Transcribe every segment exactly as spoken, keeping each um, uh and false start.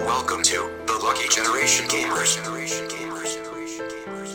Welcome to the Lucky Generation Gamers. Generation Gamers. Generation Gamers.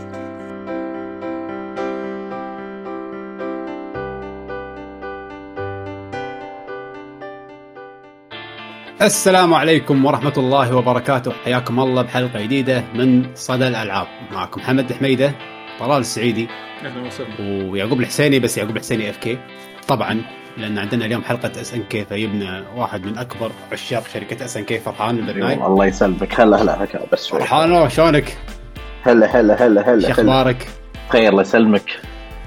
السلام عليكم ورحمة الله وبركاته. حياكم الله بحلقة جديدة من صدى الألعاب. معكم محمد الحميدة، طلال السعيدي، اهلا وسهلا، ويعقوب الحسيني. بس يعقوب الحسيني اف كي طبعا، لأن عندنا اليوم حلقة اس ان كي، فيبنا واحد من أكبر عشاق شركة اس ان كي، فرحان البرناي. الله يسلمك. هلا هلا هلا بس شوي. فرحان، شلونك؟ هلا هلا هلا هلا. شو أخبارك؟ خير، الله يسلمك.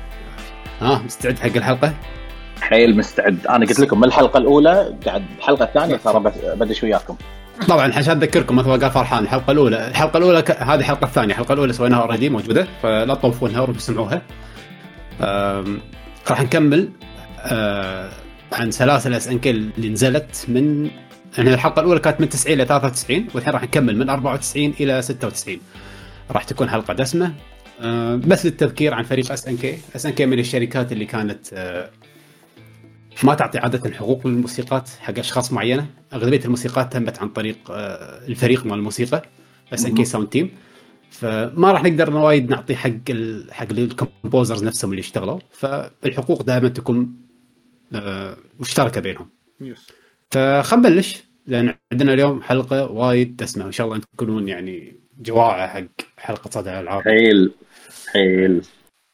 ها مستعد حق الحلقة؟ حيل مستعد. أنا قلت لكم من الحلقة الأولى قاعد الحلقة الثانية ترى بدش وياكم. طبعا عشان أذكركم مثل ما قال فرحان، الحلقة الأولى الحلقة الأولى ك... هذه الحلقة الثانية. الحلقة الأولى سويناها أوريدي موجودة، فلا تطوفونها وتسمعوها. أم... راح نكمل أه... عن سلاسل اس ان كي اللي نزلت من يعني الحلقة الأولى كانت من تسعين إلى ثلاثة وتسعين، والحين راح نكمل من أربعة وتسعين إلى ستة وتسعين. راح تكون حلقة دسمة. أه... بس للتذكير عن فريق اس ان كي. اس ان كي من الشركات اللي كانت أه... ما تعطي عادة حقوق للموسيقات حق أشخاص معينة. أغلبية الموسيقات تمت عن طريق الفريق مال الموسيقى اس ان كي ساوند تيم، فما راح نقدر وايد نعطي حق ال... حق الكومبوزرز نفسهم اللي اشتغلوا، فالحقوق دائما تكون مشتركة بينهم. فخلنا نبلش، لأن عندنا اليوم حلقة وايد دسمة، إن شاء الله تكونون يعني جواعة حق حلقة صدى الألعاب. حيل حيل.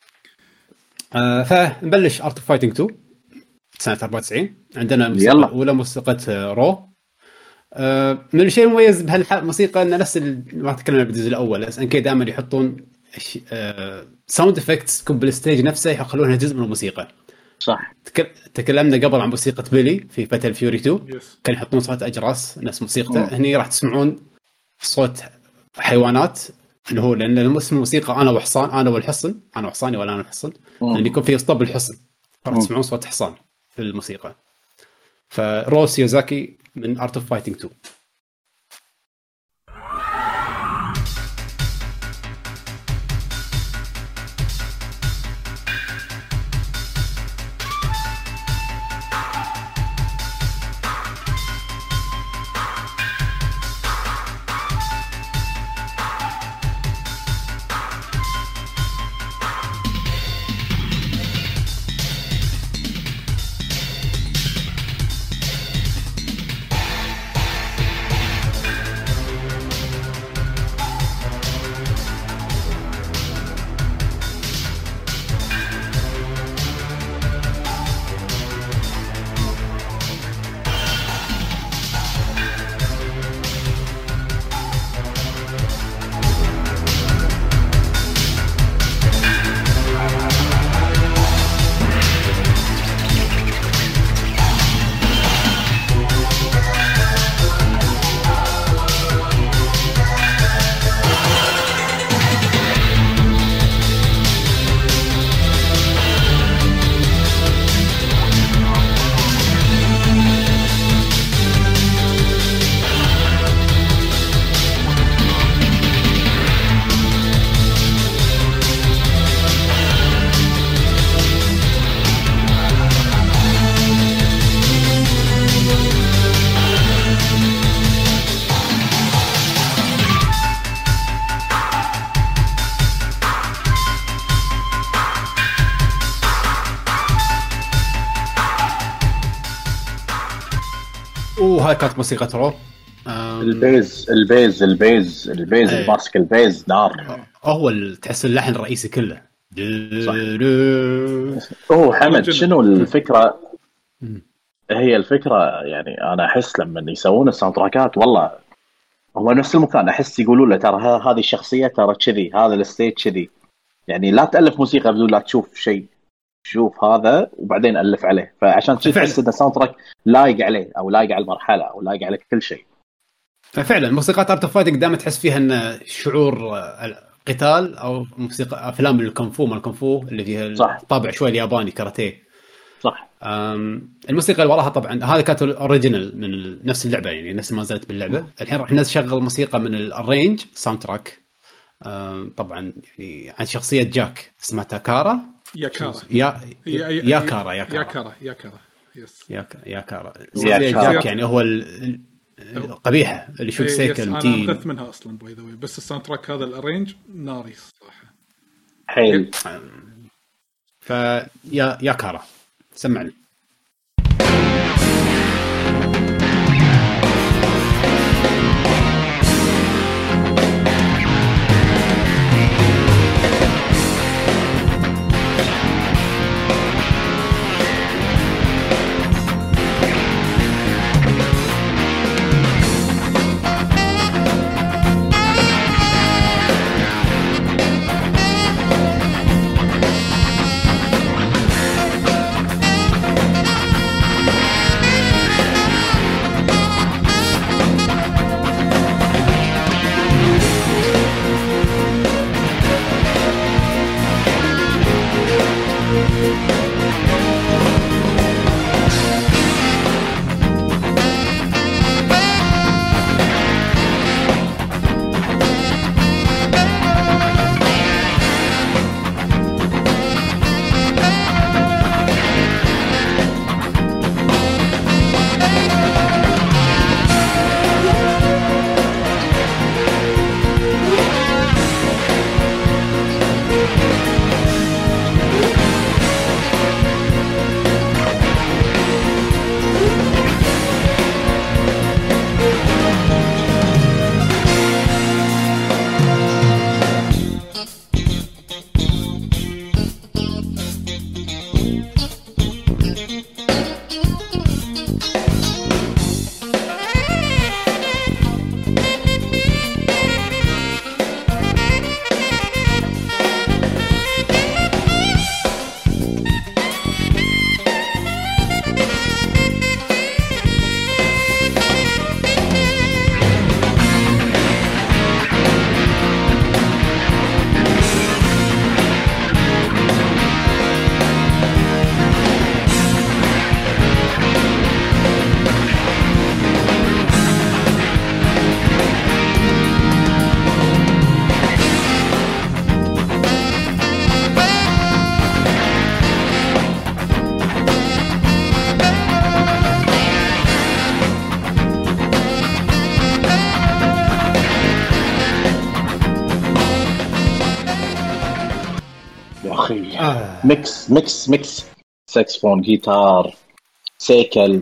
آه فنبلش ارت فايتنج تو سنة أربعة وتسعين. عندنا الموسيقى الأولى موسيقى رو. أه من الشيء المميز بهالموسيقى أن نفس ما تكلمنا بالجزء الأول، اس ان كي دائما يحطون أه ساوند افكتس تكون بالستيج نفسه، يخلونها جزء من الموسيقى. صح. تكلمنا قبل عن موسيقى بيلي في باتل فيوري تو، yes. كان يحطون صوت أجراس نفس موسيقته. هني راح تسمعون صوت حيوانات، اللي هو لأن اسم الموسيقى أنا وحصان، أنا والحصن، أنا وحصاني ولا أنا الحصن، لأن يكون فيه اسطبل الحصن، راح تسمعون صوت حصان في الموسيقى. فرو سيوزاكي من Art of Fighting تو. وهاي كانت موسيقى رو. البيز البيز البيز البيز أيه. ماسك البيز نار. هو تحس اللحن الرئيسي كله. اوه حمد، شنو الفكرة؟ هي الفكرة يعني أنا أحس لما يسوون الساوند تراكات والله هو نفس المكان، أحس يقولوا له ترى هذه الشخصية ترى كذي، هذا الستيج كذي. يعني لا تألف موسيقى بدون لا تشوف شيء، شوف هذا وبعدين ألف عليه، فعشان تحس إن الساوند تراك لايق عليه أو لايق على المرحلة أو لايق على كل شيء. ففعلا موسيقى ارت فايتنج دائما تحس فيها ان شعور قتال، او موسيقى افلام الكونفو مال الكونفو اللي فيها طابع شوي الياباني كاراتيه. صح. الموسيقى اللي وراها طبعا هذا كانت اوريجينال من نفس اللعبه، يعني نفس ما نزلت باللعبه. الحين راح نشغل موسيقى من الرينج ساوند تراك، طبعا يعني عن شخصيه جاك اسمها تاكارا يا كارا يا يا كارا يا كارا يا كارا يس يا يا كارا جاك، يعني هو ال... قبيحه اللي شوف سيكل انا انغث منها اصلا باي ذا واي، بس الساوند تراك هذا الارينج ناري صراحه حيل. فيا يا كارا سمعني. آه. ميكس ميكس ميكس ساكسفون جيتار سيكل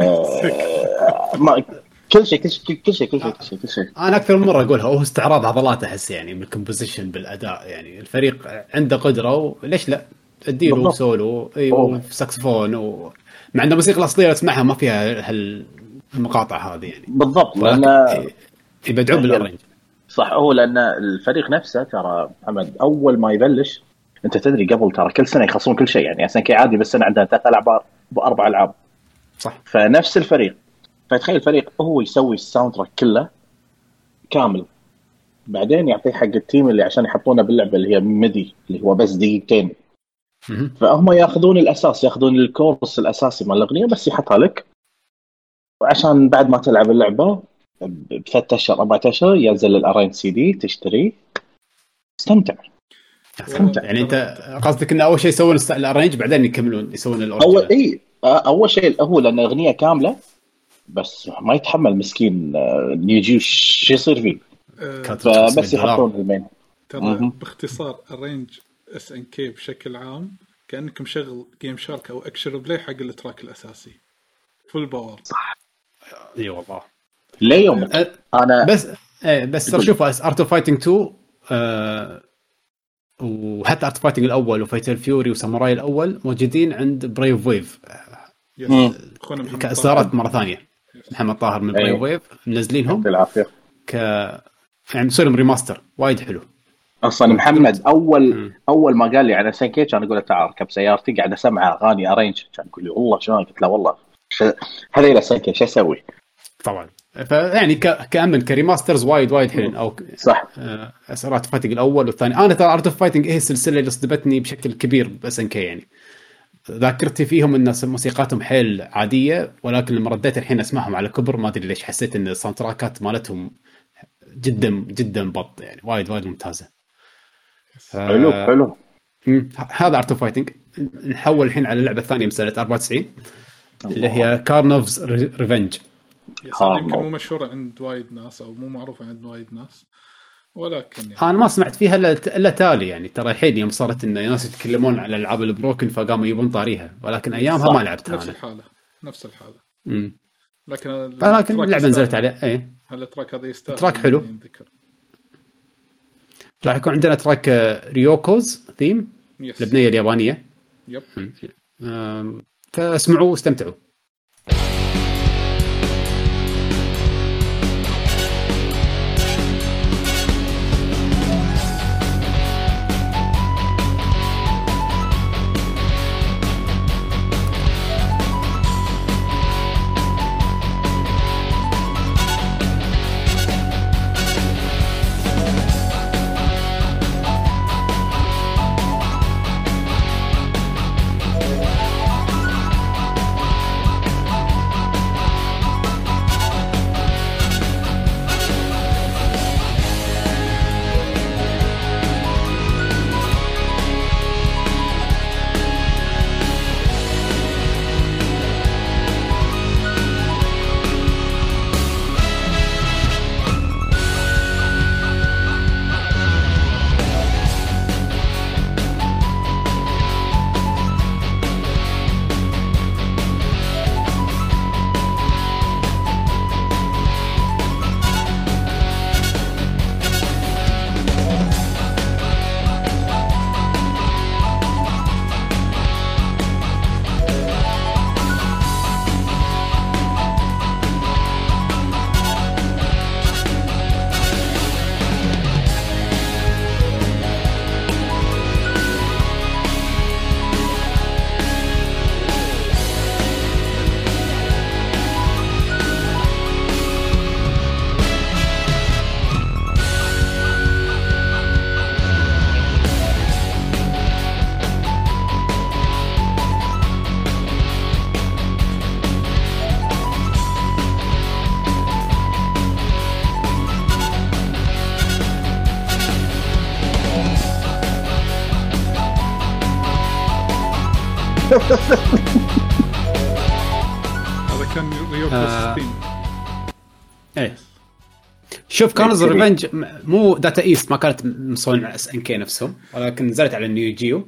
آه ما كل شيء كل شيء كل شيء كل شيء كل شيء كل شيء انا اكثر من مره اقولها هو استعراض عضلات احس يعني من الكومبوزيشن بالاداء يعني الفريق عنده قدره وليش لا اديله سولو ايوه ساكسفون و... مع ان الموسيقى الاصليه اسمعها ما فيها هالمقاطع هذه يعني بالضبط لان يبدعون بالارنج صح. هو لان الفريق نفسه ترى محمد اول ما يبلش انت تدري قبل ترى كل سنه يخلصون كل شيء يعني اصلا كي عادي بس سنه عندها ثلاث العاب باربع العاب صح. فنفس الفريق فتخيل الفريق هو يسوي الساوند تراك كله كامل بعدين يعطيه حق التيم اللي عشان يحطونه باللعبه اللي هي ميدي اللي هو بس دقيقتين فهم ياخذون الاساس ياخذون الكورس الاساسي مال الاغنيه بس يحطها لك وعشان بعد ما تلعب اللعبه بثلاث اشهر اربع اشهر ينزل الارين سي دي تشتري استمتع استمتع يعني انت قصدك ان اول شيء يسوون الارينج بعدين يكملون يسوون الاوريجينال اول اي اول شيء هو لان اغنيه كامله بس ما يتحمل مسكين يجي شو يصير فيه فبس يحطون المين ترى باختصار الرينج اس ان كي بشكل عام كانك مشغل جيم شارك او اكشن بلاي حق التراك الاساسي فول باور صح. اي والله ليه يوم انا بس ايه بس شوف ارت اوف فايتنج تو آه وحتى ارت فايتنج الاول وفايتل فيوري وساموراي الاول موجودين عند بريف ويف كاصدارات مره ثانيه محمد طاهر من بريف ويف منزلينهم بالعافيه ك يعني مسويهم ريماستر وايد حلو اصلا محمد اول م. اول ما قال لي على سنكي كان اقول له تعال اركب سيارتي قاعد اسمع اغاني ارينج كان يقول لي والله شلون قلت له والله ش... هذا الى سنكي شو اسوي طبعا فيعني ك... كامن كريماسترز وايد وايد حلو او صح ارت فايتنج الاول والثاني انا ترى ارت فايتنج هي السلسله اللي صدمتني بشكل كبير بس ان كي يعني ذاكرتي فيهم ان موسيقاتهم حيل عاديه ولكن لما رديت الحين اسمعهم على كبر ما ادري ليش حسيت ان الساوند تراكات مالتهم جدا جدا بط يعني وايد وايد ممتازه ف... حلو حلو هذا ارت فايتنج. نحول الحين على اللعبه الثانيه من سنه أربعة وتسعين اللي هي كارنوفز ريفنج يمكن مو مشهورة عند وايد ناس أو مو معروفة عند وايد ناس، ولكن يعني انا ما سمعت فيها الا الا تالي يعني. ترى الحين يوم صارت ان الناس يتكلمون على الالعاب البروكن فقاموا يبون طاريها، ولكن ايامها ما لعبتها نفس انا. الحالة نفس الحالة. امم لكن لكن اللعبه نزلت عليه. اي هل التراك هذا يستاهل؟ تراك حلو. ينذكر. راح يكون عندنا تراك ريوكوز ثيم يس. البنيه اليابانيه. يب. أم، فاسمعوا واستمتعوا. هذا كان ريوكوز آه. ثيم. ايه شوف كارنز ريفنج مو داتا ايست، ما كانت مصنع اس ان كي نفسهم، ولكن نزلت على النيو جيو.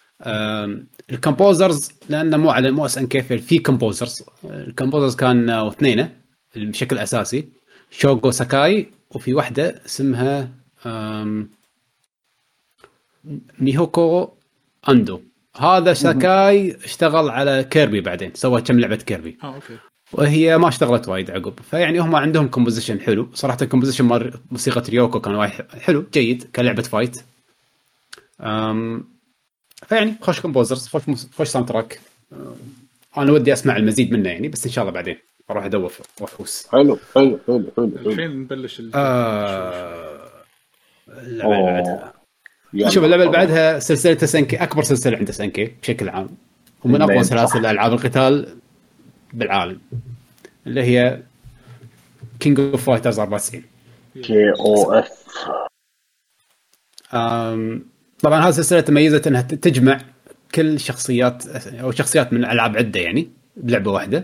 الكمبوزرز لانه مو على مو اس ان كي، في كمبوزرز. الكمبوزرز كان اثنين بشكل اساسي، شوغو ساكاي وفي واحده اسمها ميهوكو اندو. هذا ساكاي اشتغل على كيربي، بعدين سوى كم لعبه كيربي. اه اوكي. وهي ما اشتغلت وايد عقب، فيعني هم عندهم كومبوزيشن حلو صراحه. الكومبوزيشن مال موسيقى ريوكو كان وايد حلو جيد كلعبه فايت. أم فيعني خوش كومبوزرز، خوش موس... خوش ساوند تراك. انا ودي اسمع المزيد منه يعني، بس ان شاء الله بعدين اروح ادور وافوس. حلو حلو حلو حلو. الحين نبلش ال آه... اللعبه اللي بعدها. يلا. شوف اللعبه اللي بعدها سلسله سنكي، اكبر سلسله عند سنكي بشكل عام، ومن اقوى سلاسل العاب القتال بالعالم، اللي هي كينج اوف فايترز أربعة وتسعين كي او اف. طبعا هذه السلسله تميزت انها تجمع كل شخصيات او شخصيات من العاب عده يعني بلعبه واحده.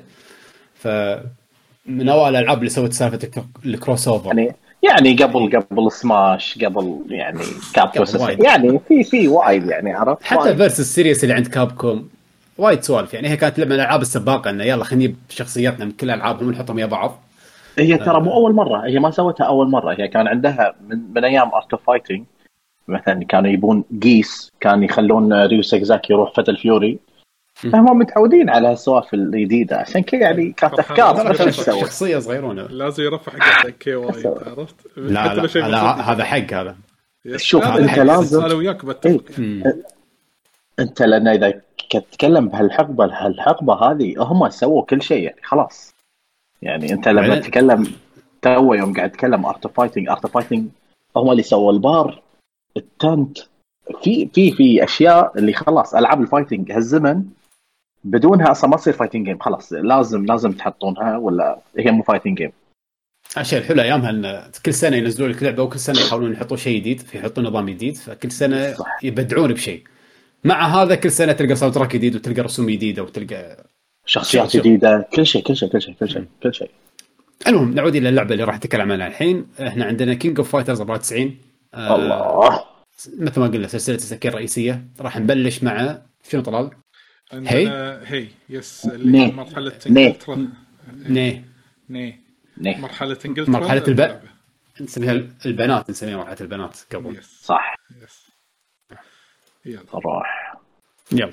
فمن اوائل الالعاب اللي سوت سالفه الكروس اوفر يعني يعني قبل قبل سماش، قبل يعني كابكوم، وايد. يعني في في وايد يعني عرفت. حتى فيرسس سيريس اللي عند كابكوم وايد سوالف يعني. هي كانت لعبه من الالعاب السباقه انه يلا خلينا نجيب شخصياتنا من كل الالعابهم ونحطهم ويا بعض. هي ترى مو اول مره، هي ما سوتها اول مره، هي كان عندها من, من ايام ارت اوف فايتنج. مثلا كانوا يبون جيس، كان يخلون ريو ساكزاكي يروح فتل فيوري. فهم متعودين على السوالف الجديده، عشان كذا يعني كانت افكار بس تسوي شخصيه صغيرونه لازم يرفع حق كي وايد عرفت. لا لا, لا, لا هذا حق هذا. شوف انت لازم انا وياك بتفق يعني. انت لان اذا تتكلم بهالحقبه هالحقبه هذه هم سووا كل شيء يعني خلاص. يعني انت لما تتكلم تو يوم قاعد تتكلم ارت فايتنج ارت فايتنج هم اللي سووا البار التنت في في في اشياء اللي خلاص العاب الفايتنج هالزمن بدونها اصلا ما تصير فايتنج جيم. خلاص لازم لازم تحطونها ولا هي مو فايتنج جيم. الشيء الحلو ايامها ان كل سنه ينزلوا لك لعبه وكل سنه يحاولون يحطوا شيء جديد، في يحطوا نظام جديد، فكل سنه صح. يبدعون بشيء. مع هذا كل سنه تلقى ساوند تراك جديد وتلقى رسوم جديده وتلقى شخصيات جديده، كل شيء كل شيء كل شيء كل شيء كل شيء. المهم نعود الى اللعبه اللي راح نتكلم عنها الحين. احنا عندنا كينج اوف فايترز أربعة وتسعين. آه الله، مثل ما قلنا سلسله السكين الرئيسيه. راح نبلش مع شنو طلال؟ عندنا هي يس اللي هي مرحله انجلترا. ني ني ني مرحله انجلترا، مرحله الب نسميها البنات، نسميها مرحله البنات قبل. يس. صح. يس. يلا روح يلا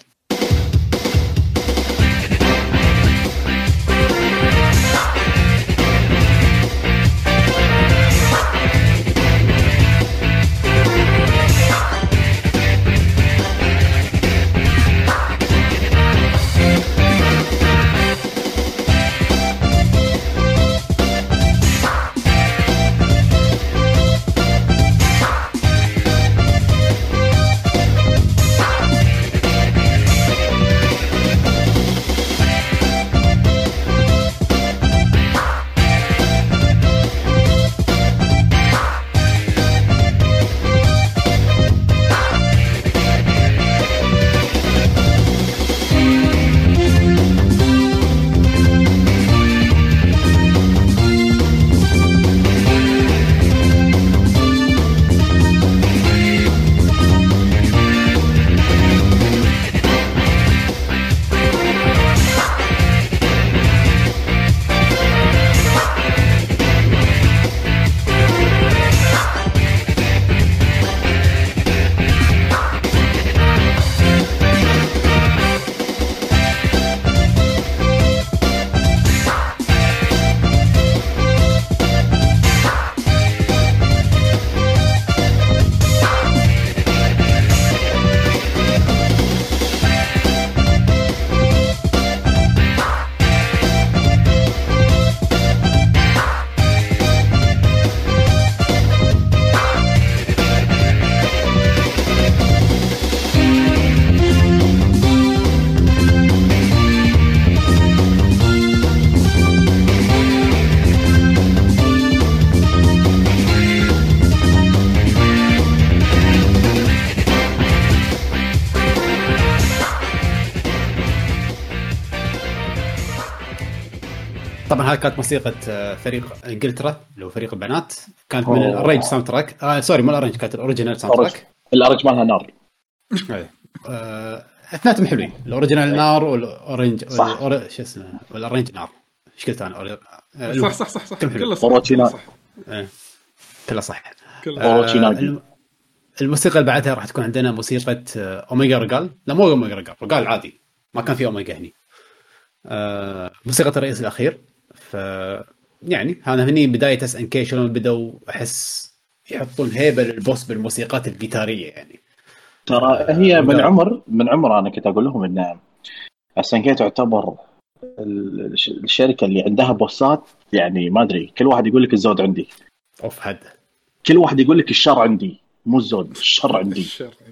طبعا هاي كانت موسيقى فريق انجلترا اللي هو فريق البنات. كانت من الارينج ساوند تراك. آه سوري مو الارينج، كانت الاوريجينال ساوند تراك. الارينج مالها نار. اي آه اثنيناتهم حلوين. الاوريجينال نار والاورينج شو اسمه والارينج نار. ايش قلت انا؟ صح صح صح صح كله صح كله صح كله صح. كله الموسيقى اللي بعدها راح تكون عندنا موسيقى اوميجا رجال. لا مو اوميجا رجال، رجال عادي ما كان في اوميجا هني. آه موسيقى الرئيس الاخير. ف يعني هذا هني بدايه اس ان كي شلون بدأوا احس يحطون هيبه للبوس بالموسيقات الجيتاريه. يعني ترى هي من عمر من عمر انا كنت اقول لهم ان اس ان كي تعتبر الشركه اللي عندها بوسات. يعني ما ادري، كل واحد يقول لك الزود عندي، اوف حد كل واحد يقول لك الشر عندي، مو الزود، الشر عندي.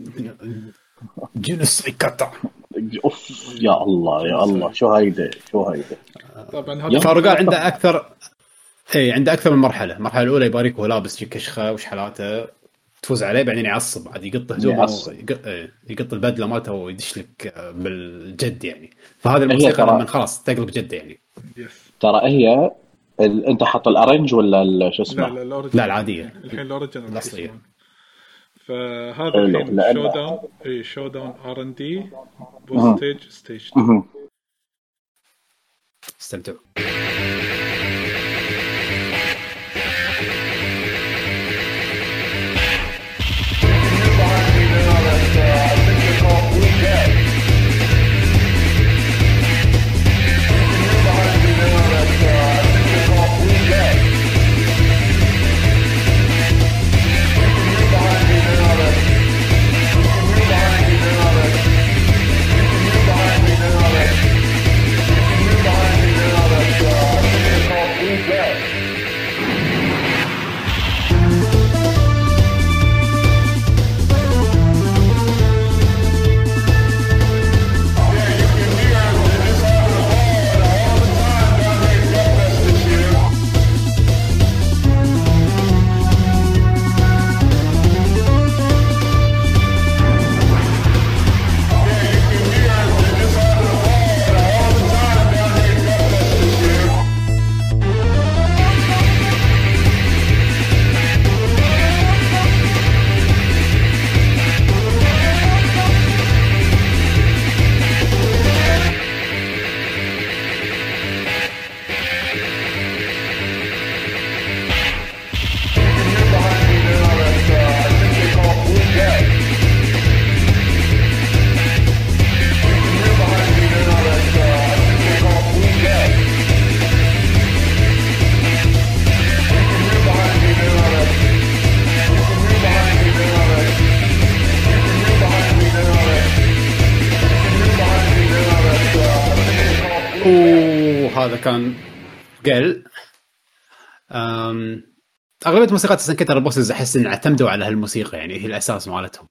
جنس كاتا. اوف يا الله يا الله، شو هيدا شو هيدا. طبعا هذا فرقال عنده اكثر. اي عنده اكثر من مرحله. المرحله الاولى يبارك وهو لابس كشخه وشحلاته، تفوز عليه بعدين يعصب عاد يقط هدومه يقط البدله مالته ويدش لك بالجد. يعني فهذه الموسيقى لما خلاص تقلب جد. يعني ترى هي ال... انت حط الارنج ولا شو اسمه؟ لا لا, لا العاديه الحين الاوريجينال الاصليه. فهذا الحين شو داون. اي شو داون ار ان دي بوس ستيج ستيج. استمتعوا. Yeah. اوه هذا كان قل. أم... اغلبيه موسيقى سنكتر البوسز احس ان اعتمدوا على هالموسيقى، يعني هي الاساس مالتهم.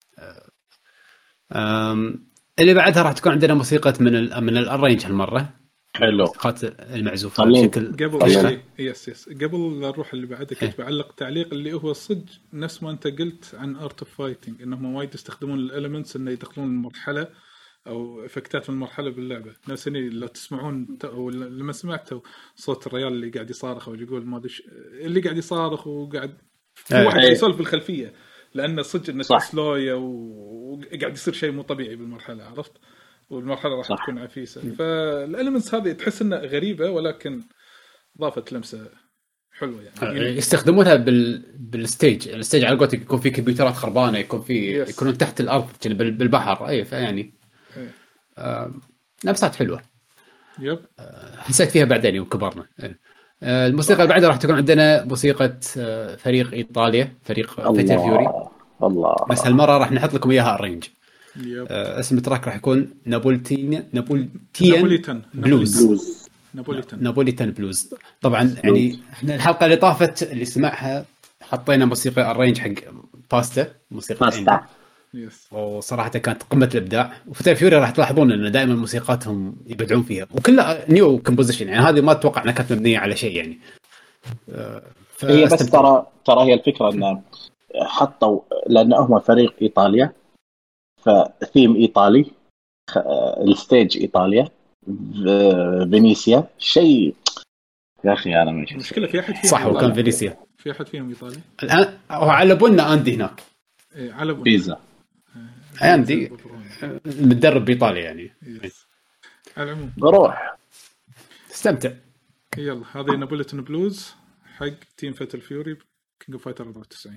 أم... اللي بعدها راح تكون عندنا موسيقى من ال... من الارينج هالمره. حلو. موسيقات المعزوفه بشكل قبل يس يس قبل لا نروح اللي بعده كنت بعلق تعليق اللي هو صدق نفس ما انت قلت عن ارت اوف فايتنج، انهم وايد يستخدمون الاليمنتس انه يدخلون المرحله او افكتات من المرحله باللعبه. نفس اللي لو تسمعون او لما سمعتوا صوت الرجال اللي قاعد يصارخ او يقول ما ادري اللي قاعد يصارخ وقاعد في واحد يسولف بالخلفيه، لان صدق انه سلويه وقاعد يصير شيء مو طبيعي بالمرحله، عرفت؟ والمرحله راح تكون عفيسه. فالاليمنتس هذه تحس انها غريبه ولكن ضافت لمسه حلوه يعني. يستخدمونها بال بالستيج الستيج على قولتك، يكون في كمبيوترات خربانه، يكون في yes. يكونون تحت الارض بالبحر. اي فيعني آه... لمسات حلوه. يب آه... حسيت فيها بعدين يوم كبرنا. آه... الموسيقى اللي بعدها راح تكون عندنا موسيقى آه... فريق ايطاليا، فريق فيتل فيوري. الله. بس هالمره راح نحط لكم اياها الرينج. آه اسم التراك راح يكون نابولتين نابولتين بلوز. بلوز نابوليتان نابوليتان بلوز. طبعا يعني احنا الحلقه اللي طافت اللي سمعها حطينا موسيقى الرينج حق باستا، موسيقى باستا يس، وصراحه كانت قمه الابداع. وفتل فيوري راح تلاحظون ان دائما موسيقاتهم يبدعون فيها وكلها نيو كومبوزيشن، يعني هذه ما اتوقع انها كانت مبنيه على شيء يعني. هي بس ترى ترى هي الفكره ان حطوا لان هم فريق ايطاليا فثيم ايطالي، الستيج ايطاليا، فينيسيا، شيء يا اخي انا مش مشكله في احد فيهم صح. وكان فينيسيا في احد فيهم ايطالي الان علبونا اندي هناك. ايه علبونا بيزا اندي متدرب بايطاليا يعني. على العموم بروح استمتع. يلا هذه نابوليتان بلوز حق تيم فيتل فيوري كينج اوف فايتر أربعة وتسعين.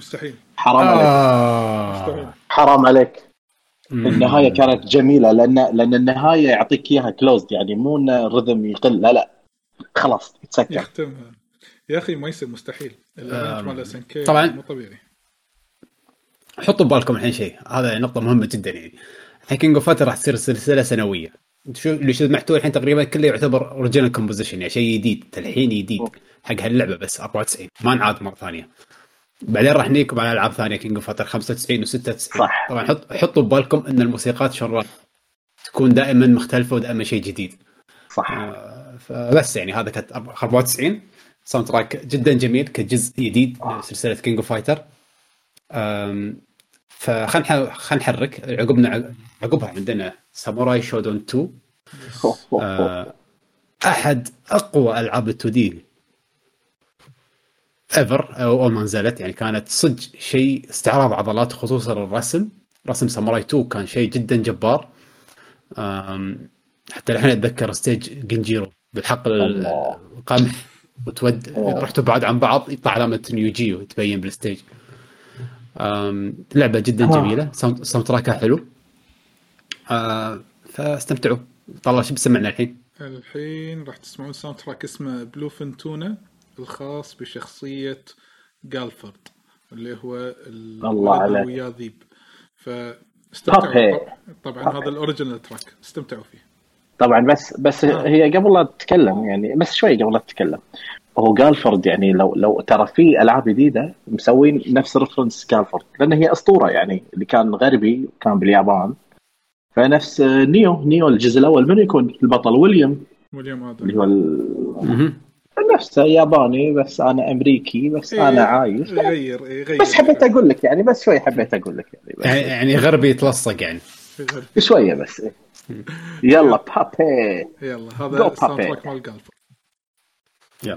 مستحيل. حرام آه. عليك مستحيل. حرام عليك. مم. النهايه كانت جميله لان لان النهايه يعطيك اياها كلوزد، يعني مو ان الرذم يقل، لا لا خلاص يتسكر. يختمها يا اخي ما يصير، مستحيل. الارانج مال اس ان كي طبعاً. مو طبيعي. حطوا ببالكم الحين شيء، هذا نقطة مهمة جدا. يعني الحين كينج اوف فايتر راح تصير سلسلة سنوية. شو اللي سمعتوه الحين تقريبا كله يعتبر اوريجينال كومبوزيشن، يعني شيء جديد الحين جديد حق هاللعبة، بس أربعة وتسعين ما نعاد مرة ثانية. بعدين راح نيكم على العاب ثانية كينج اوف فايتر خمسة وتسعين وستة وتسعين. صح. طبعا حط حطوا ببالكم ان الموسيقات شلون راح تكون دائما مختلفة ودائما شيء جديد. صح. آه فبس يعني هذا كانت أربعة وتسعين ساوند تراك جدا جميل كجزء جديد من سلسلة كينج اوف فايتر. فخلنا خلنا نحرك عقبنا عقبها عندنا ساموراي شودون اثنين. آه احد اقوى العاب التو دي ايفر او ما نزلت، يعني كانت صدق شيء استعراض عضلات، خصوصا الرسم. رسم ساموراي اثنين كان شيء جدا جبار. حتى الحين اتذكر ستيج جنجيرو بالحقل القمح وتود رحتوا بعد عن بعض يطلع علامه نيوجيو تبين بالستيج. لعبه جدا جميله، ساوند تراكها حلو. آه فاستمتعوا. طلع شو بسمعنا الحين؟ الحين راح تسمعون ساوند تراك اسمه بلو فنتونا، الخاص بشخصيه جالفورد اللي هو الله ويا ذيب. فاستمتعوا. طبعا هذا الاوريجينال تراك، استمتعوا فيه طبعا. بس بس آه. هي قبل لا تتكلم يعني بس شوي قبل لا تتكلم، هو جالفورد يعني لو لو ترى في العاب جديده مسوين نفس ريفرنس جالفورد، لان هي اسطوره يعني اللي كان غربي وكان باليابان. فنفس نيو نيو الجزء الاول من يكون البطل ويليام ويليام آدم اللي هو ال... نفسه ياباني بس انا امريكي بس إيه انا عايش يغير يغير. بس حبيت اقول لك يعني بس شوي حبيت اقول لك يعني بس يعني غربي يتلصق يعني شويه بس إيه. يلا بابي يلا هذا الساوند تراك مال جالفورد. يلا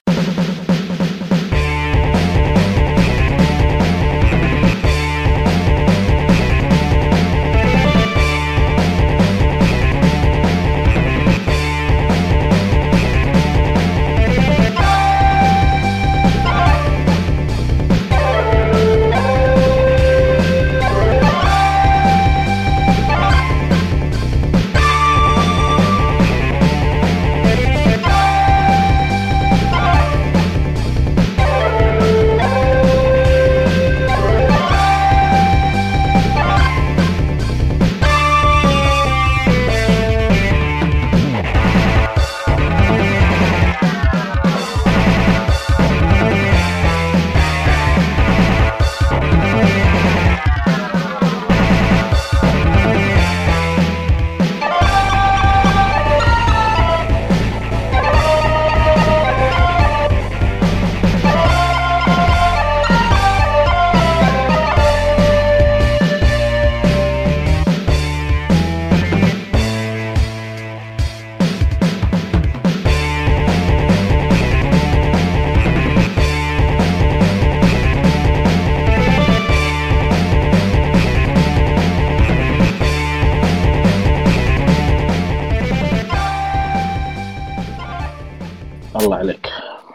الله عليك.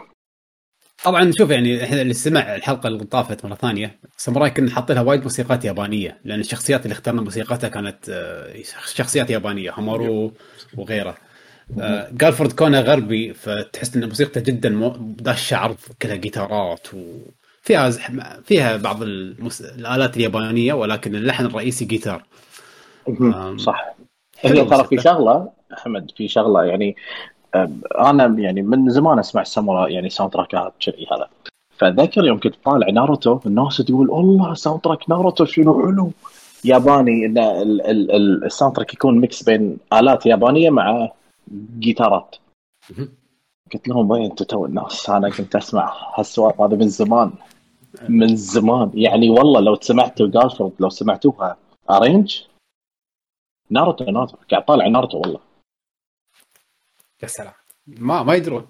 طبعا شوف يعني احنا اللي سمع الحلقه اللي طافت مره ثانيه ساموراي كنا حاطين لها وايد موسيقات يابانيه، لان الشخصيات اللي اخترنا موسيقاتها كانت شخصيات يابانيه، هامارو وغيره. جالفورد كونه غربي فتحس ان موسيقته جدا داش عرض كلها جيتارات وفيها فيها بعض المس... الالات اليابانيه، ولكن اللحن الرئيسي جيتار. صح. هي ترى في شغله احمد، في شغله يعني انا يعني من زمان اسمع ساموراي يعني ساوند تراكات شيء هذا. فذكر يوم كنت طالع ناروتو الناس تقول الله ساوند تراك ناروتو شنو حلو ياباني، ان الساوند تراك يكون ميكس بين آلات يابانيه مع جيتارات. قلت لهم وين انتم تو الناس، انا كنت اسمع هالسوالف هذا من زمان من زمان يعني. والله لو سمعتوا جالفورد لو سمعتوها ارينج ناروتو ناروتو قاعد طالع ناروتو والله. يا سلام ما ما يدرون.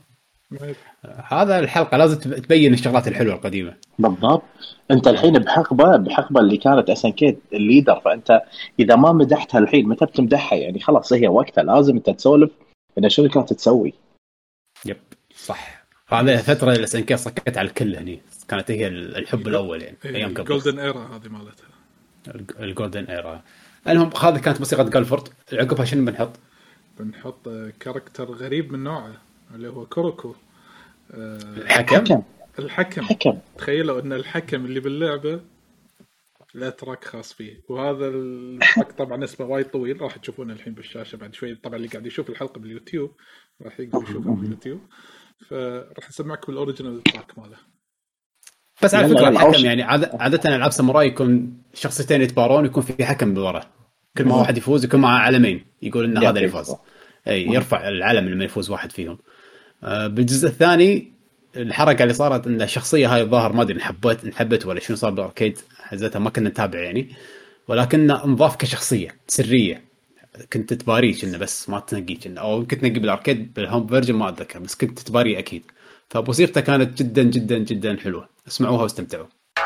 هذا الحلقه لازم تبين الشغلات الحلوه القديمه. بالضبط. انت الحين بحقبه بحقبه اللي كانت اسنكيت الليدر، فانت اذا ما مدحتها الحين متى بتمدحها يعني؟ خلاص هي وقتها لازم انت تسولف ان شو اللي كانت تسوي. يب صح. هذا فتره الاس ان كي صكت على الكل هني، كانت هي الحب الاول يعني ايام قبل جولدن ايرا هذه مالتها الجولدن ايرا. المهم هذه كانت موسيقى جالفورد. عقبها شنو بنحط؟ بنحط كاركتر غريب من نوعه اللي هو كوروكو. الحكم الحكم حكم. تخيلوا ان الحكم اللي باللعبه لا تراك خاص فيه، وهذا التراك طبعا اسمه وايد طويل، راح تشوفونه الحين بالشاشه بعد شوي. طبعا اللي قاعد يشوف الحلقه باليوتيوب راح يقدر يشوفه باليوتيوب، فراح نسمعكم الاوريجينال تراك ماله. بس على فكره الحكم يعني عاده العاب ساموراي يكون شخصيتين يتبارون يكون في حكم بورا، كل ما واحد يفوز يكون معه علمين يقول ان هذا اللي فاز، اي يرفع العلم لما يفوز واحد فيهم. آه بالجزء الثاني الحركه اللي صارت ان الشخصيه هاي الظاهر ما ادري انحبت انحبت ولا شنو صار بالاركيد حزتها ما كنا نتابع يعني، ولكن انضاف كشخصيه سريه كنت تباريش انه بس ما تنقيك انه، او كنت تنقي بالاركيد بالهوم فيرجن ما اتذكر، بس كنت تباري اكيد. فموسيقته كانت جدا جدا جدا حلوه، اسمعوها واستمتعوا.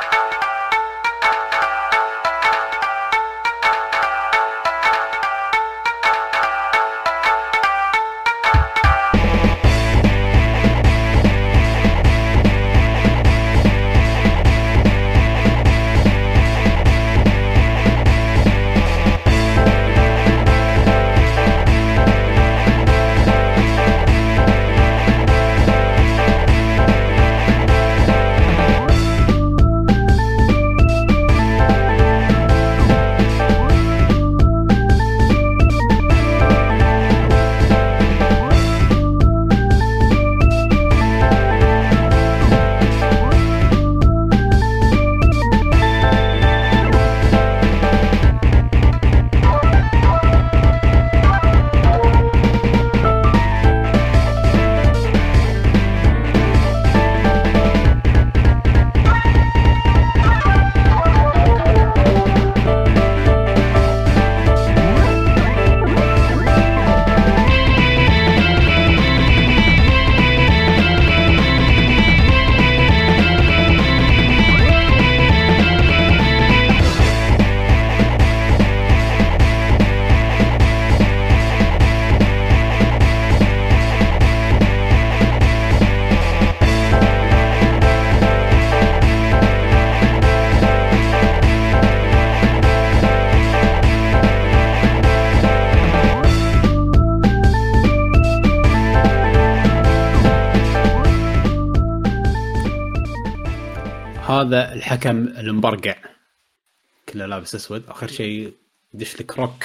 هذا الحكم المبرقع كله لابس اسود، اخر شيء يدش لك روك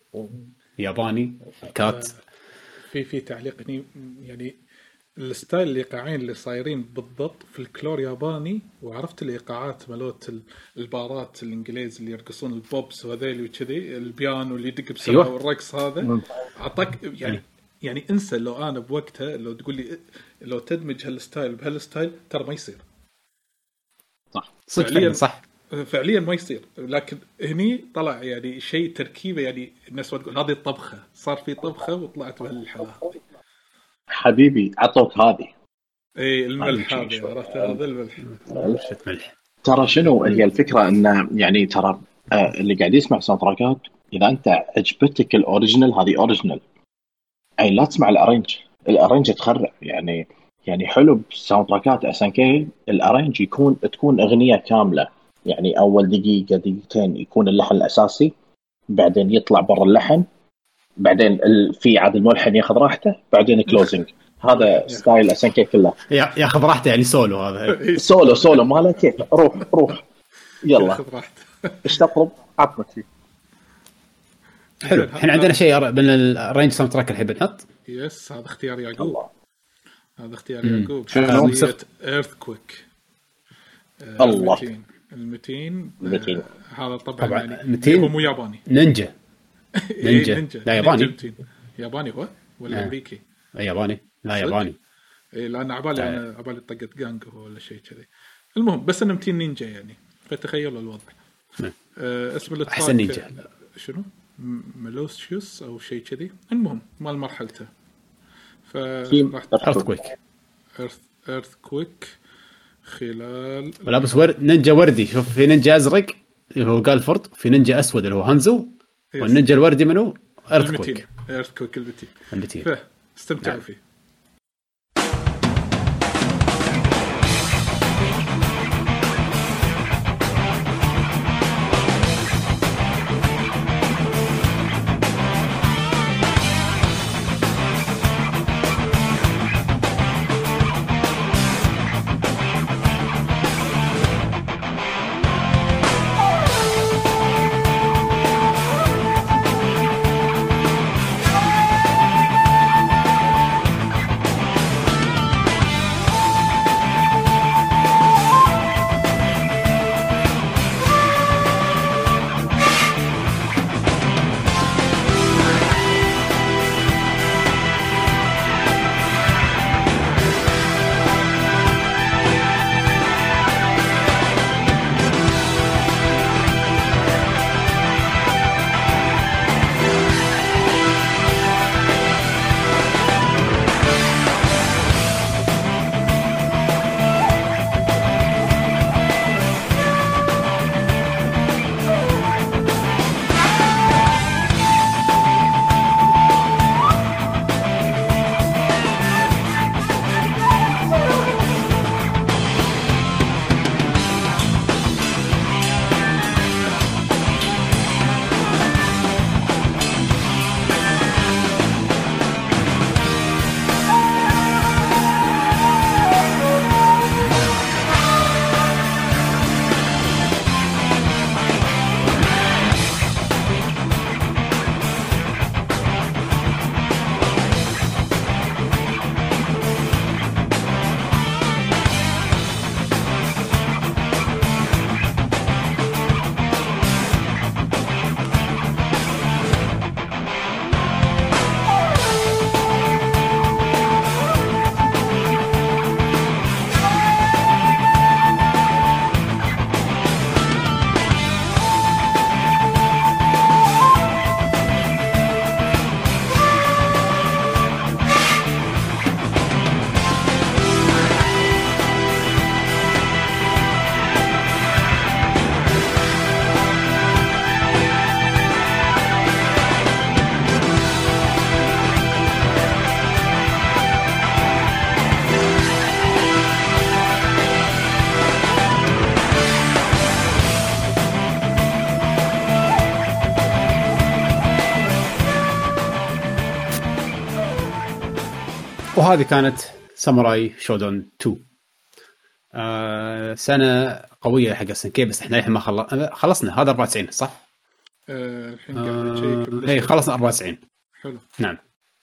ياباني كات. في في تعليق هني يعني الستايل الايقاعين اللي صايرين بالضبط في الكلور ياباني، وعرفت الايقاعات مالوت البارات الانجليز اللي يرقصون البوبس وهذيل وكذي، البيانو اللي يدق بسرعه أيوة. والرقص هذا اعطاك يعني يعني انسى لو انا بوقتها لو تقول لي لو تدمج هالستايل بهالستايل ترى ما يصير صح فعليا صح فعليا ما يصير. لكن هني طلع يعني شيء تركيبه، يعني الناس تقول هذه الطبخه، صار في طبخه وطلعت بهالحلاوه. حبيبي عطوك هذه اي الملح هذا، عرفت هذا الملح ملح. ترى شنو هي الفكره انه يعني ترى آه اللي قاعد يسمع ساوند تراكات اذا انت عجبتك الاوريجينال هذه اوريجينال، اي لا تسمع الارينج. الارينج تخرع يعني يعني حلو بساوند تراكات اس ان كي الارينج يكون تكون اغنيه كامله، يعني اول دقيقه دقيقتين يكون اللحن الاساسي، بعدين يطلع برا اللحن، بعدين في عاد الملحن ياخذ راحته، بعدين كلوزنج. هذا ستايل اس ان كي كله ياخذ راحته يعني سولو. هذا سولو سولو ماله كيف روح روح يلا ايش تطلب عطنا فيه. حلو. الحين عندنا شيء من الرينج ساوند تراك الحين بنحط. يس هذا اختيار يعقوب. هذا اختيار يعقوب شخصية ايرثكويك. الله المتين المتين هذا طبعا, طبعا يعني هو مو ياباني. نينجا نينجا, نينجا. لا ياباني نينجا ياباني هو ولا امريكي؟ ياباني لا ياباني. اي لان عبالي انا عبالي طقه جانج ولا شيء كذي. المهم بس انه متين نينجا يعني، فتخيلوا الوضع. آه اسم التراك احسن نينجا شنو ملوسيوس او شيء كذي. المهم مال مرحلته ف ايرثكويك ايرث ايرثكويك خلال ولابس ورد نينجا وردي. شوف في نينجا ازرق اللي هو جالفورد، في نينجا اسود اللي هو هانزو، والنينجا الوردي منو ايرثكويك. ايرثكويك المتين المتين فاستمتعوا فيه. وهذه كانت ساموراي شودون تو. آه سنة قوية حق اس ان كي، بس احنا الحين ما خلص... خلصنا. هذا أربعة وتسعين صح؟ آه الحين قاعد نشيك. اي خلصنا أربعة وتسعين. حلو. نعم.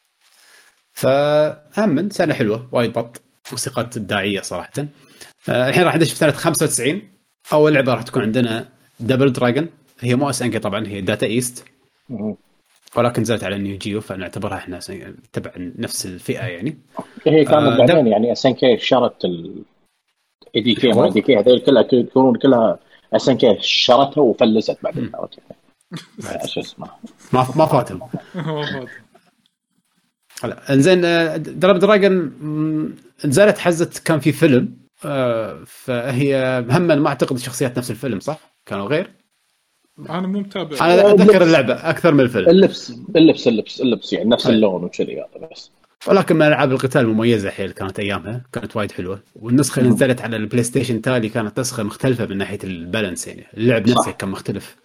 فأمن سنة حلوة وايد بط، موسيقات إبداعية صراحة. آه الحين راح ندش في سنة خمسة وتسعين. أول لعبة راح تكون عندنا دبل دراجون. هي مو اس ان كي طبعا، هي داتا ايست، ولكن نزلت على نيو جيو، فنعتبرها احنا تبع نفس الفئة يعني. هي كانت آه بعدين يعني اس ان كي شرت ال اي دي كي ما دي كي هذول كلها يكونون كلها اس ان كي شرتها وفلست بعدين. ايش اسمه ما ما فاتهم. هلا انزين درب دراجون نزلت حزت، كان في فيلم آه فهي هم ما اعتقد شخصيات نفس الفيلم صح؟ كانوا غير. انا مو متابع. انا اتذكر اللعبه اكثر من الفيلم. اللبس اللبس اللبس اللبس يعني نفس اللون وكذي هذا بس. ولكن من العاب القتال مميزه حيل كانت ايامها، كانت وايد حلوه. والنسخه اللي نزلت على البلاي ستيشن تالي كانت نسخه مختلفه من ناحيه البالانس، يعني اللعب نفسه كان مختلف.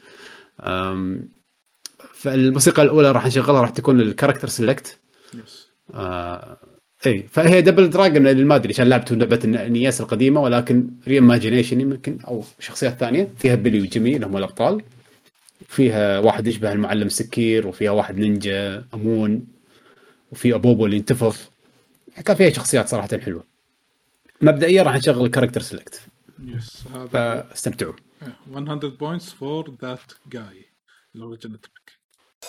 فالموسيقى الاولى راح نشغلها راح تكون الكاركتر سيلكت. آه اي فهي دبل دراجون اللي ما ادري عشان لعبته لعبه النياس القديمه، ولكن ري ايماجينيشن يمكن او شخصيات ثانيه. فيها بيلي وجيمي اللي هم الابطال، فيها واحد يشبه المعلم سكير، وفيها واحد نينجا امون، وفي ابوبو اللي ينتفض. كان فيها شخصيات صراحه حلوه. مبدئيا راح نشغل الكاركتر سيلكت. يس هذا فاستمتعوا. مية بوينتس فور ذات جاي الاوريجينال تبك.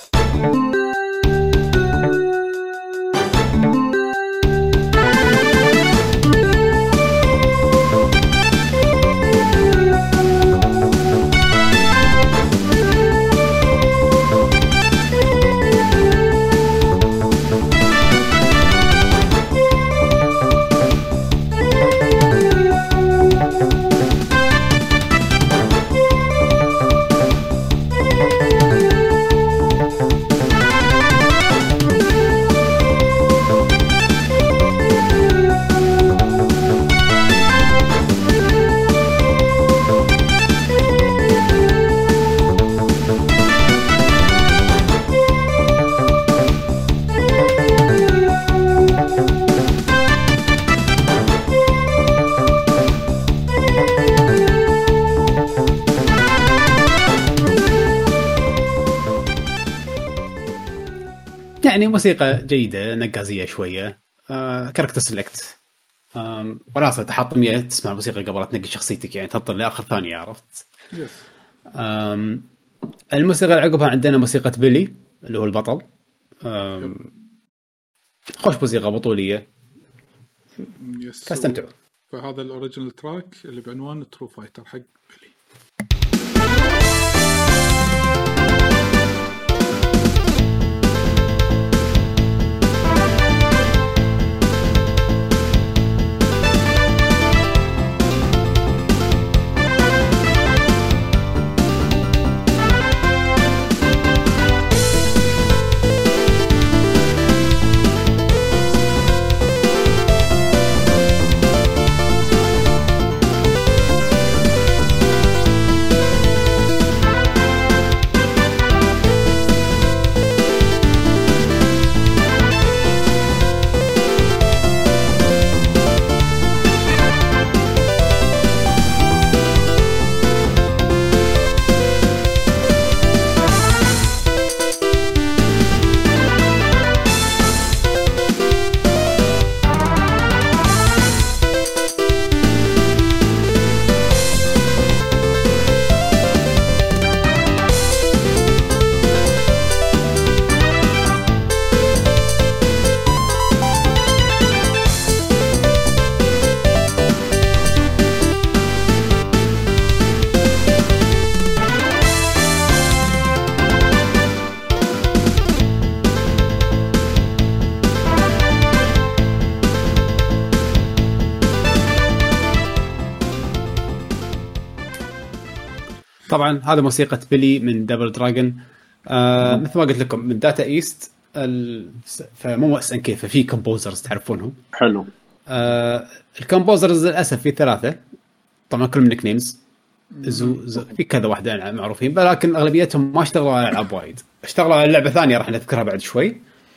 يعني موسيقى جيدة نقازية شوية. آه، كاركتر سيلكت وراسة تحطمية، تسمع الموسيقى قبل تنقي شخصيتك يعني تنطر لآخر ثانية. عرفت؟ الموسيقى اللي عقبها عندنا موسيقى بيلي اللي هو البطل. خوش موسيقى بطولية. فاستمتعوا. فهذا الأوريجينال تراك اللي بعنوان ترو فايتر حق بيلي. طبعا هذا موسيقى بيلي من دبل دراجون. آه مثل ما قلت لكم من داتا ايست ال... فمو اس ان كي، ففي كومبوزرز تعرفونهم. حلو. آه الكومبوزرز للاسف في ثلاثه طبعا كلهم نيك نيمز. زو... زو... في كذا واحده معروفين، لكن اغلبيتهم ما اشتغلوا على العاب وايد، اشتغلوا على لعبه ثانيه راح نذكرها بعد شوي.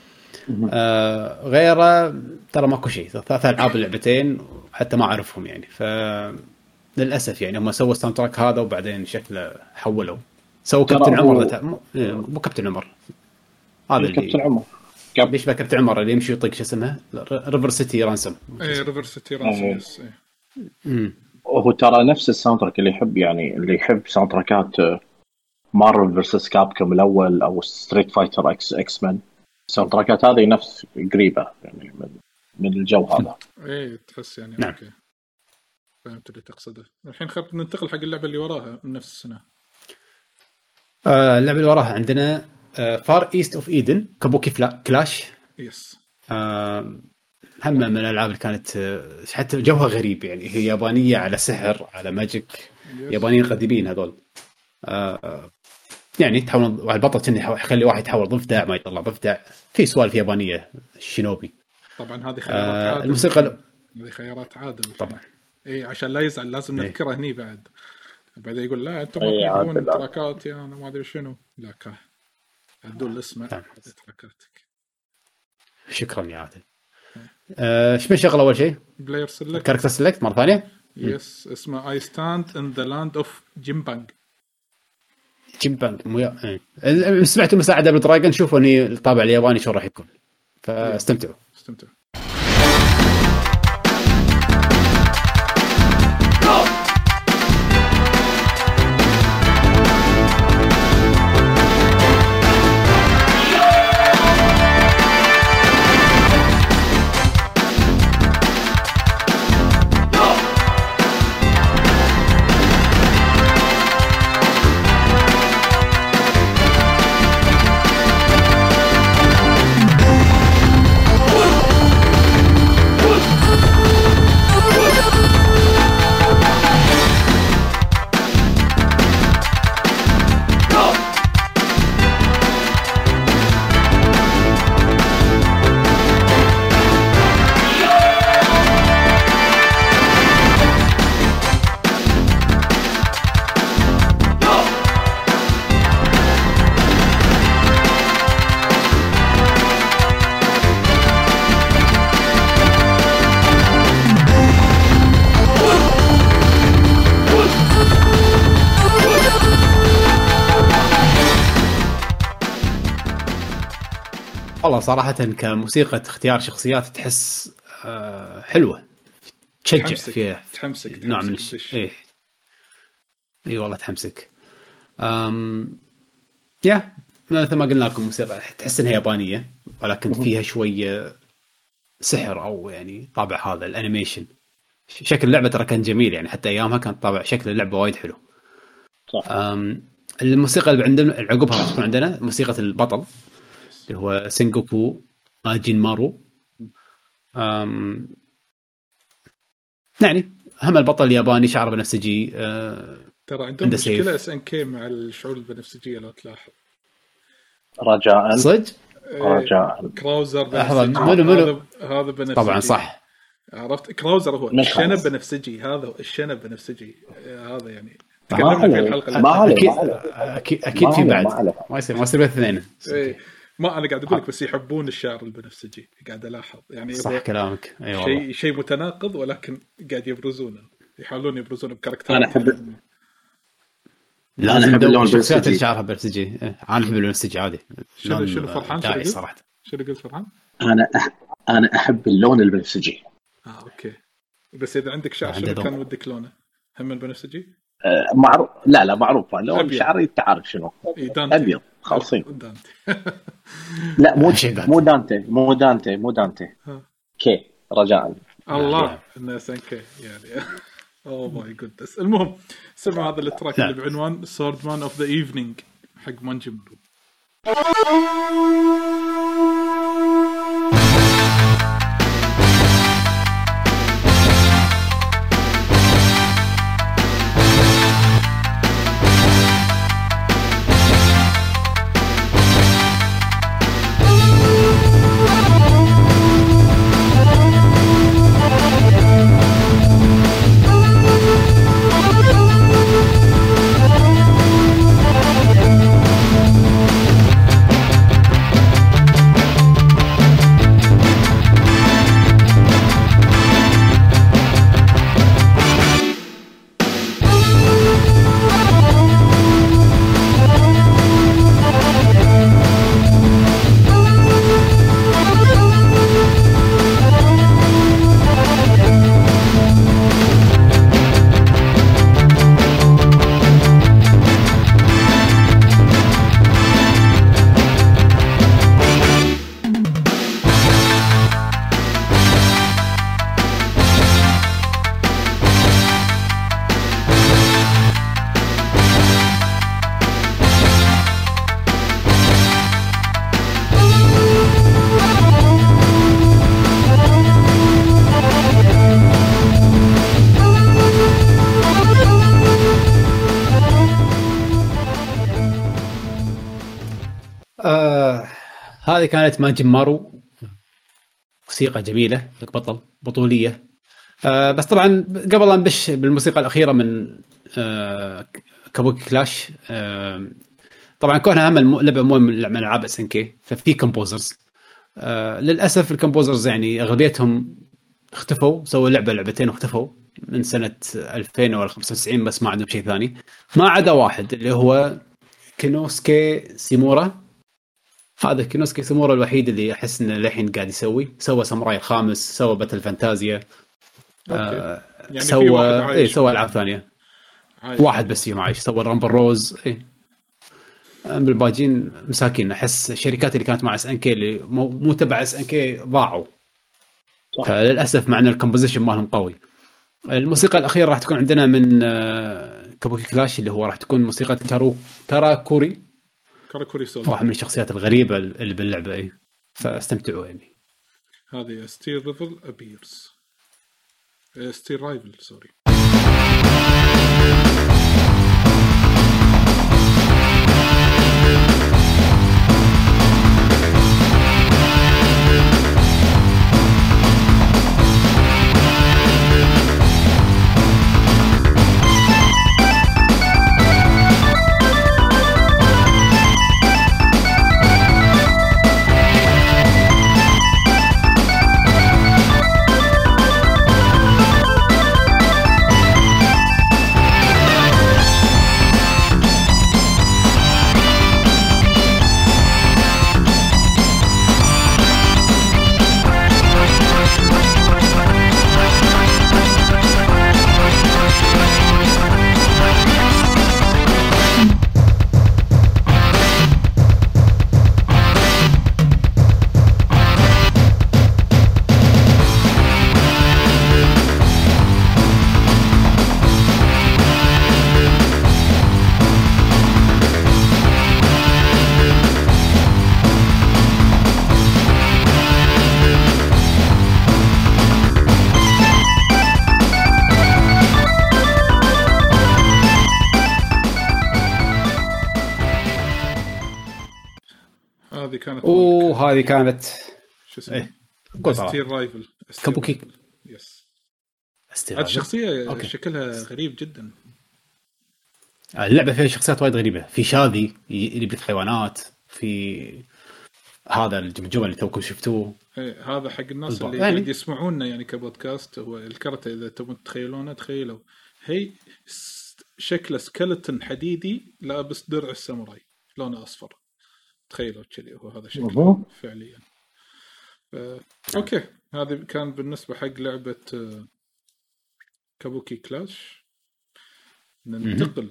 آه غيره ترى ماكو شيء، ثلاث العاب اللعبتين حتى ما اعرفهم يعني. ف للاسف يعني هم سووا الساوند تراك هذا وبعدين شكله حولوا سووا كابتن عمر ده. مو كابتن عمر هذا اللي كابتن عمر بيشبه كابتن عمر اللي يمشي يطق شو اسمه ريفر سيتي رانسم. اي ريفر سيتي رانسم. امم وهو ترى نفس الساوند تراك اللي يحب يعني اللي يحب ساوند تراكات مارفل فيرسس كابكوم الاول او ستريت فايتر اكس اكس مان، الساوند تراكات هذه نفس قريبه يعني من, من الجو هذا. اي تحس يعني نعم. اوكي فهمت اللي تقصده. الحين خلينا ننتقل حق اللعبه اللي وراها من نفس السنه. آه اللعبه اللي وراها عندنا فار ايست اوف ايدن كابوكي كلاش. يس آه هم من الالعاب اللي كانت آه حتى جوها غريب يعني، هي يابانيه على سحر على ماجيك، يابانيين قديمين هذول. آه يعني تحاول البطل كأنه يخلي واحد يحاول ضفدع ما يطلع ضفدع، في سوالف يابانيه الشينوبي. طبعا هذه خيارات آه عادل. الموسيقى هذه خيارات عادل طبعا. اي عشان لا يزعل لازم إيه. نذكره هني بعد. بعدين يقول لا انتم إيه ما تقولون عادل. تراكات يا انا ما ادري شنو. لا كه عدول اسمه نعم. تراكاتك. شكرا يا عادل. آه ايش بنشغل اول شيء؟ بلاير سيلكت. كاركتر سيلكت مره ثانيه. يس اسمه اي ستاند ان ذا لاند اوف جيمبانج. جيمبانج مو إيه. سمعتوا مساعده بالدراجون، شوفوا اني الطابع الياباني شو راح يكون، فاستمتعوا استمتع. والله صراحة كموسيقى اختيار شخصيات تحس حلوة تشجع فيها تحمسك نوع من الشيء. ايه اي والله تحمسك. أم... يا مثل ما قلنا لكم موسيقى تحس انها يابانية ولكن فيها شوية سحر او يعني طابع هذا الانيميشن. شكل اللعبة ترى كان جميل يعني، حتى ايامها كان طابع شكل اللعبة وايد حلو. أم... الموسيقى اللي عندنا عقبها تكون عندنا موسيقى البطل اللي هو سينغوكو ماجين مارو. أم... يعني هم البطل الياباني شعره بنفسجي. أه... ترى عندهم مشكلة اس ان كي مع الشعور البنفسجية لو تلاحظ. رجاء صدق رجاء كراوزر بنفسجي هذا هذا بنفسجي طبعا صح. عرفت كراوزر هو الشنب بنفسجي، هذا الشنب بنفسجي هذا يعني تكلمنا في الحلقة ما أكيد عليه أكيد, أكيد في بعد ما يصير ما يصير بالاثنين. إيه. ما أنا قاعد أقول لك بس يحبون الشعر البنفسجي، قاعد ألاحظ يعني صح كلامك. أي والله شيء شيء متناقض ولكن قاعد يبرزونه، يحاولون يبرزونه بكاركتر. أنا أحب لا أنا أحب اللون الشخصيات اللي شعرها بنفسجي. أنا أحب اللون البنفسجي عادي. شنو شنو فرحان شنو صراحة شنو قلت فرحان؟ أنا أح... أنا أحب اللون البنفسجي. آه أوكي بس إذا عندك شعر شنو كان ودك لونه؟ هم البنفسجي؟ آه معروف. لا لا معروف لون شعري تعرف شنو أبيض خالصين. لا مو مو دانتي مو دانتي مو دانتي كي رجاء الله الناس كي يعني اوه ماي جودنس. المهم سمع هذا التراك اللي بعنوان سورد مان اوف ذا ايفنينج حق مانجي مارو. هذه كانت ماجمارو، موسيقى جميله لك بطل بطوليه. آه بس طبعا قبل لا نبش بالموسيقى الاخيره من آه كابوكي كلاش، آه طبعا كونها هم لعبه مو من العاب اس ان كي، ففي كومبوزرز. آه للاسف الكومبوزرز يعني اغلبيتهم اختفوا، سووا لعبه لعبتين واختفوا من سنه ألفين ولا خمسة وتسعين، بس ما عندهم شيء ثاني ما عدا واحد اللي هو كينوسكي سيمورا. هذا كينوسكي سيمورا الوحيد اللي احس انه للحين قاعد يسوي، سوى ساموراي الخامس، سوى باتل فانتازيا، آه يعني سوى اي سوى العاب ثانيه. عايش. واحد بس فيهم عايش، سوى رامبل روز. اي بالباجين مساكين، احس الشركات اللي كانت مع اس ان كي اللي مو تبع اس ان كي ضاعوا. فللاسف مع ان الكومبوزيشن مالهم قوي. الموسيقى الاخيره راح تكون عندنا من كابوكي كلاش، اللي هو راح تكون موسيقى كارو كاراكوري كاراكوري سول، واحد من الشخصيات الغريبه اللي باللعبه. اي فاستمتعوا يعني. هذه ستيل ريفل ابيرز ستيل رايفل سوري. اوه هذه كانت شو اسمه ستيل رايفل كابوكي. يس هذه الشخصيه أوكي. شكلها غريب جدا. اللعبه فيها شخصيات وايد غريبه، في شاذي اللي بالحيوانات، في هذا الجمجمه اللي توكم شفتوه. ايه هذا حق الناس اللي يعني يسمعونا يعني كبودكاست. هو الكرت اذا تبون تتخيلونه تخيلوا هي شكله سكلتن حديدي لابس درع الساموراي لونه اصفر، تخيلوا كذي هو هذا شكله فعليا. ف... اوكي هذا كان بالنسبه حق لعبه كابوكي كلاش. ننتقل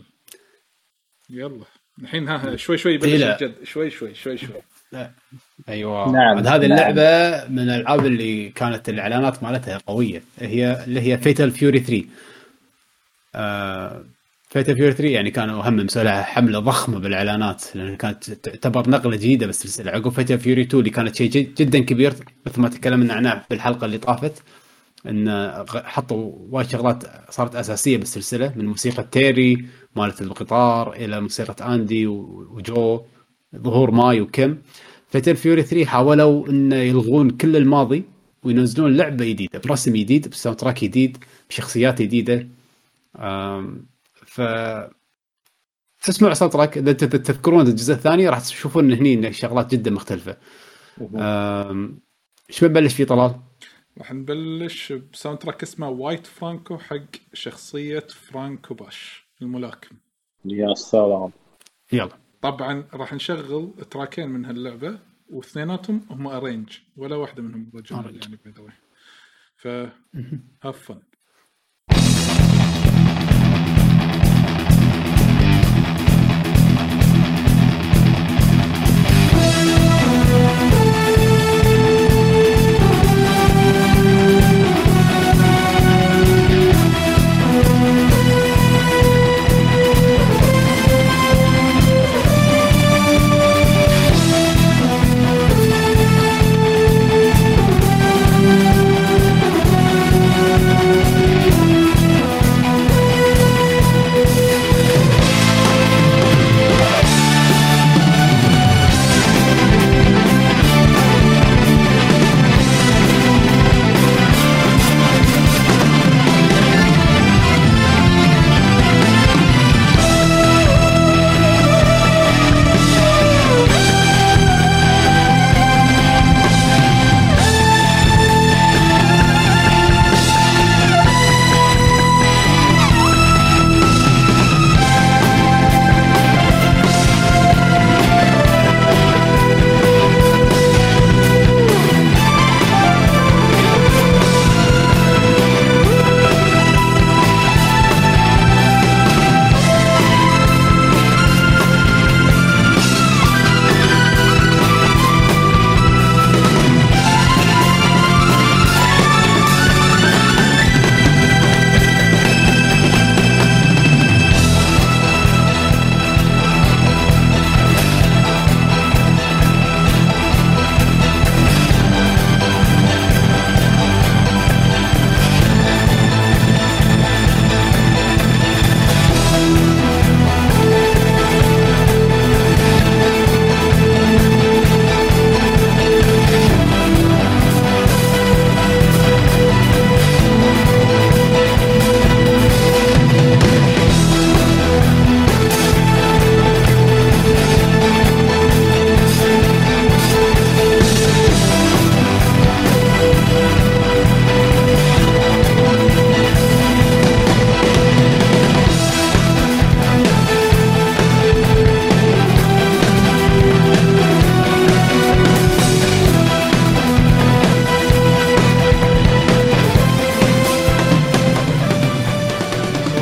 يلا الحين ها شوي شوي بلش الجد، شوي شوي شوي شوي لا. ايوه نعم. هذه اللعبه نعم. من الالعاب اللي كانت الاعلانات مالتها قويه، هي اللي هي فيتال فيوري ثري. آه... فيتال فيوري ثري يعني كانوا هم مسويها حمله ضخمه بالاعلانات، لان كانت تعتبر نقله جديده بس السلسله. عقب فيتال فيوري تو اللي كانت شيء جدا كبير مثل ما تكلمنا عنها بالحلقه اللي طافت، ان حطوا وايد شغلات صارت اساسيه بالسلسله، من موسيقى تيري مالت القطار الى موسيقى اندي وجو، ظهور ماي وكم. فيتال فيوري ثري حاولوا ان يلغون كل الماضي وينزلون لعبه جديده برسم جديد بساوند تراك جديد بشخصيات جديده. ف تسمع ساوند تراك اذا تذكرون الجزء الثاني راح تشوفون هني شغلات جدا مختلفه. ايش بنبلش فيه طلال؟ راح نبلش بساوند تراك اسمه وايت فرانكو حق شخصيه فرانكو باش الملاكم. يا سلام. يلا طبعا راح نشغل تراكين من هاللعبه واثنيناتهم هم ارينج، ولا واحده منهم رجل يعني باي ف هاف فن.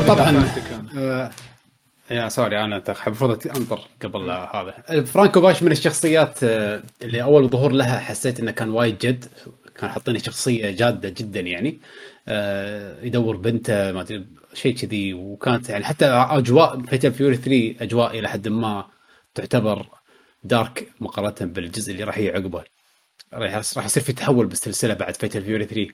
طبعا آه يا سوري انا المفروض انطر قبل هذا. فرانكو باش من الشخصيات اللي اول ظهور لها حسيت انه كان وايد جد، كان حاطيني شخصيه جاده جدا يعني، يدور بنته ما ادري شيء كذي، وكانت يعني حتى اجواء فيتال فيوري ثري اجواء الى حد ما تعتبر دارك مقارنه بالجزء اللي راح يعقبه. راح راح يصير في تحول بالسلسله بعد فيتال فيوري ثري.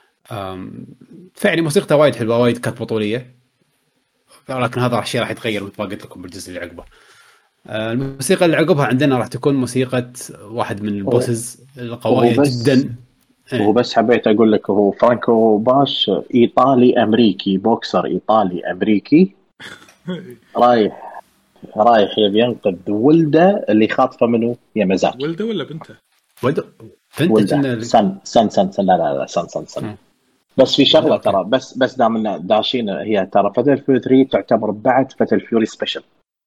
فعلا موسيقتها وايد حلوه، وايد كانت بطوليه، لكن هذا الشيء راح يتغير مثل ما قلت لكم بالجزء اللي عقبه. الموسيقى اللي عقبها عندنا راح تكون موسيقى واحد من البوسز القوية جدا. هو بس حبيت أقول لك هو فرانكو باش إيطالي أمريكي، بوكسر إيطالي أمريكي رايح رايح يبي ينقذ ولده اللي خاطفه منه يامازاكي. ولده ولا بنته؟ ولده ولده سن سن سن سن لا لا لا سن سن سن. بس في شغله ترى، بس بس دامنا داشين، هي ترى فتل فيوري ثري تعتبر بعد فتل فيوري سبيشل.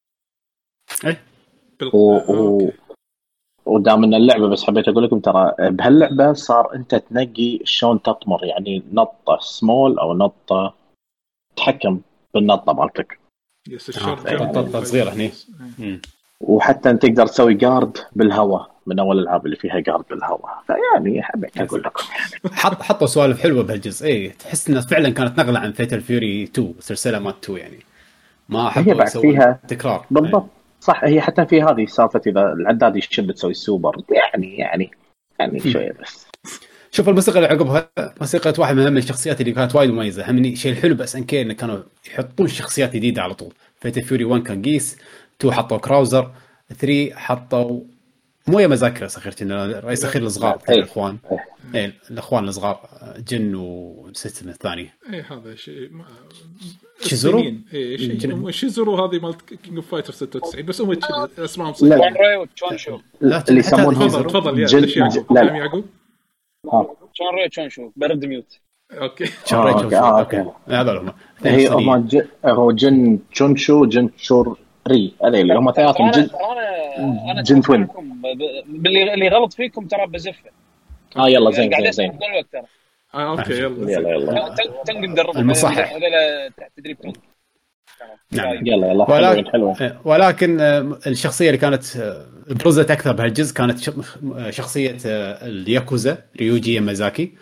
ايه و... و... ودامنا اللعبه، بس حبيت اقول لكم ترى بهاللعبه صار انت تنقي شلون تطمر، يعني نطه سمول او نطه تحكم بالنطه مالتك. يس الشرط نطه صغيره هني. وحتى انت تقدر تسوي جارد بالهواء من اول الالعاب اللي فيها جارد بالهواء. فيعني حبيت اقول لكم حط حطوا سوالف حلوه بهالجزء. اي تحس انه فعلا كانت نقله عن فيتال فيوري تو، سلسله مات تو يعني، ما هي بعد فيها تكرار بالضبط. صح، هي حتى في هذه سالفه اذا العداد يشب تسوي السوبر يعني يعني يعني شويه بس. شوف الموسيقى اللي عقبها موسيقى واحد من الشخصيات اللي كانت وايد مميزه. همني شيء الحلو بس ان كان كانوا يحطون شخصيات جديده على طول. فيتال فيوري ون كان جيس، تو حطوا كراوزر، ثري حطوا مو يامازاكي سخرت انه رئيس اخير الصغار الاخوان ايه الاخوان الصغار جن وسيستم الثاني. اي هذا شيء شيزورو اي شيء شيزورو هذه مالت كينج اوف فايتر ستة وتسعين بس هم اسمائهم صح. شونري وتشونشو اللي يسمونهم تفضل تفضل يا جن... لا يعقوب ها شونري وتشونشو برد ميوت. اوكي شونري اوكي هذول هم هي هم هو جن تشونشو جن شور ري هذول اللي هم ثلاثه جن انا جن توين. باللي اللي غلط فيكم ترى بزفه. اه يلا زين زين زين اه اوكي يلا يلا يلا تنق ندرب المصحح هذول تدريب تنق. نعم يلا يلا ولكن, حلوة. ولكن الشخصيه اللي كانت برزت اكثر بهالجزء كانت شخصيه الياكوزا ريوجي يامازاكي.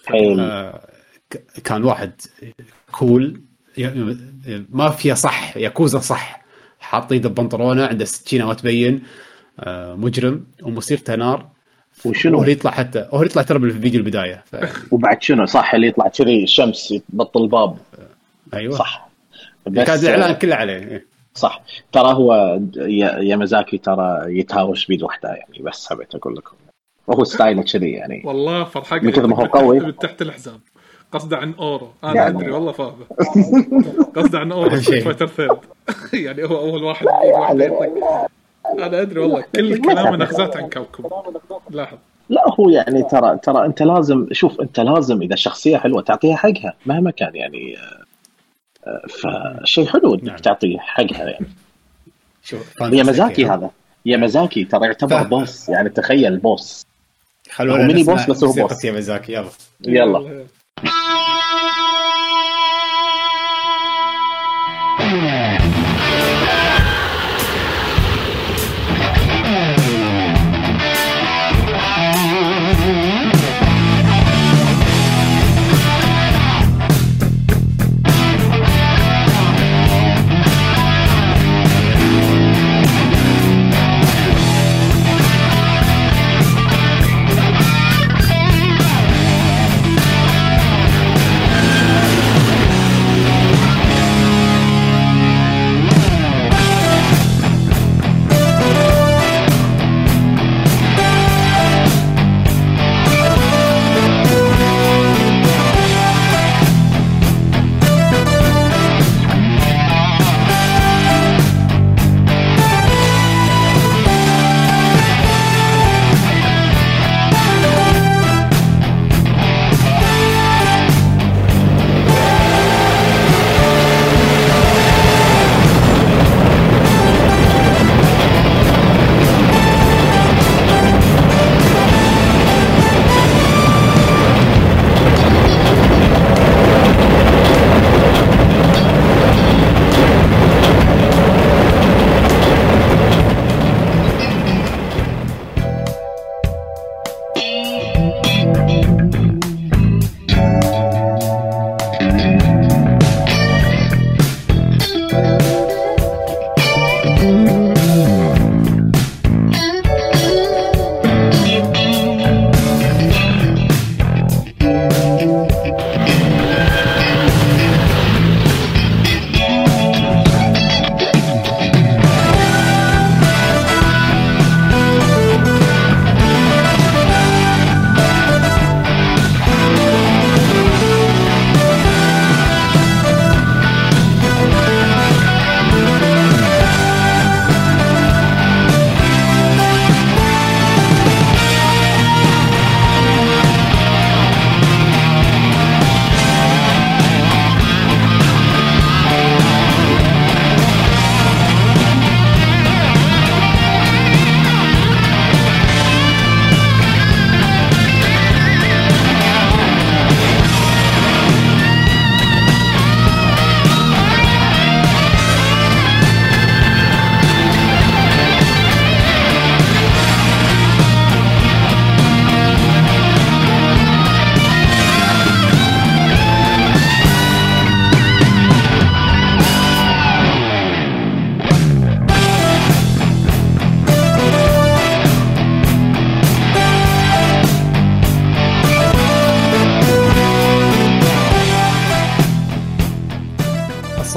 كان واحد كول ما فيها صح، ياكوزا صح، حاط يده ببنطلونه عنده سكينه ما تبين، مجرم وموسيقته نار. وشنو هو يطلع حتى هو يطلع ترى بالفيديو البدايه ف... وبعد شنو صح اللي يطلع كذي الشمس يبطل الباب. ايوه صح كان الاعلان كله عليه صح. ترى هو يامازاكي ترى يتهاوش بيد واحده يعني، بس حبيت اقول لكم وهو ستايله كذي يعني. والله فرحك من كثر ما هو قوي من تحت الحزام. قصده عن اورو انا يعني. ادري والله فاهم. قصده عن اورو فايتر ثيرد يعني هو اول واحد واحد يطلق. انا ادري والله كل كلامه نغزات عن كوكب. لاحظ لا هو يعني ترى ترى انت لازم شوف انت لازم اذا شخصيه حلوه تعطيها حقها مهما كان يعني. فشيء حلو انك تعطيه حقها يعني. يامازاكي هذا يامازاكي ترى يعتبر بوس يعني، تخيل بوس. خلونا ميني بوس بس هو بوس. يامازاكي يلا يلا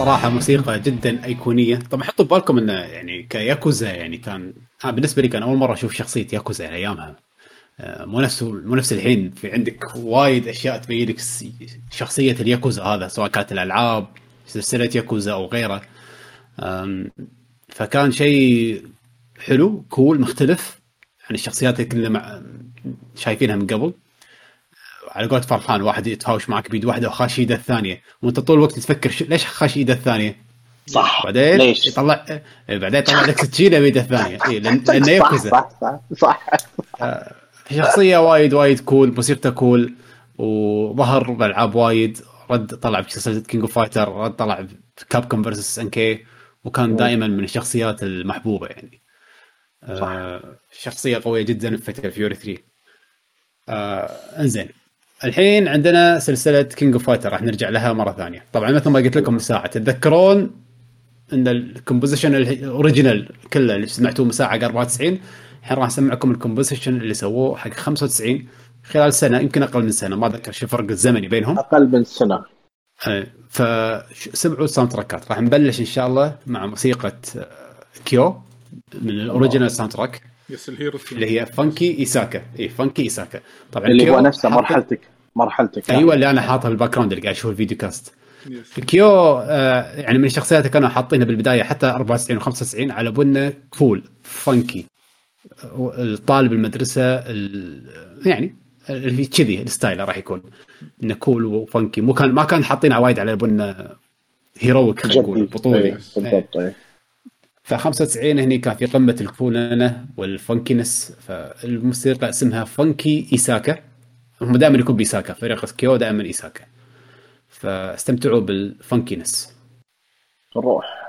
صراحه موسيقى جدا ايقونيه. طبعا حطوا ببالكم انه يعني كياكوزا يعني كان ها بالنسبه لي كان اول مره اشوف شخصيه ياكوزا ايامها. مو نفس مو نفس الحين، في عندك وايد اشياء تبين لك شخصيه الياكوزا هذا، سواء كانت الالعاب سلسله ياكوزا او غيره. فكان شيء حلو كول مختلف عن الشخصيات اللي كلنا شايفينها من قبل. على قولة فرحان، واحد يتهاوش معك بيد واحده وخاش ايده الثانيه وانت طول الوقت تفكر ش... ليش خاش ايده الثانيه. صح. بعدين ليش يطلع بعدين يطلع لك سكينه بيده الثانيه. إيه لان لانه ياكوزا. صح صح, صح. آه... شخصيه وايد وايد كول، موسيقته كول، وظهر بالالعاب وايد. رد طلع بسلسله كينج اوف فايتر، رد طلع كاب كوم فيرسس ان كي، وكان دائما من الشخصيات المحبوبه يعني. آه... شخصيه قويه جدا في فيتال فيوري ثري. آه... انزين، الحين عندنا سلسلة كينج اوف فايتر راح نرجع لها مرة ثانية. طبعا مثل ما قلت لكم مساعة، تتذكرون ان الكومبوزيشن الاوريجينال كله اللي سمعتوه مساعة أربعة وتسعين، الحين راح اسمعكم الكومبوزيشن اللي سووه حق خمسة وتسعين خلال سنة، يمكن اقل من سنة، ما اتذكر شو الفرق الزمني بينهم. اقل من سنة. فسمعوا الساوند تراكات. راح نبلش ان شاء الله مع موسيقى كيو من الاوريجينال ساوند تراك اللي هي فانكي إيساكا. اي فانكي إيساكا طبعا اللي هو نفسه مرحلتك مرحلتك ايوه اللي انا حاطها بالباك جراوند اللي قاعد اشوف الفيديو كاست. كيو آه يعني من الشخصيات اللي كانوا حاطينها بالبدايه حتى أربعة وتسعين و خمسة وتسعين على بنا كول فانكي، الطالب المدرسه يعني اللي كذي الستايل راح يكون انه كول وفانكي. مو كان ما كان حاطين عوايد على بنا هيرويك نقول بطولي. ف خمسة وتسعين هني كان في قمه الكونانه والفانكينس، فالموسيقى اسمها فانكي إيساكا. هم دائما يكون بإيساكا، فريق كيو دائما إيساكا، فاستمتعوا بالفانكينس. نروح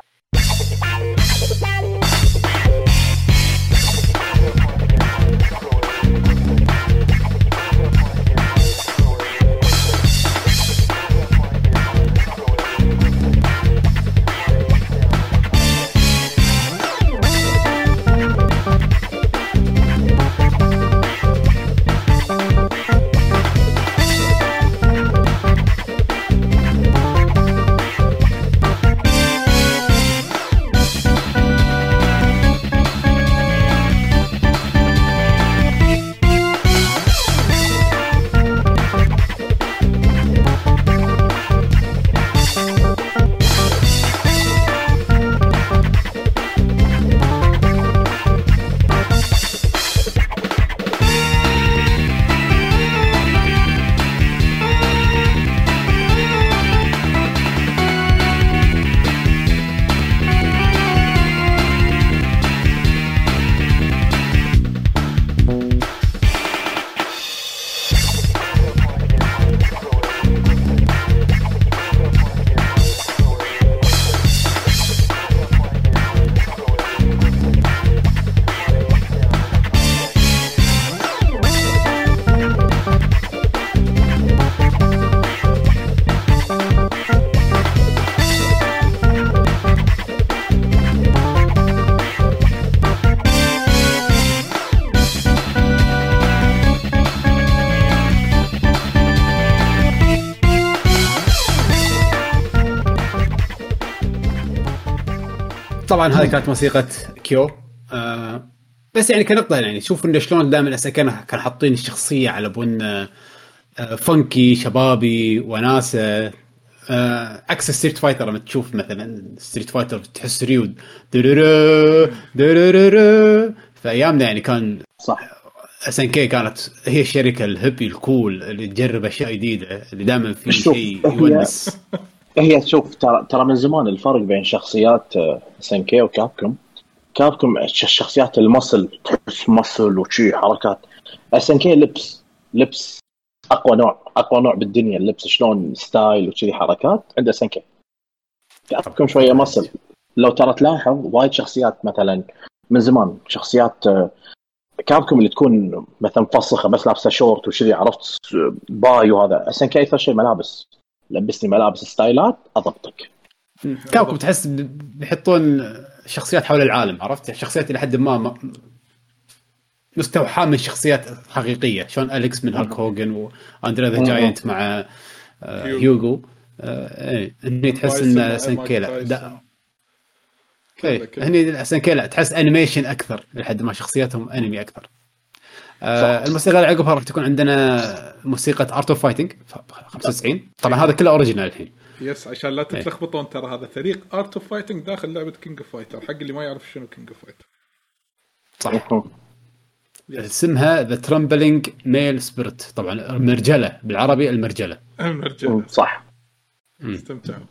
طبعا هذه كانت موسيقى كيو. آه بس يعني كنقطة يعني شوفوا إن شلون دائما الأساكان كان حاطين الشخصية على بن آه فانكي شبابي وناسة. آه عكس ستريت فايتر، لما تشوف مثلا ستريت فايتر تحس ريود درورو درورو. في أيامنا يعني كان صح. اس ان كي كانت هي الشركة الهبي الكول اللي تجرب أشياء جديدة، اللي دائما في شيء يونس. هي شوف ترى ترى من زمان الفرق بين شخصيات اس ان كي وكابكوم. كابكوم الشخصيات المصل، تحس مصل وشي حركات. اس ان كي لبس لبس اقوى نوع اقوى نوع بالدنيا، اللبس شلون ستايل وشي حركات عند اس ان كي. كابكوم شويه مصل. لو ترى تلاحظ وايد شخصيات مثلا من زمان، شخصيات كابكوم اللي تكون مثلا مفصخه بس لابسه شورت وشذي، عرفت باي. وهذا اس ان كي اكثر شيء ملابس، لبسني ملابس ستايلات اضبطك. كابكوم تحس بيحطون شخصيات حول العالم، عرفت شخصيات الى حد ما مستوحاه من شخصيات حقيقيه، شلون أليكس من هالك هوجن واندرا ذا جاينت مع هيوغو. آه ايه هني تحس ان سنكيلا دا ايه هني سنكيلا تحس انيميشن اكثر لحد ما شخصياتهم انمي اكثر. آه الموسيقى اللي عقبها راح تكون عندنا موسيقى ارت اوف فايتنج خمسة وتسعين. طبعا هذا كله اوريجينال الحين. يس عشان لا تتلخبطون ترى هذا فريق ارت اوف فايتنج داخل لعبه كينج اوف فايتر حق اللي ما يعرف شنو كينج اوف فايتر. صح. اسمها ذا ترامبلينج ميل سبيريت. طبعا مرجله بالعربي المرجله. المرجله صح. استمتعوا.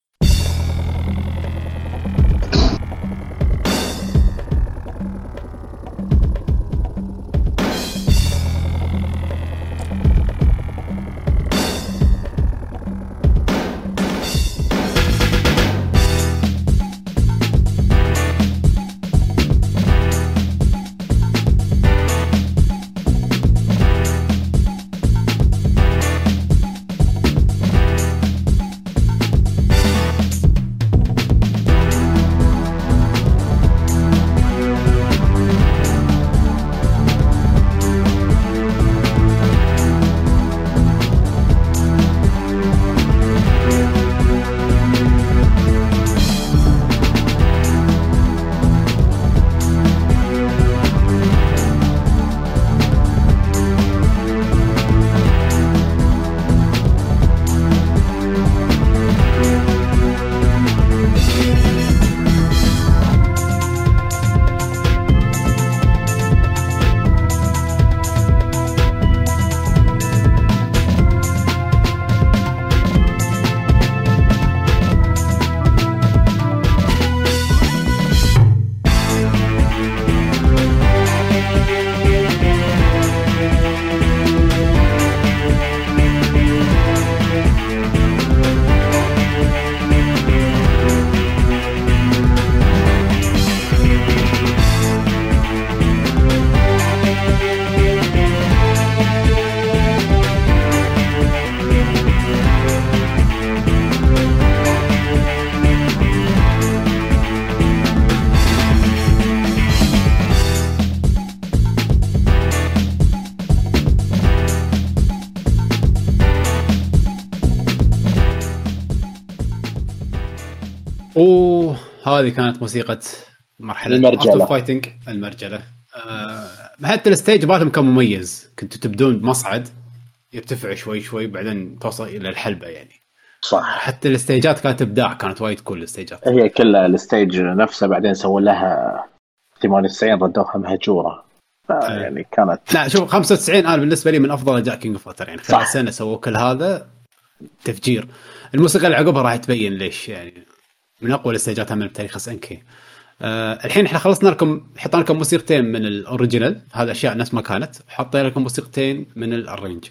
وهذه كانت موسيقى مرحلة المرجلة فايتنج المرجلة. أه حتى الستيج بالهم كان مميز. كنتوا تبدون بمصعد يرتفع شوي شوي بعدين توصل إلى الحلبة يعني. صح. حتى الستيجات كانت إبداع كانت وايد كل الستيجات. هي كلها الستيج نفسها بعدين سووا لها ثمانية وتسعين ردوها مهجورة يعني كانت. لا شوف خمسة وتسعين أنا بالنسبة لي من أفضل أجزاء كينج اوف فايتر يعني. خلال سنة سووا كل هذا تفجير. الموسيقى اللي عقبها راح تبين ليش يعني من أقوى الاستيجات من تاريخ اس ان كي. أه الحين احنا خلصنا لكم حطينا لكم موسيقتين من الاوريجينال. هذا اشياء نفس ما كانت. حطينا لكم موسيقتين من الارينج.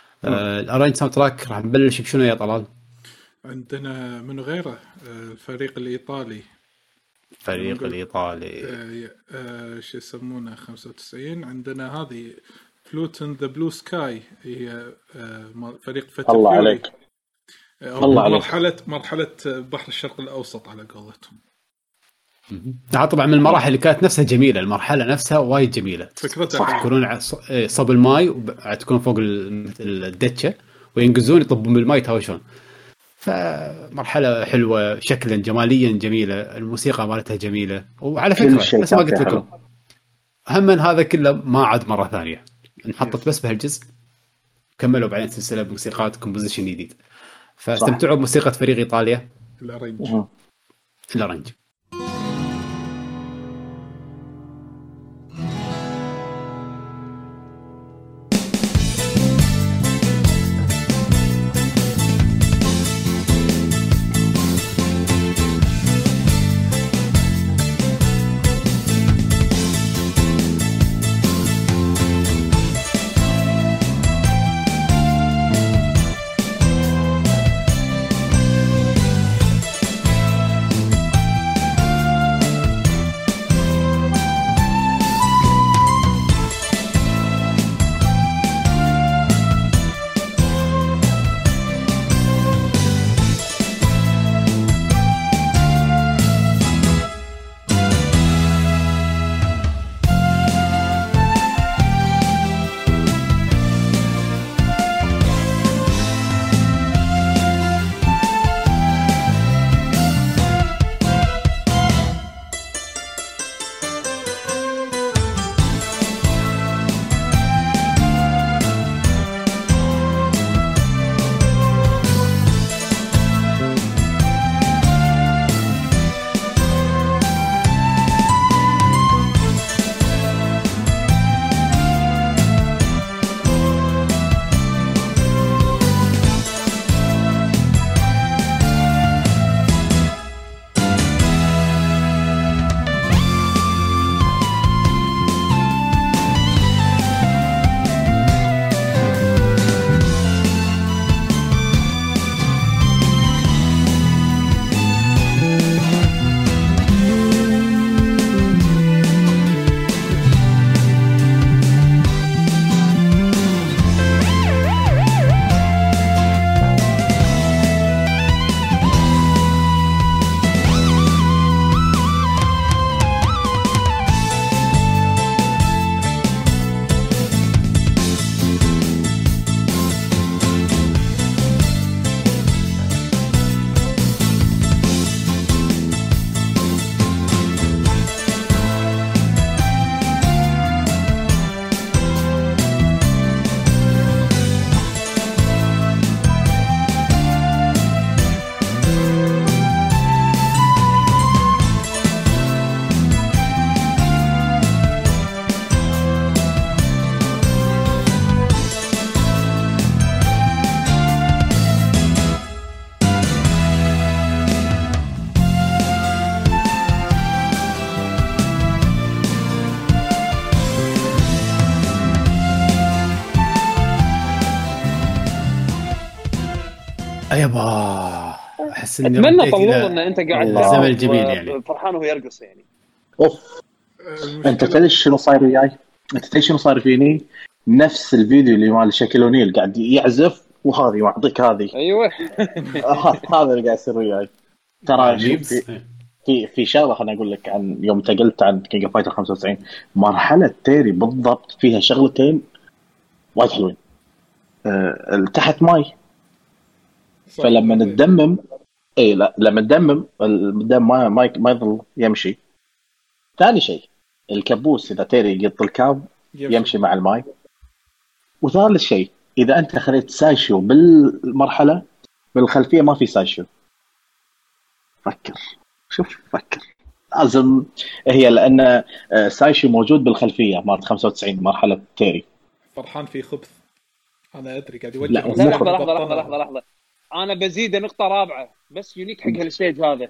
أه الارينج ساوند تراك راح نبلش بشنو يا طلال؟ عندنا من غيره الفريق الايطالي. فريق الايطالي أه شو يسمونه خمسة وتسعين. عندنا هذه فلوتن ذا بلو سكاي هي أه فريق فتح. الله عليك. الله عليك. مرحله مرحله بحر الشرق الاوسط على قولتهم. طبعا من المراحل اللي كانت نفسها جميله. المرحله نفسها وايد جميله. فكرتها تكونون صب الماي وتكون فوق الدتشه وينقزون يطبون بالماء يتهاوشون. فمرحله حلوه شكلا جماليا جميله. الموسيقى مالتها جميله. وعلى فكره بس ما قلت لكم هم هذا كله ما عاد مره ثانيه انحطت بس بهالجزء. كملوا بعدين سلسله بموسيقات كومبوزيشن جديد. فاستمتعوا بموسيقى فريق ايطاليا الارينج. الارينج يابا احس اني اتمنى رديت طلول إلى ان انت قاعد الزمن الجميل يعني. فرحان وهو يرقص يعني. اوف انت تدري شنو صاير وياي؟ انت تدري شنو صاير فيني؟ نفس الفيديو اللي مال شاكيل اونيل قاعد يعزف وهذه معطيك هذه. ايوه هذا اللي قاعد يصير وياي. ترى شوف في في, في شغله خليني اقول لك عن يوم تقلت عن كينج اوف فايتر خمسة وتسعين. مرحله تيري بالضبط فيها شغلتين وايد حلوين. أه تحت ماي فلما نتدمم اي لا لما ندمم الدم ما ما ما يظل يمشي. ثاني شيء الكبوس اذا تيري يقط الكاب يمشي مع الماي. وثالث شيء اذا انت خليت سايشو بالمرحله بالخلفيه ما في سايشو. فكر شوف فكر لازم هي لان سايشو موجود بالخلفيه مالت خمسة وتسعين مرحله تيري. فرحان في خبث انا ادري قاعد يوجه. لا لحظه لحظه لحظه لحظه لحظه انا بزيد نقطه رابعه بس يونيك حق هالستيج هذا.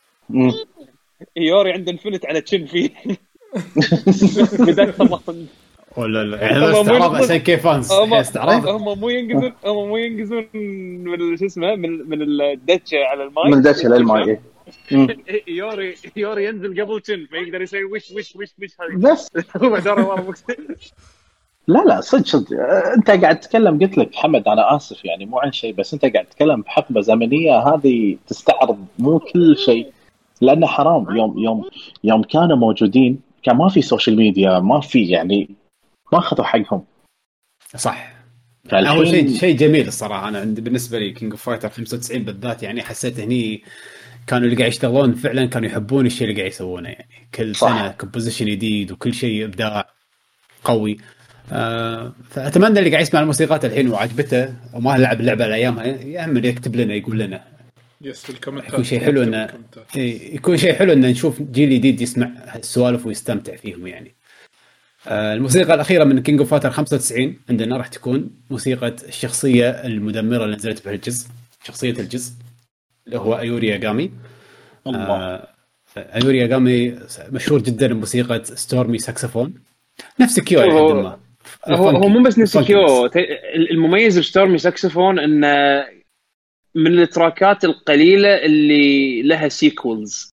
يوري عنده انفنت على تشن فيه بدايه طبعا ولا لا يعني هذا استعراض عشان كيف فانز استعراض. هم مو ينقزون هم مو ينقزون من شو اسمه من من الدتشه على الماي من الدتشه للماي. يوري يوري ينزل قبل تشن فيقدر يسوي وش وش وش وش هذه بس هو داره ورا. لا لا صدق صدق انت قاعد تتكلم قلت لك محمد انا اسف يعني مو عن شيء بس انت قاعد تتكلم بحقبه زمنيه هذه تستعرض مو كل شيء لانه حرام. يوم يوم يوم كانوا موجودين كان ما في سوشيال ميديا ما في يعني ما اخذوا حقهم صح. اول شيء شيء جميل الصراحه. انا عندي بالنسبه لي كينج اوف فايتر خمسة وتسعين بالذات يعني حسيت هني كانوا اللي قاعد يشتغلون فعلا كانوا يحبون الشيء اللي قاعد يسوونه يعني كل صح. سنه كومبوزيشن جديد وكل شيء ابداع قوي. آه فأتمنى اللي قاعد يسمع الموسيقات الحين وعجبته وما لعب اللعبة الأيامها يأمل يكتب لنا يقول لنا يس في الكومنتات. يكون شيء حلو إنه يكون شيء حلو إنه نشوف جيل جديد يسمع السوالف ويستمتع فيهم يعني. آه الموسيقى الأخيرة من كينج اوف فايتر خمسة وتسعين عندنا راح تكون موسيقى الشخصية المدمرة اللي نزلت في الجزء شخصية الجزء اللي هو أيوري ياغامي. آه أيوري ياغامي مشهور جدا بموسيقى ستورمي ساكسفون نفس كيو لحد ما. هو هو مو بس نفس كيو. المميز بستورمي ساكسفون انه من التراكات القليله اللي لها سيكولز.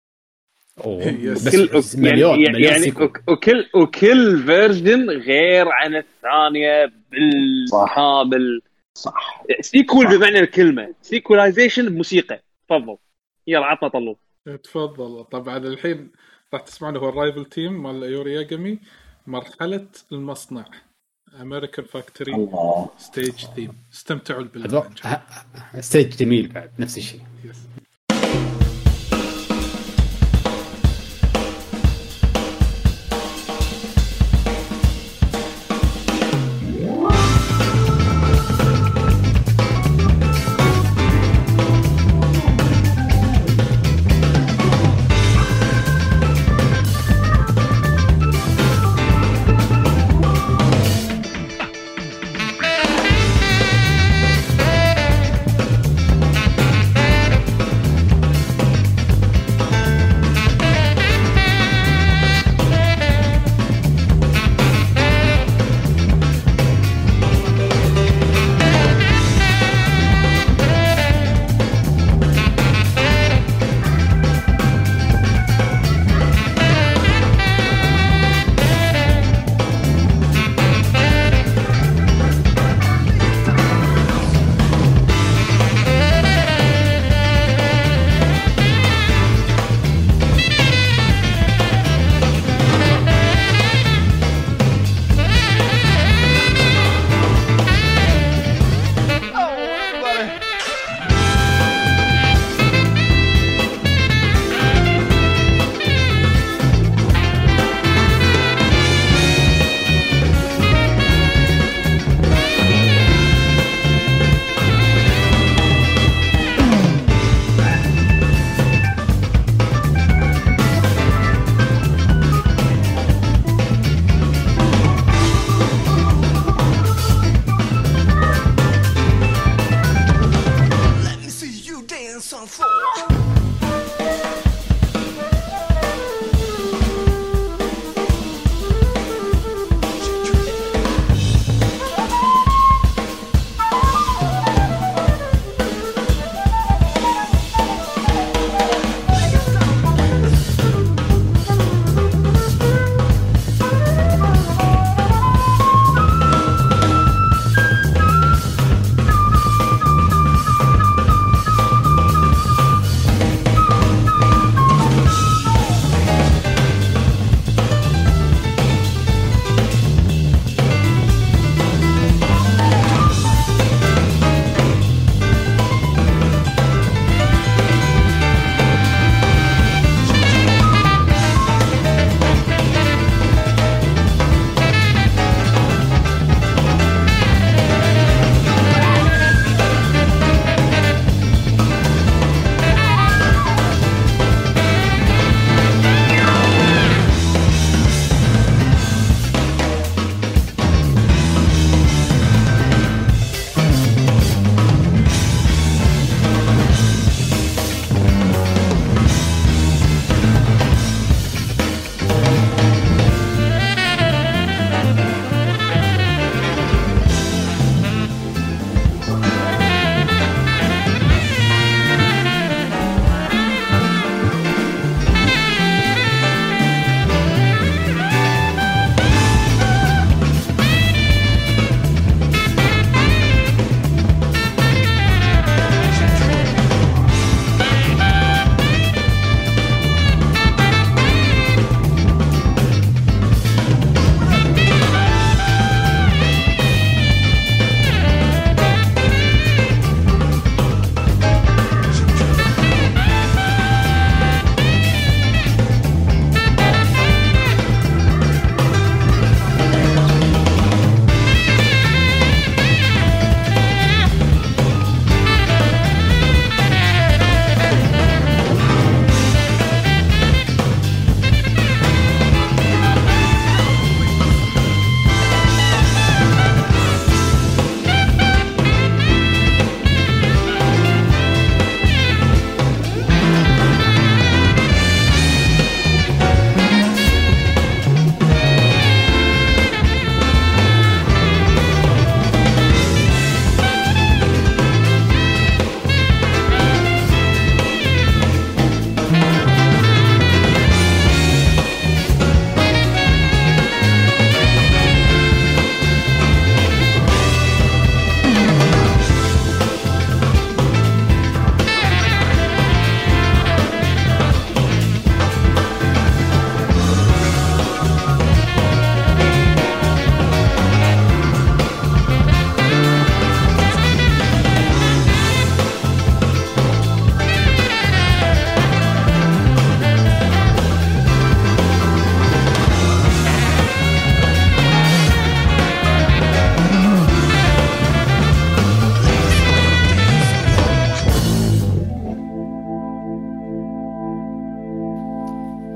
بس مليون يعني, يعني سيكول. وكل وكل فيرجن غير عن الثانيه بالكامل. صح سيكول صح. بمعنى الكلمه سيكولايزيشن بموسيقى. تفضل يلا عطنا طلول. تفضل. طبعا الحين راح تسمعونه هو الرايفل تيم مال يوري ياغامي مرحلة المصنع أمريكان فاكتوري ستيج ثيم. استمتعوا باللعبة. ستيج جميل بعد نفس الشيء.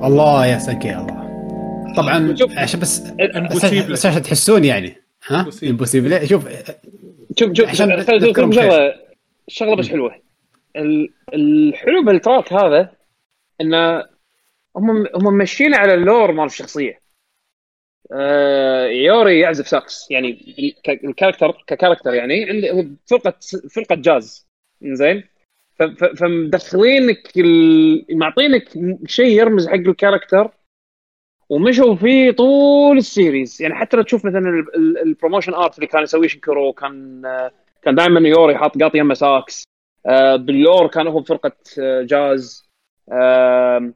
الله يا سكي الله. طبعا عشان بس بس عشان تحسون يعني ها امبوسيبل. شوف شوف شوف عشان شغله شغله بس حلوه. الحلو بالتراك هذا انه هم هم ماشيين على اللور مال الشخصيه. آه يوري يعزف ساكس يعني الكاركتر ككاركتر يعني عنده فرقه فرقه جاز زين. فمدخلينك معطينك شيء يرمز حق الكاركتر ومشوا فيه طول السيريز. يعني حتى لو تشوف مثلا البروموشن ارت اللي كان يسويه شينكورو كان كان دائما يوري حاط قاطي يمه ساكس. آه باللور كان هو بفرقه جاز. آه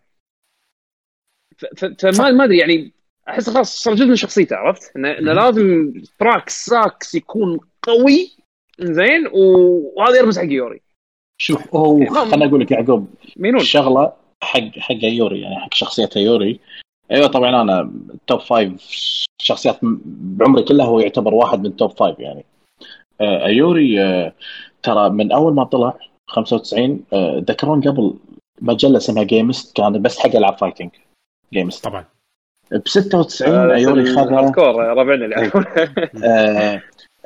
فما ما ادري يعني احس خلاص صار جزء من شخصيته. عرفت انه إن لازم تراك ساكس يكون قوي زين وهذا يرمز حق يوري. شوف هو خلنا اقول لك يعقوب الشغله حق حق يوري يعني حق شخصيه يوري. ايوه طبعا انا توب فايف شخصيات بعمري كله هو يعتبر واحد من توب فايف يعني. آه يوري آه ترى من اول ما طلع خمسة وتسعين ذكرون آه قبل مجله اسمها جيمست كان بس حق العاب فايتنج جيمست. طبعا ب ستة وتسعين آه يوري خذ ربعنا اللي آه